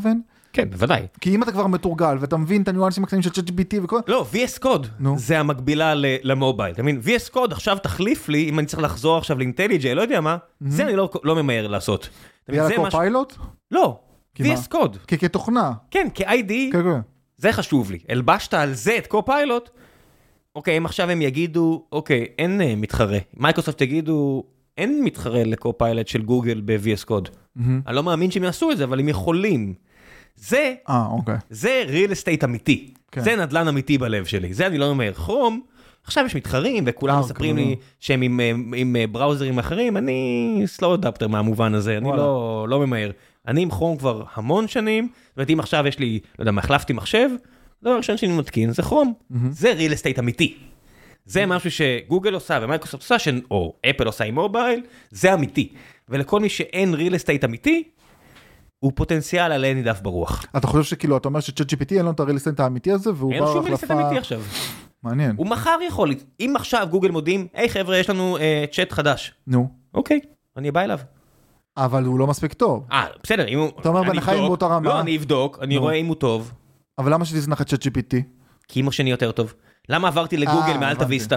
כן, בוודאי. כי אם אתה כבר מתורגל, ואתה מבין את הניואנסים הקטנים של צ'אט ג'י פי טי וכל... לא, וי אס קוד, זה המקבילה למובייל. אתה מבין, וי אס קוד עכשיו תחליף לי, אם אני צריך לחזור עכשיו לאינטליג'י, לא יודע מה, זה אני לא ממהר לעשות. יאללה קופיילוט? לא, וי אס קוד. כתוכנה. כן, כ-איי די, זה חשוב לי. הלבשת על זה את קופיילוט, אוקיי, אם עכשיו הם יגידו, אוקיי, אין מתחרה. מייקרוסופט יגידו, אין מתחרה לקופיילוט של גוגל ב-וי אס קוד. אני לא מאמין שהם יעשו את זה, אבל הם יכולים. זה, זה real estate אמיתי. זה נדלן אמיתי בלב שלי. זה אני לא אומר. כרום, עכשיו יש מתחרים, וכולם מספרים לי שהם עם בראוזרים אחרים, אני סלואו אדפטר מהמובן הזה, אני לא ממהר. אני עם כרום כבר המון שנים, זאת אומרת, אם עכשיו יש לי, לא יודע, החלפתי מחשב, דבר ראשון שאני מתקין, זה כרום. זה real estate אמיתי. זה משהו שגוגל עושה ומייקרוסופט עושה, או אפל עושה עם מובייל, זה אמיתי. ולכל מי שאין real estate אמיתי, הוא פוטנציאל עליהם נידף ברוח. אתה חושב שכאילו, אתה אומר שצ'אט ג'י פי טי אין לו את הריל אסטייט האמיתי הזה, והוא בא להחלפה... אין שום ריל אסטייט אמיתי עכשיו. מעניין. הוא מחר יכול, אם עכשיו גוגל מודיעים, היי חבר'ה, יש לנו צ'אט חדש. נו. אוקיי, אני בא אליו. אבל הוא לא מספיק טוב. אה, בסדר, אם הוא... אתה אומר, בנחיים באותה רמה. לא, אני אבדוק, אני רואה אם הוא טוב. אבל למה שתזנח את צ'אט ג'י פי טי? כי אם השני יותר טוב. למה עברתי לגוגל מאלטה ויסטה?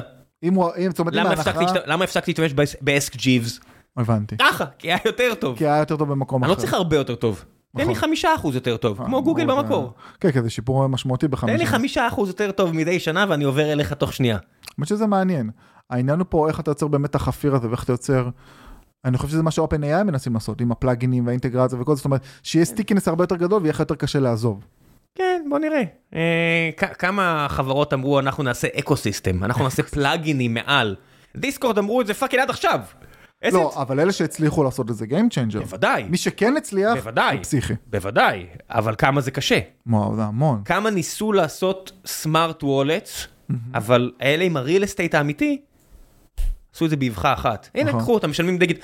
למה הפסקתי להשתמש ב-Ask Jeeves? הבנתי. ככה, כי היה יותר טוב. כי היה יותר טוב במקום אחר. אני לא צריך הרבה יותר טוב. תן לי חמישה אחוז יותר טוב, כמו גוגל במקור. כן, כי זה שיפור משמעותי בחמישה. תן לי חמישה אחוז יותר טוב מדי שנה, ואני עובר אליך תוך שנייה. מה שזה מעניין. העניין הוא פה איך אתה יוצר באמת את החפיר הזה, ואיך אתה יוצר... אני חושב שזה מה ש-OpenAI מנסים לעשות, עם הפלאגינים והאינטגרציה וכל זה, זאת אומרת, שיהיה סטיקינס הרבה יותר גדול, ויהיה יותר קשה לעזוב. כן, בוא נראה. כמה חברות אמרו, אנחנו נעשה אקוסיסטם, אנחנו נעשה פלאגינים מעל. דיסקורד אמרו את זה פאקינג עד עכשיו. לא, אבל אלה שהצליחו לעשות את זה Game Changer. בוודאי. מי שכן הצליח, הוא פסיכי. בוודאי, אבל כמה זה קשה. וואו, זה המון. כמה ניסו לעשות סמארט וולטס, אבל אלה עם הריל אסטייט האמיתי, עשו את זה באבחה אחת. הנה, קחו אותם, משלמים דגל.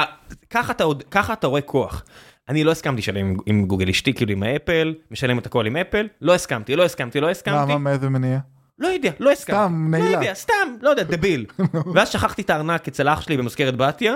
ככה אתה רואה כוח. אני לא הסכמתי לשלם עם גוגל, אשתי כאילו עם האפל, משלם את הכל עם אפל, לא הסכמתי, לא הסכמתי, לא הסכמתי. למה, מאיזה מניע? לא יודע, לא הסכמתי. סתם, נעילה. לא יודע, סתם, לא יודע, דביל. ואז שכחתי את הארנק אצל אח שלי במזכרת בתיה,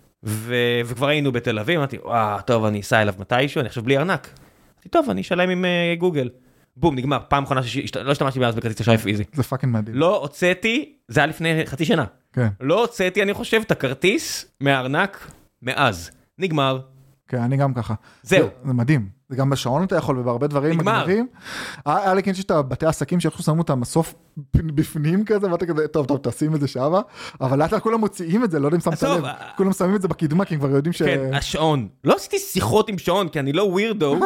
וכבר היינו בתל אביב, אמרתי, וואה, טוב, אני אסע אליו מתישהו, אני חושב בלי ארנק. אמרתי, טוב, אני אשלם עם גוגל. בום, נגמר, פעם אחרונה שלא השתמשתי מאז בכרטיס אשראי פיזי. זה פאקינג מדהים. לא הוצאתי, זה היה לפני חצי שנה. כן. לא הוצאתי, אני חושב, את הכרטיס מהארנק מאז. נגמר. כן, אני גם ככה. זהו. זה מדהים. זה גם בשעון אתה יכול, ובהרבה דברים מגניבים. היה לי כן שיש את הבתי העסקים שאיכשהו שמו את המסוף בפנים כזה, ואתה כזה, טוב, טוב, תשים את זה שעה, אבל לאט לאט כולם מוציאים את זה, לא יודע אם שמת לב. כולם שמים את זה בקדמה, כי הם כבר יודעים ש... כן, השעון. לא עשיתי שיחות עם שעון, כי אני לא ווירדו,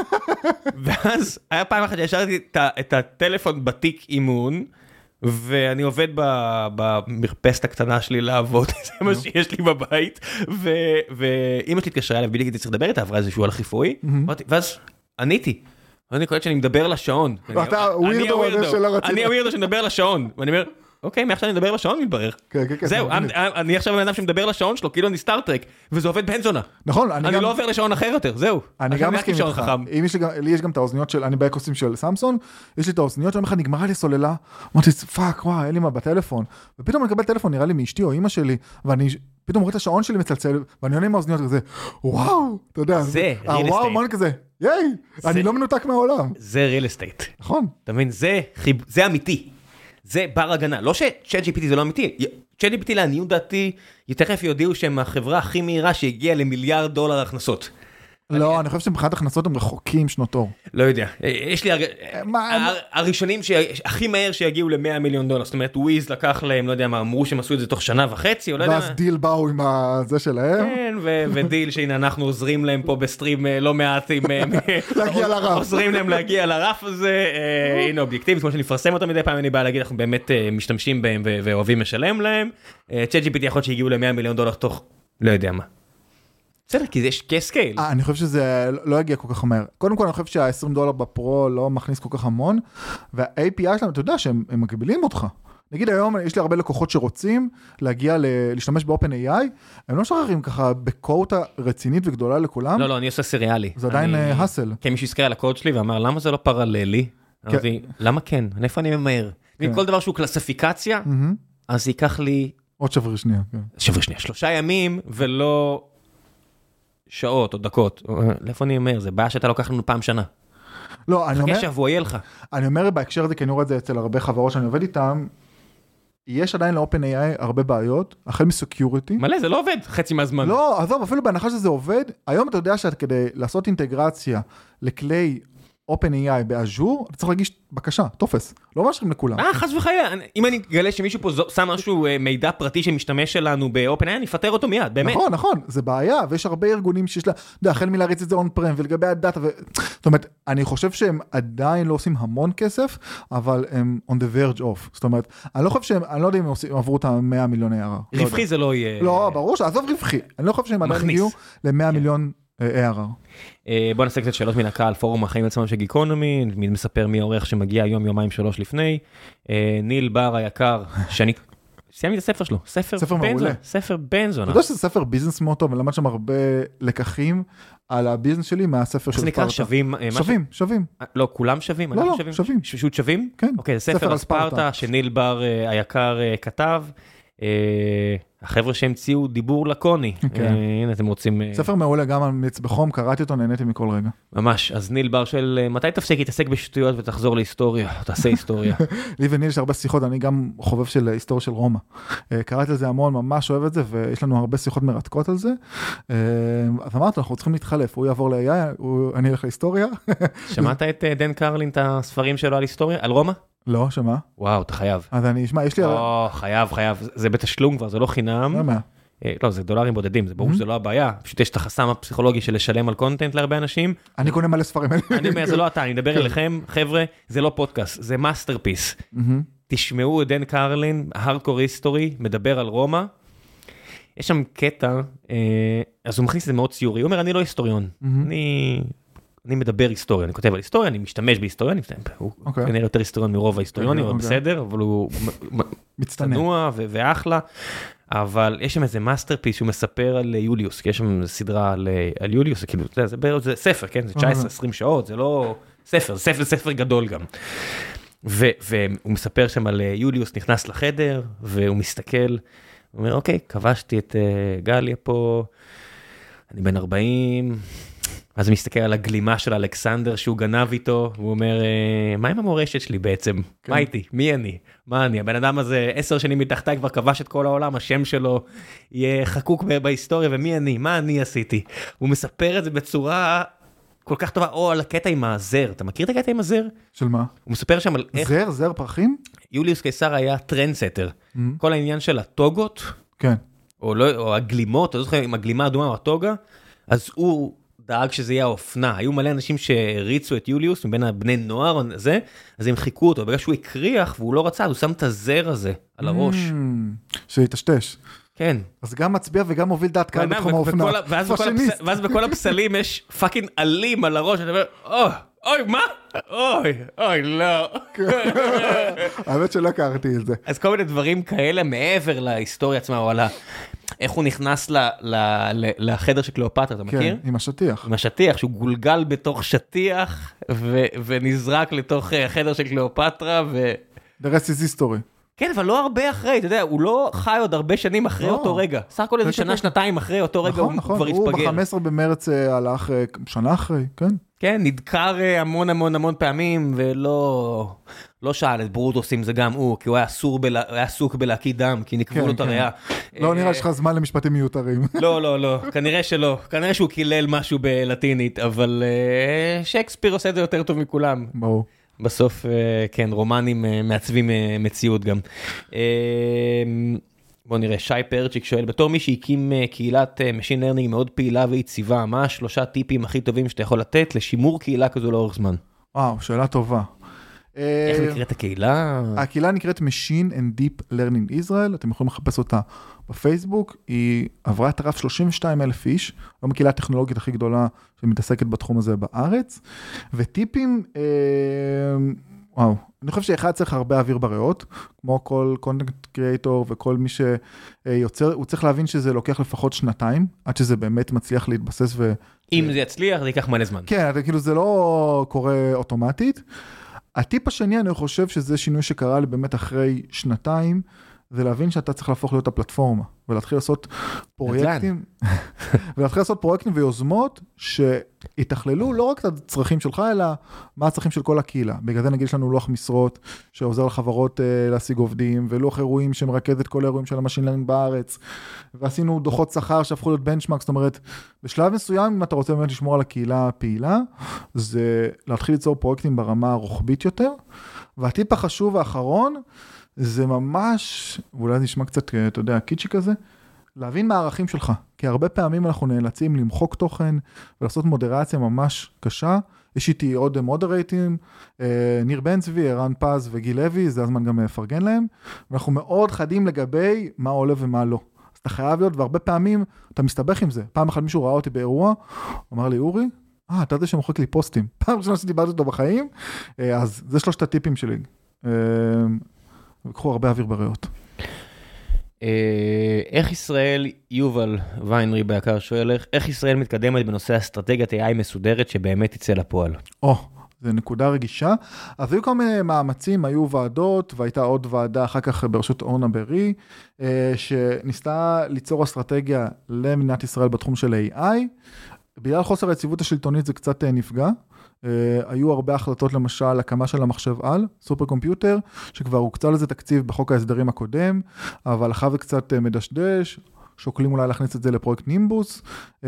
ואז היה פעם אחת שהשארתי את הטלפון בתיק אימון, ואני עובד במרפסת הקטנה שלי לעבוד, זה מה שיש לי בבית, ואמא שלי התקשרה אליו, בלי להגיד, צריך לדבר איתה, עברה איזשהו הלך רפואי, ואז עניתי, אני קוראת שאני מדבר לשעון. ואתה ווירדו הזה שלא רצית. אני הווירדו שמדבר לשעון, ואני אומר, אוקיי, מעכשיו אני מדבר לשעון, מתברר. זהו, אני עכשיו בן אדם שמדבר לשעון שלו, כאילו אני סטארטרק, וזה עובד בן זונה. נכון, אני לא עובר לשעון אחר יותר, זהו. אני גם מסכים איתך. לי יש גם את האוזניות של, אני באקוסטים של סמסון, יש לי את האוזניות, יום אחד נגמרה לי סוללה, אמרתי, פאק, וואי, אין לי מה בטלפון. ופתאום אני מקבל טלפון, נראה לי מאשתי או אמא שלי, ואני פתאום רואה את השעון שלי מצלצל, ואני עונה עם האוזניות כזה, וואו, אתה יודע, זה real וואו, מה כזה, ייי, אני לא מנותק מהעולם. זה real estate. נכון. אתה מבין, זה אמיתי. זה בר הגנה, לא ש-צ'אט ג'י פי טי זה לא אמיתי, צ'אט ג'י פי טי לעניות דעתי, תכף יודיעו שהם החברה הכי מהירה שהגיעה למיליארד דולר הכנסות. לא, אני חושב שמבחינת הכנסות הם רחוקים שנות אור. לא יודע, יש לי הראשונים הכי מהר שיגיעו ל-מאה מיליון דולר, זאת אומרת, וויז לקח להם, לא יודע מה, אמרו שהם עשו את זה תוך שנה וחצי, או לא יודע מה. ואז דיל באו עם זה שלהם. כן, ודיל שהנה אנחנו עוזרים להם פה בסטרים לא מעט, להגיע לרף. עוזרים להם להגיע לרף הזה, הנה אובייקטיבית, כמו שנפרסם אותם מדי פעם, אני בא להגיד, אנחנו באמת משתמשים בהם ואוהבים לשלם להם, צ'אט ג'י פי טי יכול שהגיעו ל-מאה מיליון דולר תוך, לא יודע מה. בסדר, כי זה יש כסקייל. אני חושב שזה לא יגיע כל כך מהר. קודם כל, אני חושב שה-עשרים דולר בפרו לא מכניס כל כך המון, וה-איי פי איי שלהם, אתה יודע שהם מגבילים אותך. נגיד היום, יש לי הרבה לקוחות שרוצים להגיע, להשתמש ב-OpenAI, הם לא שכחים ככה בקוטה רצינית וגדולה לכולם. לא, לא, אני עושה סריאלי. זה עדיין הסל. כן, מישהו הזכר על הקוד שלי ואמר, למה זה לא פרללי? אמרתי, למה כן? איפה אני ממהר? כל דבר שהוא קלסיפיקציה, אז ייקח לי... עוד שבר שנייה. שבר שנייה, שלושה ימים ולא שעות או דקות. לאיפה אני אומר? זה בעיה שאתה לוקח לנו פעם שנה. לא, אני אומר, חכה שבוע יהיה לך. אני אומר בהקשר הזה, כי אני רואה את זה אצל הרבה חברות שאני עובד איתם, יש עדיין ל-OpenAI הרבה בעיות, החל מסקיוריטי. מלא, זה לא עובד חצי מהזמן. לא, עזוב, אפילו בהנחה שזה עובד, היום אתה יודע שאת כדי לעשות אינטגרציה לכלי OpenAI באז'ור, אתה צריך להגיש בקשה, טופס, לא מאשרים לכולם. אה, חס וחלילה, אם אני אגלה שמישהו פה שם משהו, מידע פרטי שמשתמש שלנו ב-OpenAI, אני אפטר אותו מיד, באמת. נכון, נכון, זה בעיה, ויש הרבה ארגונים שיש לה, אתה יודע, החל מלהריץ את זה און-פרם, ולגבי הדאטה, ו... זאת אומרת, אני חושב שהם עדיין לא עושים המון כסף, אבל הם on the verge of, זאת אומרת, אני לא חושב שהם, אני לא יודע אם הם עברו את ה-מאה מיליון A R R. רווחי זה לא יהיה... לא, ברור שעזוב רווחי, אני לא חושב שהם עדיין הגיעו ל-מאה מיליון A R R. בוא נעשה קצת שאלות מן הקהל, פורום החיים עצמם של גיקונומי, מי מספר מי העורך שמגיע היום, יומיים, שלוש לפני, ניל בר היקר, שאני, סיימתי את הספר שלו, ספר בנזון, ספר בנזון. אתה יודע שזה ספר ביזנס מוטו, ולמד שם הרבה לקחים על הביזנס שלי מהספר של ספרטה. זה נקרא שווים? שווים, שווים. לא, כולם שווים? לא, לא, שווים. פשוט שווים? כן. אוקיי, זה ספר על ספרטה, שניל בר היקר כתב, החבר'ה שהמציאו דיבור לקוני, הנה אתם רוצים... ספר מעולה, גם ממליץ בחום, קראתי אותו, נהניתי מכל רגע. ממש, אז ניל בר של מתי תפסיק להתעסק בשטויות ותחזור להיסטוריה, תעשה היסטוריה. לי וניל יש הרבה שיחות, אני גם חובב של היסטוריה של רומא. קראתי על זה המון, ממש אוהב את זה, ויש לנו הרבה שיחות מרתקות על זה. אז אמרת, אנחנו צריכים להתחלף, הוא יעבור ל-איי איי, אני אלך להיסטוריה. שמעת את דן קרלין, את הספרים שלו על היסטוריה, על רומא? לא, שמה? וואו, אתה חייב. אז אני אשמע, יש לי... או, חייב, חייב. זה בתשלום כבר, זה לא חינם. למה? לא, זה דולרים בודדים, זה ברור שזה לא הבעיה. פשוט יש את החסם הפסיכולוגי של לשלם על קונטנט להרבה אנשים. אני קונה מלא ספרים. אני אומר, זה לא אתה, אני מדבר אליכם, חבר'ה, זה לא פודקאסט, זה מאסטרפיס. תשמעו את דן קרלין, הארדקור היסטורי, מדבר על רומא. יש שם קטע, אז הוא מכניס את זה מאוד ציורי. הוא אומר, אני לא היסטוריון. אני... אני מדבר היסטוריה, אני כותב על היסטוריה, אני משתמש בהיסטוריה, הוא כנראה יותר היסטוריון מרוב ההיסטוריונים, אבל בסדר, אבל הוא מצטנוע ואחלה, אבל יש שם איזה מאסטרפיס שהוא מספר על יוליוס, כי יש שם סדרה על יוליוס, זה ספר, זה תשע עשרה עשרים שעות, זה לא ספר, זה ספר גדול גם. והוא מספר שם על יוליוס נכנס לחדר, והוא מסתכל, הוא אומר, אוקיי, כבשתי את גליה פה, אני בן ארבעים, אז הוא מסתכל על הגלימה של אלכסנדר שהוא גנב איתו, הוא אומר, מה עם המורשת שלי בעצם? מה איתי? מי אני? מה אני? הבן אדם הזה עשר שנים מתחתיי כבר כבש את כל העולם, השם שלו יהיה חקוק בהיסטוריה, ומי אני? מה אני עשיתי? הוא מספר את זה בצורה כל כך טובה, או על הקטע עם הזר. אתה מכיר את הקטע עם הזר? של מה? הוא מספר שם על איך... זר? זר פרחים? יוליוס קיסר היה טרנדסטר. כל העניין של הטוגות, כן. או הגלימות, אתה זוכר, עם הגלימה האדומה או הטוגה, אז הוא דאג שזה יהיה האופנה. היו מלא אנשים שהריצו את יוליוס, מבין הבני נוער הזה, אז הם חיכו אותו. בגלל שהוא הקריח והוא לא רצה, הוא שם את הזר הזה על הראש. שיתשתש. כן. אז גם מצביע וגם מוביל דעת קהל בתחום האופנה. ואז בכל הפסלים יש פאקינג עלים על הראש, ואתה אומר, אוי, אוי, מה? אוי, אוי, לא. האמת שלא קראתי את זה. אז כל מיני דברים כאלה מעבר להיסטוריה עצמה, או על איך הוא נכנס לחדר של קליאופטרה, אתה מכיר? כן, עם השטיח. עם השטיח, שהוא גולגל בתוך שטיח, ונזרק לתוך החדר של קליאופטרה, ו... The rest is history. כן, אבל לא הרבה אחרי, אתה יודע, הוא לא חי עוד הרבה שנים אחרי אותו רגע. סך הכל איזה שנה, שנתיים אחרי אותו רגע הוא כבר התפגר. הוא ב-חמישה עשר במרץ הלך שנה אחרי, כן? כן, נדקר המון המון המון פעמים, ולא לא שאל את ברוטוס אם זה גם הוא, כי הוא היה עסוק בלהקיא דם, כי נקבו לו את הריאה. לא נראה שלך זמן למשפטים מיותרים. לא, לא, לא, כנראה שלא. כנראה שהוא קילל משהו בלטינית, אבל שייקספיר עושה את זה יותר טוב מכולם. ברור. בסוף, כן, רומנים מעצבים מציאות גם. בוא נראה, שי פרצ'יק שואל, בתור מי שהקים קהילת Machine Learning מאוד פעילה ויציבה, מה השלושה טיפים הכי טובים שאתה יכול לתת לשימור קהילה כזו לאורך זמן? וואו, שאלה טובה. איך נקראת הקהילה? הקהילה נקראת Machine and Deep Learning Israel, אתם יכולים לחפש אותה בפייסבוק, היא עברה את הרף שלושים ושניים אלף איש, לא מקהילה הטכנולוגית הכי גדולה שמתעסקת בתחום הזה בארץ, וטיפים, אה, וואו, אני חושב שאחד צריך הרבה אוויר בריאות, כמו כל קונטנט קריאטור וכל מי שיוצר, הוא צריך להבין שזה לוקח לפחות שנתיים, עד שזה באמת מצליח להתבסס ו... אם זה יצליח, זה ייקח מלא זמן. כן, כאילו זה לא קורה אוטומטית. הטיפ השני, אני חושב שזה שינוי שקרה לי באמת אחרי שנתיים, זה להבין שאתה צריך להפוך להיות הפלטפורמה, ולהתחיל לעשות פרויקטים, ולהתחיל לעשות פרויקטים ויוזמות, שיתכללו לא רק את הצרכים שלך, אלא מה הצרכים של כל הקהילה. בגלל זה נגיד יש לנו לוח משרות, שעוזר לחברות להשיג עובדים, ולוח אירועים שמרכז את כל האירועים של המשין לרנינג בארץ, ועשינו דוחות שכר שהפכו להיות בנצ'מרק, זאת אומרת, בשלב מסוים, אם אתה רוצה באמת לשמור על הקהילה הפעילה, זה להתחיל ליצור פרויקטים ברמה הרוחבית יותר, והטיפ החשוב האחרון, זה ממש, ואולי זה נשמע קצת, אתה יודע, קיצ'י כזה, להבין מה הערכים שלך, כי הרבה פעמים אנחנו נאלצים למחוק תוכן, ולעשות מודרציה ממש קשה, יש איתי עוד מודרייטים, ניר בן צבי, ערן פז וגיל לוי, זה הזמן גם לפרגן להם, ואנחנו מאוד חדים לגבי מה עולה ומה לא. אז אתה חייב להיות, והרבה פעמים אתה מסתבך עם זה. פעם אחת מישהו ראה אותי באירוע, אמר לי, אורי, אה, אתה יודע שמוחק לי פוסטים. פעם ראשונה שדיברתי אותו בחיים, אז זה שלושת הטיפים שלי. וקחו הרבה אוויר בריאות. איך ישראל, יובל ויינרי בעיקר שואל, איך ישראל מתקדמת בנושא אסטרטגיית איי איי מסודרת שבאמת תצא לפועל? או, זו נקודה רגישה. אז היו כל מיני מאמצים, היו ועדות, והייתה עוד ועדה אחר כך ברשות אורנה ברי, שניסתה ליצור אסטרטגיה למדינת ישראל בתחום של איי איי. בגלל חוסר היציבות השלטונית זה קצת נפגע. Uh, היו הרבה החלטות למשל, הקמה של המחשב על, סופר קומפיוטר, שכבר הוקצה לזה תקציב בחוק ההסדרים הקודם, אבל אחר וקצת uh, מדשדש, שוקלים אולי להכניס את זה לפרויקט נימבוס. Uh,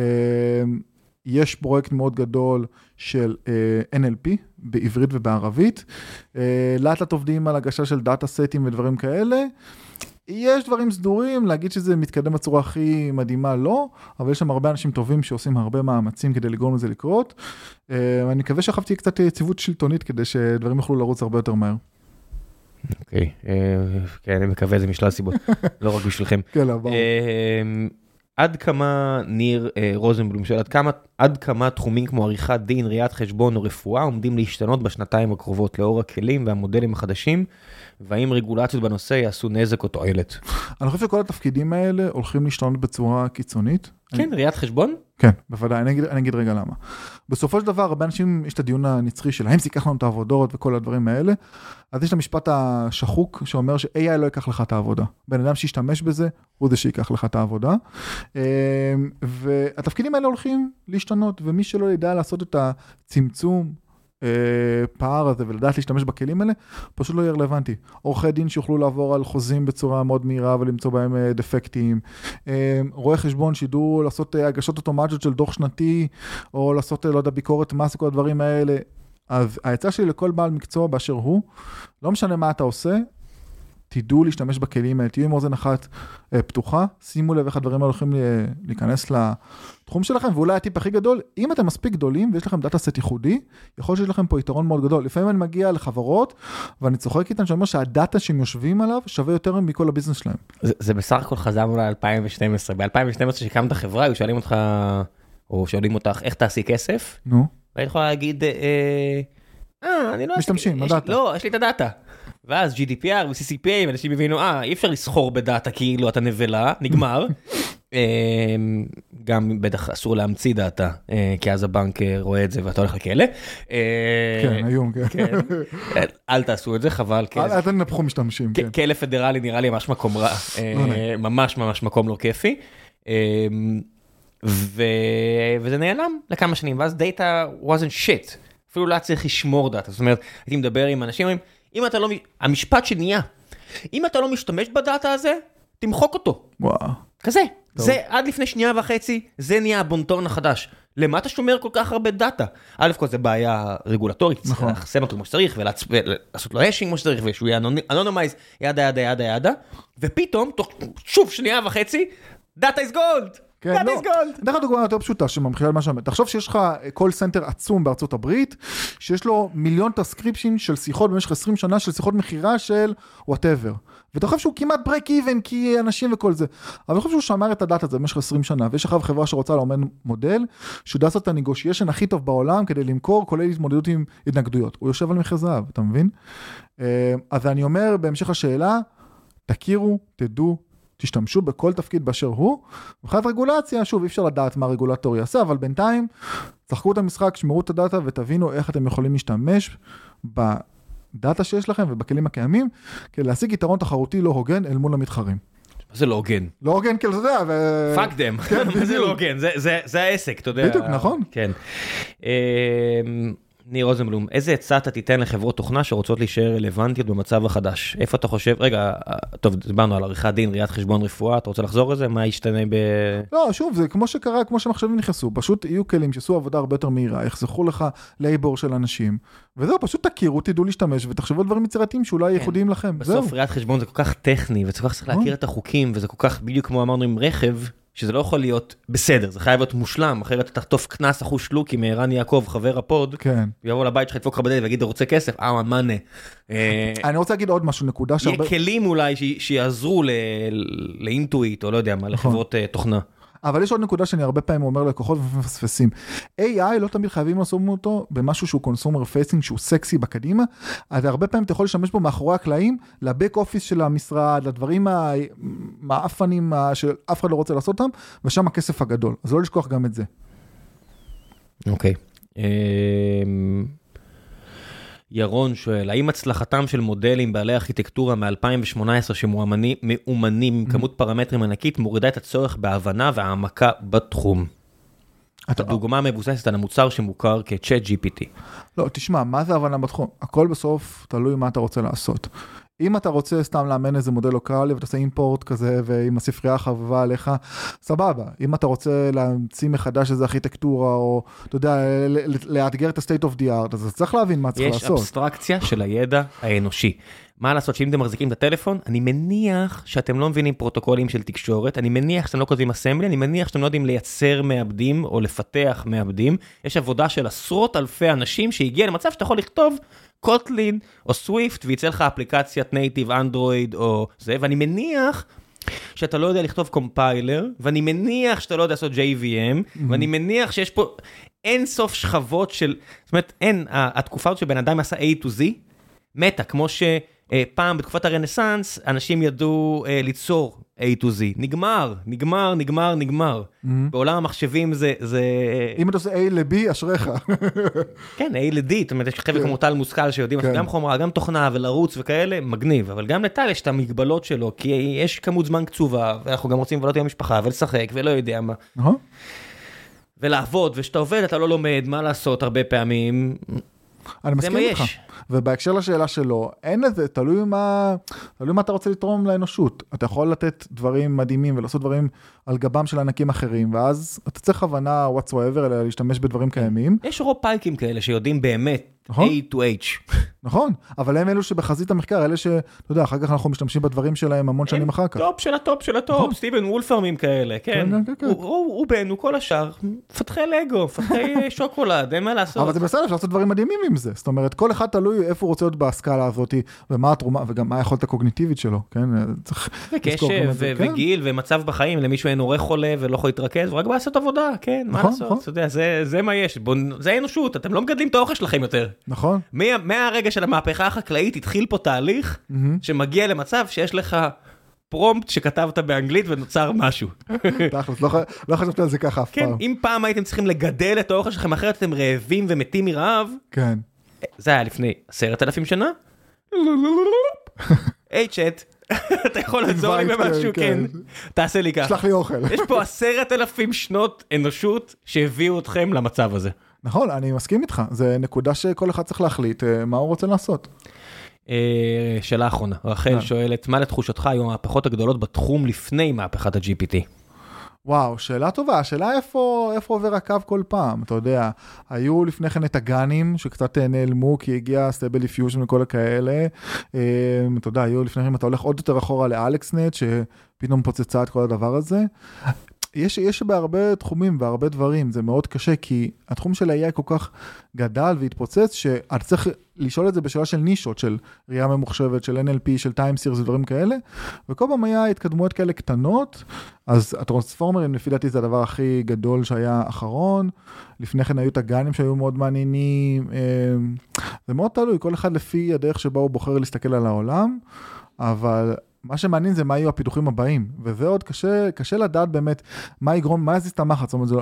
יש פרויקט מאוד גדול של uh, אן אל פי בעברית ובערבית. Uh, לאט לאט עובדים על הגשה של דאטה סטים ודברים כאלה. יש דברים סדורים, להגיד שזה מתקדם בצורה הכי מדהימה, לא, אבל יש שם הרבה אנשים טובים שעושים הרבה מאמצים כדי לגרום לזה לקרות, ואני מקווה שאחר תהיה קצת יציבות שלטונית, כדי שדברים יוכלו לרוץ הרבה יותר מהר. אוקיי, כן, אני מקווה, זה משלל סיבות, לא רק בשבילכם. כן, לא, ברור. עד כמה, ניר רוזנבלום שואל, עד כמה תחומים כמו עריכת דין, ראיית חשבון או רפואה עומדים להשתנות בשנתיים הקרובות לאור הכלים והמודלים החדשים, והאם רגולציות בנושא יעשו נזק או תועלת? אני חושב שכל התפקידים האלה הולכים להשתנות בצורה קיצונית. כן, ראיית חשבון? כן, בוודאי, אני אגיד, אני אגיד רגע למה. בסופו של דבר, הרבה אנשים, יש את הדיון הנצחי של האם זה ייקח לנו את העבודות וכל הדברים האלה, אז יש את המשפט השחוק שאומר ש-איי איי לא ייקח לך את העבודה. בן אדם שישתמש בזה, הוא זה שיקח לך את העבודה. והתפקידים האלה הולכים להשתנות, ומי שלא ידע לעשות את הצמצום, פער הזה ולדעת להשתמש בכלים האלה, פשוט לא יהיה רלוונטי. עורכי דין שיוכלו לעבור על חוזים בצורה מאוד מהירה ולמצוא בהם דפקטים, רואי חשבון שידעו לעשות הגשות אוטומטיות של דוח שנתי, או לעשות, לא יודע, ביקורת מס וכל הדברים האלה. אז ההצעה שלי לכל בעל מקצוע באשר הוא, לא משנה מה אתה עושה, תדעו להשתמש בכלים האלה, תהיו עם אוזן אחת פתוחה, שימו לב איך הדברים האלה הולכים להיכנס לתחום שלכם, ואולי הטיפ הכי גדול, אם אתם מספיק גדולים ויש לכם דאטה סט ייחודי, יכול שיש לכם פה יתרון מאוד גדול. לפעמים אני מגיע לחברות, ואני צוחק איתן שאומר שהדאטה שהם יושבים עליו שווה יותר מכל הביזנס שלהם. זה, זה בסך הכל חזרנו ל-אלפיים ושתים עשרה. ב-אלפיים ושתים עשרה שקמת החברה, היו שואלים אותך, או שואלים אותך, איך תעשי כסף? נו. והיית יכולה להגיד, אה, אה, אני לא... משתמשים, הדאטה. לא, יש לי את הדאטה. ואז ג'י די פי אר ו-סי סי פי איי, אנשים הבינו, אה, אי אפשר לסחור בדאטה כאילו אתה נבלה, נגמר. גם בטח אסור להמציא דאטה, כי אז הבנק רואה את זה ואתה הולך לכלא. כן, היום, כן. אל תעשו את זה, חבל. אל תנפחו משתמשים, כן. כלא פדרלי נראה לי ממש מקום רע, ממש ממש מקום לא כיפי. וזה נעלם לכמה שנים, ואז דאטה wasn't shit. אפילו לא צריך לשמור דאטה. זאת אומרת, הייתי מדבר עם אנשים, אם אתה לא, המשפט שנהיה, אם אתה לא משתמש בדאטה הזה, תמחוק אותו. וואו. כזה. זה עד לפני שנייה וחצי, זה נהיה הבונטון החדש. למה אתה שומר כל כך הרבה דאטה? א' כל זה בעיה רגולטורית, צריך לחסן אותו כמו שצריך, ולעשות לו השינג כמו שצריך, ושהוא יהיה אנונימייז, ידה ידה ידה ידה, ופתאום, שוב שנייה וחצי, דאטה is gold. כן, לא. דרך הדוגמה יותר פשוטה שממחילה על מה שאומר. תחשוב שיש לך קול סנטר עצום בארצות הברית, שיש לו מיליון טרנסקריפשן של שיחות במשך עשרים שנה, של שיחות מחירה של whatever. ואתה חושב שהוא כמעט break even כי אנשים וכל זה. אבל אני חושב שהוא שמר את הדאטה הזה במשך עשרים שנה, ויש אחריו חברה שרוצה לאמן מודל, שיודע לעשות את הנגושיישן הכי טוב בעולם כדי למכור, כולל התמודדות עם התנגדויות. הוא יושב על מחיר זהב, אתה מבין? אז אני אומר בהמשך השאלה, תכירו, תדעו, תשתמשו בכל תפקיד באשר הוא, מבחינת רגולציה, שוב, אי אפשר לדעת מה הרגולטור יעשה, אבל בינתיים, צחקו את המשחק, שמרו את הדאטה, ותבינו איך אתם יכולים להשתמש בדאטה שיש לכם ובכלים הקיימים, כדי להשיג יתרון תחרותי לא הוגן אל מול המתחרים. זה לא הוגן. לא הוגן, כאילו, אתה יודע, ו... פאק דם. זה לא הוגן, זה העסק, אתה יודע. בדיוק, נכון. כן. ניר רוזנבלום, איזה עצה אתה תיתן לחברות תוכנה שרוצות להישאר רלוונטיות במצב החדש? איפה אתה חושב, רגע, טוב, דיברנו על עריכת דין, ראיית חשבון רפואה, אתה רוצה לחזור לזה? מה ישתנה ב... לא, שוב, זה כמו שקרה, כמו שמחשבים נכנסו, פשוט יהיו כלים שעשו עבודה הרבה יותר מהירה, יחסכו לך לייבור של אנשים, וזהו, פשוט תכירו, תדעו להשתמש, ותחשבו על דברים יצירתיים שאולי ייחודיים לכם. בסוף ראיית חשבון זה כל כך טכני, וזה כל כך צריך להכיר את החוקים, וזה כל כך, בדיוק כמו אמרנו עם רכב, שזה לא יכול להיות בסדר, זה חייב להיות מושלם, אחרת אתה תחטוף כנס אחוז שלוקי מערן יעקב, חבר הפוד, כן. ויבוא לבית שלך, ידפוק לך בדלת ויגיד, אתה רוצה כסף? אה, מה נה? אני רוצה להגיד עוד משהו, נקודה שהרבה... יהיה כלים אולי שיעזרו לאינטואיט, או לא יודע מה, לחברות תוכנה. אבל יש עוד נקודה שאני הרבה פעמים אומר ללקוחות ומפספסים. איי איי לא תמיד חייבים לעשות אותו במשהו שהוא קונסומר פייסינג, שהוא סקסי בקדימה, אז הרבה פעמים אתה יכול לשמש בו מאחורי הקלעים, לבק אופיס של המשרד, לדברים המאפנים שאף אחד לא רוצה לעשות אותם, ושם הכסף הגדול. אז לא לשכוח גם את זה. אוקיי. ירון שואל, האם הצלחתם של מודלים בעלי ארכיטקטורה מ-אלפיים שמונה עשרה שמאומנים עם כמות פרמטרים ענקית, מורידה את הצורך בהבנה והעמקה בתחום? הדוגמה מבוססת על המוצר שמוכר כ-צ'אט ג'י פי טי. לא, תשמע, מה זה הבנה בתחום? הכל בסוף תלוי מה אתה רוצה לעשות. אם אתה רוצה סתם לאמן איזה מודל לוקלי, ואתה עושה אימפורט כזה, ועם הספרייה החבבה עליך, סבבה. אם אתה רוצה להמציא מחדש איזו ארכיטקטורה, או, אתה יודע, לאתגר את ה-state of the art, אז אתה צריך להבין מה צריך יש לעשות. יש אבסטרקציה של הידע האנושי. מה לעשות שאם אתם מחזיקים את הטלפון, אני מניח שאתם לא מבינים פרוטוקולים של תקשורת, אני מניח שאתם לא כותבים אסמבלי, אני מניח שאתם לא יודעים לייצר מעבדים, או לפתח מעבדים. יש עבודה של עשרות אלפי אנשים שהגיע למצב שאתה יכול לכתוב קוטלין או סוויפט, ויצא לך אפליקציית נייטיב אנדרואיד או זה, ואני מניח שאתה לא יודע לכתוב קומפיילר, ואני מניח שאתה לא יודע לעשות ג'יי וי אם, ואני מניח שיש פה אין סוף שכבות של, זאת אומרת, אין, התקופה הזאת שבן אדם עשה A to Z, מתה, כמו שפעם בתקופת הרנסנס, אנשים ידעו ליצור A to Z, נגמר, נגמר, נגמר, נגמר. בעולם המחשבים זה... אם אתה עושה A ל-B, אשריך. כן, A ל-D, זאת אומרת, יש חבר'ה כמו טל מושכל שיודעים גם חומרה, גם תוכנה ולרוץ וכאלה, מגניב, אבל גם לטל יש את המגבלות שלו, כי יש כמות זמן קצובה, ואנחנו גם רוצים לבלות עם המשפחה, ולשחק, ולא יודע מה. נכון. ולעבוד, ושאתה עובד, אתה לא לומד, מה לעשות הרבה פעמים. אני מסכים איתך. ובהקשר לשאלה שלו, אין לזה, תלוי מה, תלוי מה אתה רוצה לתרום לאנושות. אתה יכול לתת דברים מדהימים ולעשות דברים על גבם של ענקים אחרים, ואז אתה צריך הבנה whatsoever, אלא להשתמש בדברים קיימים. יש רוב פייקים כאלה שיודעים באמת A to H. נכון, אבל הם אלו שבחזית המחקר, אלה שאתה יודע, אחר כך אנחנו משתמשים בדברים שלהם המון שנים אחר כך. טופ של הטופ של הטופ, סטיבן וולפרמים כאלה, כן. הוא בן, הוא כל השאר, מפתחי לגו, מפתחי שוקולד, אין מה לעשות. אבל זה בסדר, אפשר לעשות דברים מדהימים עם זה. זאת אומרת, כל אחד תלוי איפה הוא רוצה להיות בהשכלה הזאת, ומה התרומה, וגם מה היכולת הקוגניטיבית שלו, כן? וקשב, וגיל, ומצב בחיים, למישהו אין הורה חולה ולא יכול להתרכז, ורק בא לעשות עבודה, כן, מה לעשות? אתה יודע, זה מה יש, זה אנושות, אתם לא מגדלים את האוכל שלכם יותר. נכון. מהרגע של המהפכה החקלאית התחיל פה תהליך שמגיע למצב שיש לך פרומפט שכתבת באנגלית ונוצר משהו. תכלס, לא חשבתי על זה ככה אף פעם. כן, אם פעם הייתם צריכים לגדל את האוכל שלכם, אחרת אתם רעבים ומתים מרעב. כן. זה היה לפני עשרת אלפים שנה. היי צ'אט, אתה יכול לעזור לי במשהו, כן. תעשה לי ככה. שלח לי אוכל. יש פה עשרת אלפים שנות אנושות שהביאו אתכם למצב הזה. נכון, אני מסכים איתך. זה נקודה שכל אחד צריך להחליט מה הוא רוצה לעשות. שאלה אחרונה. רחל שואלת, מה לתחושתך היו המהפכות הגדולות בתחום לפני מהפכת ה-ג'י פי טי? וואו, שאלה טובה. השאלה איפה, איפה עובר הקו כל פעם. אתה יודע, היו לפני כן את הגנים שקצת נעלמו, כי הגיע סטייבל דיפיוז'ן וכל הכאלה. אתה יודע, היו לפני כן, אתה הולך עוד יותר אחורה לאלכסנט, שפתאום פוצצה את כל הדבר הזה. יש, יש בהרבה תחומים והרבה דברים, זה מאוד קשה, כי התחום של ה-איי איי כל כך גדל והתפוצץ, שאתה צריך לשאול את זה בשאלה של נישות, של ראייה ממוחשבת, של אן אל פי, של טיים סירס ודברים כאלה, וכל פעם היה התקדמויות כאלה קטנות, אז הטרנספורמרים, לפי דעתי, זה הדבר הכי גדול שהיה אחרון, לפני כן היו את הגנים שהיו מאוד מעניינים, זה מאוד תלוי, כל אחד לפי הדרך שבה הוא בוחר להסתכל על העולם, אבל מה שמעניין זה מה יהיו הפיתוחים הבאים, וזה עוד קשה, קשה לדעת באמת מה יגרום, מה יזיז את המחץ, זאת אומרת, זה,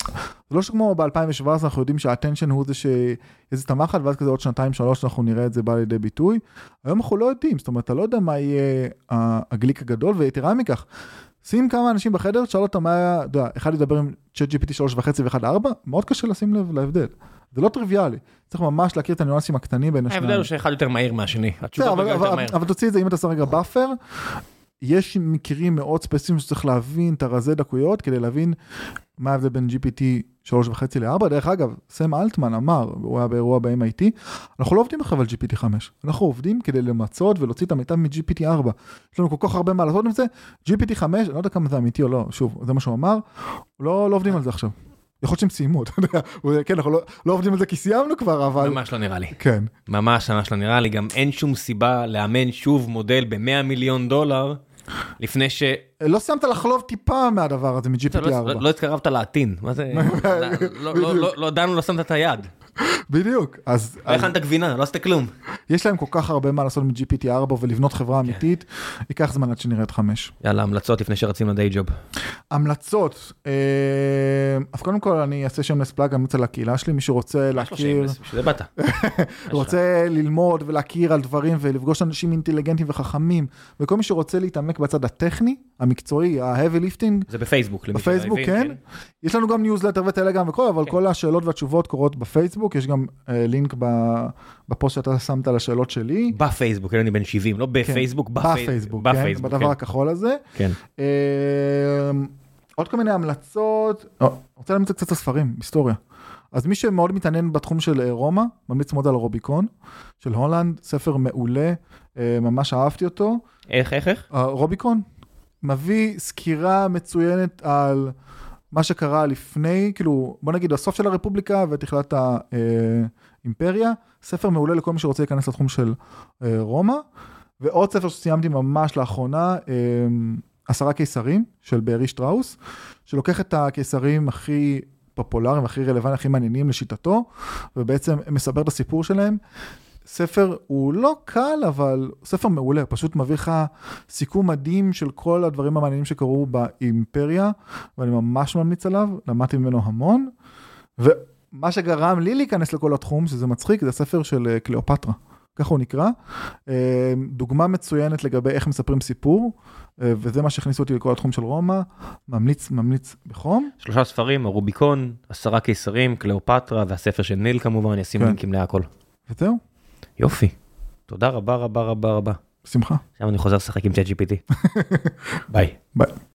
זה לא שכמו ב-אלפיים שבע עשרה אנחנו יודעים שה-attention הוא זה שאיזה תמחת, ואז כזה עוד שנתיים שלוש אנחנו נראה את זה בא לידי ביטוי. היום אנחנו לא יודעים, זאת אומרת, אתה לא יודע מה יהיה הגליק הגדול, ויתרה מכך, שים כמה אנשים בחדר, תשאל אותם מה היה, אתה יודע, אחד ידבר עם צ'אט ג'י פי טי שלוש וחצי ואחד ארבע, מאוד קשה לשים לב להבדל. זה לא טריוויאלי. צריך ממש להכיר את הניואנסים הקטנים בין השניים. ההבדל הוא שאחד יותר מהיר מהשני. התשובות יותר מהיר. אבל תוציא את זה, אם אתה שם רגע באפר, יש מקרים מאוד ספציפיים שצריך להבין את הרזי דקויות, כדי להבין מה ההבדל בין ג'י פי טי שלוש וחצי לארבע. דרך אגב, סם אלטמן אמר, הוא היה באירוע ב-אם איי טי, אנחנו לא עובדים עכשיו על ג'י פי טי חמש. אנחנו עובדים כדי למצות ולהוציא את המיטב מ-ג'י פי טי ארבע. יש לנו כל כך הרבה מה לעשות עם זה. ג'י פי טי חמש, אני לא יודע כמה זה אמיתי או לא, שוב, זה מה שהוא אמר, לא, לא עובדים על זה עכשיו. יכול להיות שהם סיימו, אתה יודע, כן, אנחנו לא, לא עובדים על זה כי סיימנו כבר, אבל... ממש לא נראה לי. כן. ממש, ממש לא נראה לי, גם אין שום סיבה לאמן שוב מודל ב-מאה מיליון דולר, לפני ש... לא סיימת לחלוב טיפה מהדבר הזה, מ-ג'י פי טי ארבע. לא התקרבת לעתין, מה זה? לא דנו, לא שמת את היד. בדיוק. אז... לא הכנת גבינה, לא עשית כלום. יש להם כל כך הרבה מה לעשות מ-ג'י פי טי ארבע ולבנות חברה אמיתית, ייקח זמן עד שנראה את חמש. יאללה, המלצות לפני שרצים לדיי ג'וב. המלצות. אז קודם כל אני אעשה שם פלאג, אני אמצא לקהילה שלי, מי שרוצה להכיר... שזה באת. רוצה ללמוד ולהכיר על דברים ולפגוש אנשים אינטליגנטים וחכמים, וכל מי שרוצה להתעמק בצד הטכני, המקצועי, ה-heavy lifting. זה בפייסבוק. בפייסבוק, כן. יש לנו גם ניוזלטר וטלגרם וכל, אבל כל השאלות והתשובות קורות בפייסבוק. יש גם לינק בפוסט שאתה שמת על השאלות שלי. בפייסבוק, אני בן שבעים, לא בפייסבוק, בפייסבוק, כן, בדבר הכחול הזה. כן. עוד כל מיני המלצות, רוצה להמצא קצת הספרים, היסטוריה. אז מי שמאוד מתעניין בתחום של רומא, ממליץ מאוד על רוביקון, של הולנד, ספר מעולה, ממש אהבתי אותו. איך, איך, איך? רוביקון, מביא סקירה מצוינת על מה שקרה לפני, כאילו, בוא נגיד, הסוף של הרפובליקה ותחילת האימפריה, ספר מעולה לכל מי שרוצה להיכנס לתחום של רומא, ועוד ספר שסיימתי ממש לאחרונה, עשרה קיסרים של בארי שטראוס, שלוקח את הקיסרים הכי פופולריים, הכי רלוונטיים, הכי מעניינים לשיטתו, ובעצם מסבר את הסיפור שלהם. ספר הוא לא קל, אבל ספר מעולה, פשוט מביא לך סיכום מדהים של כל הדברים המעניינים שקרו באימפריה, ואני ממש ממליץ עליו, למדתי ממנו המון, ומה שגרם לי להיכנס לכל התחום, שזה מצחיק, זה הספר של קליאופטרה. ככה הוא נקרא, דוגמה מצוינת לגבי איך מספרים סיפור, וזה מה שהכניסו אותי לכל התחום של רומא, ממליץ, ממליץ בחום. שלושה ספרים, הרוביקון, עשרה קיסרים, קליאופטרה, והספר של ניל כמובן, אני אשים לינקים להכל. וזהו. יופי. תודה רבה רבה רבה רבה. שמחה. עכשיו אני חוזר לשחק עם צ'אט ג'י פי טי. ביי. ביי.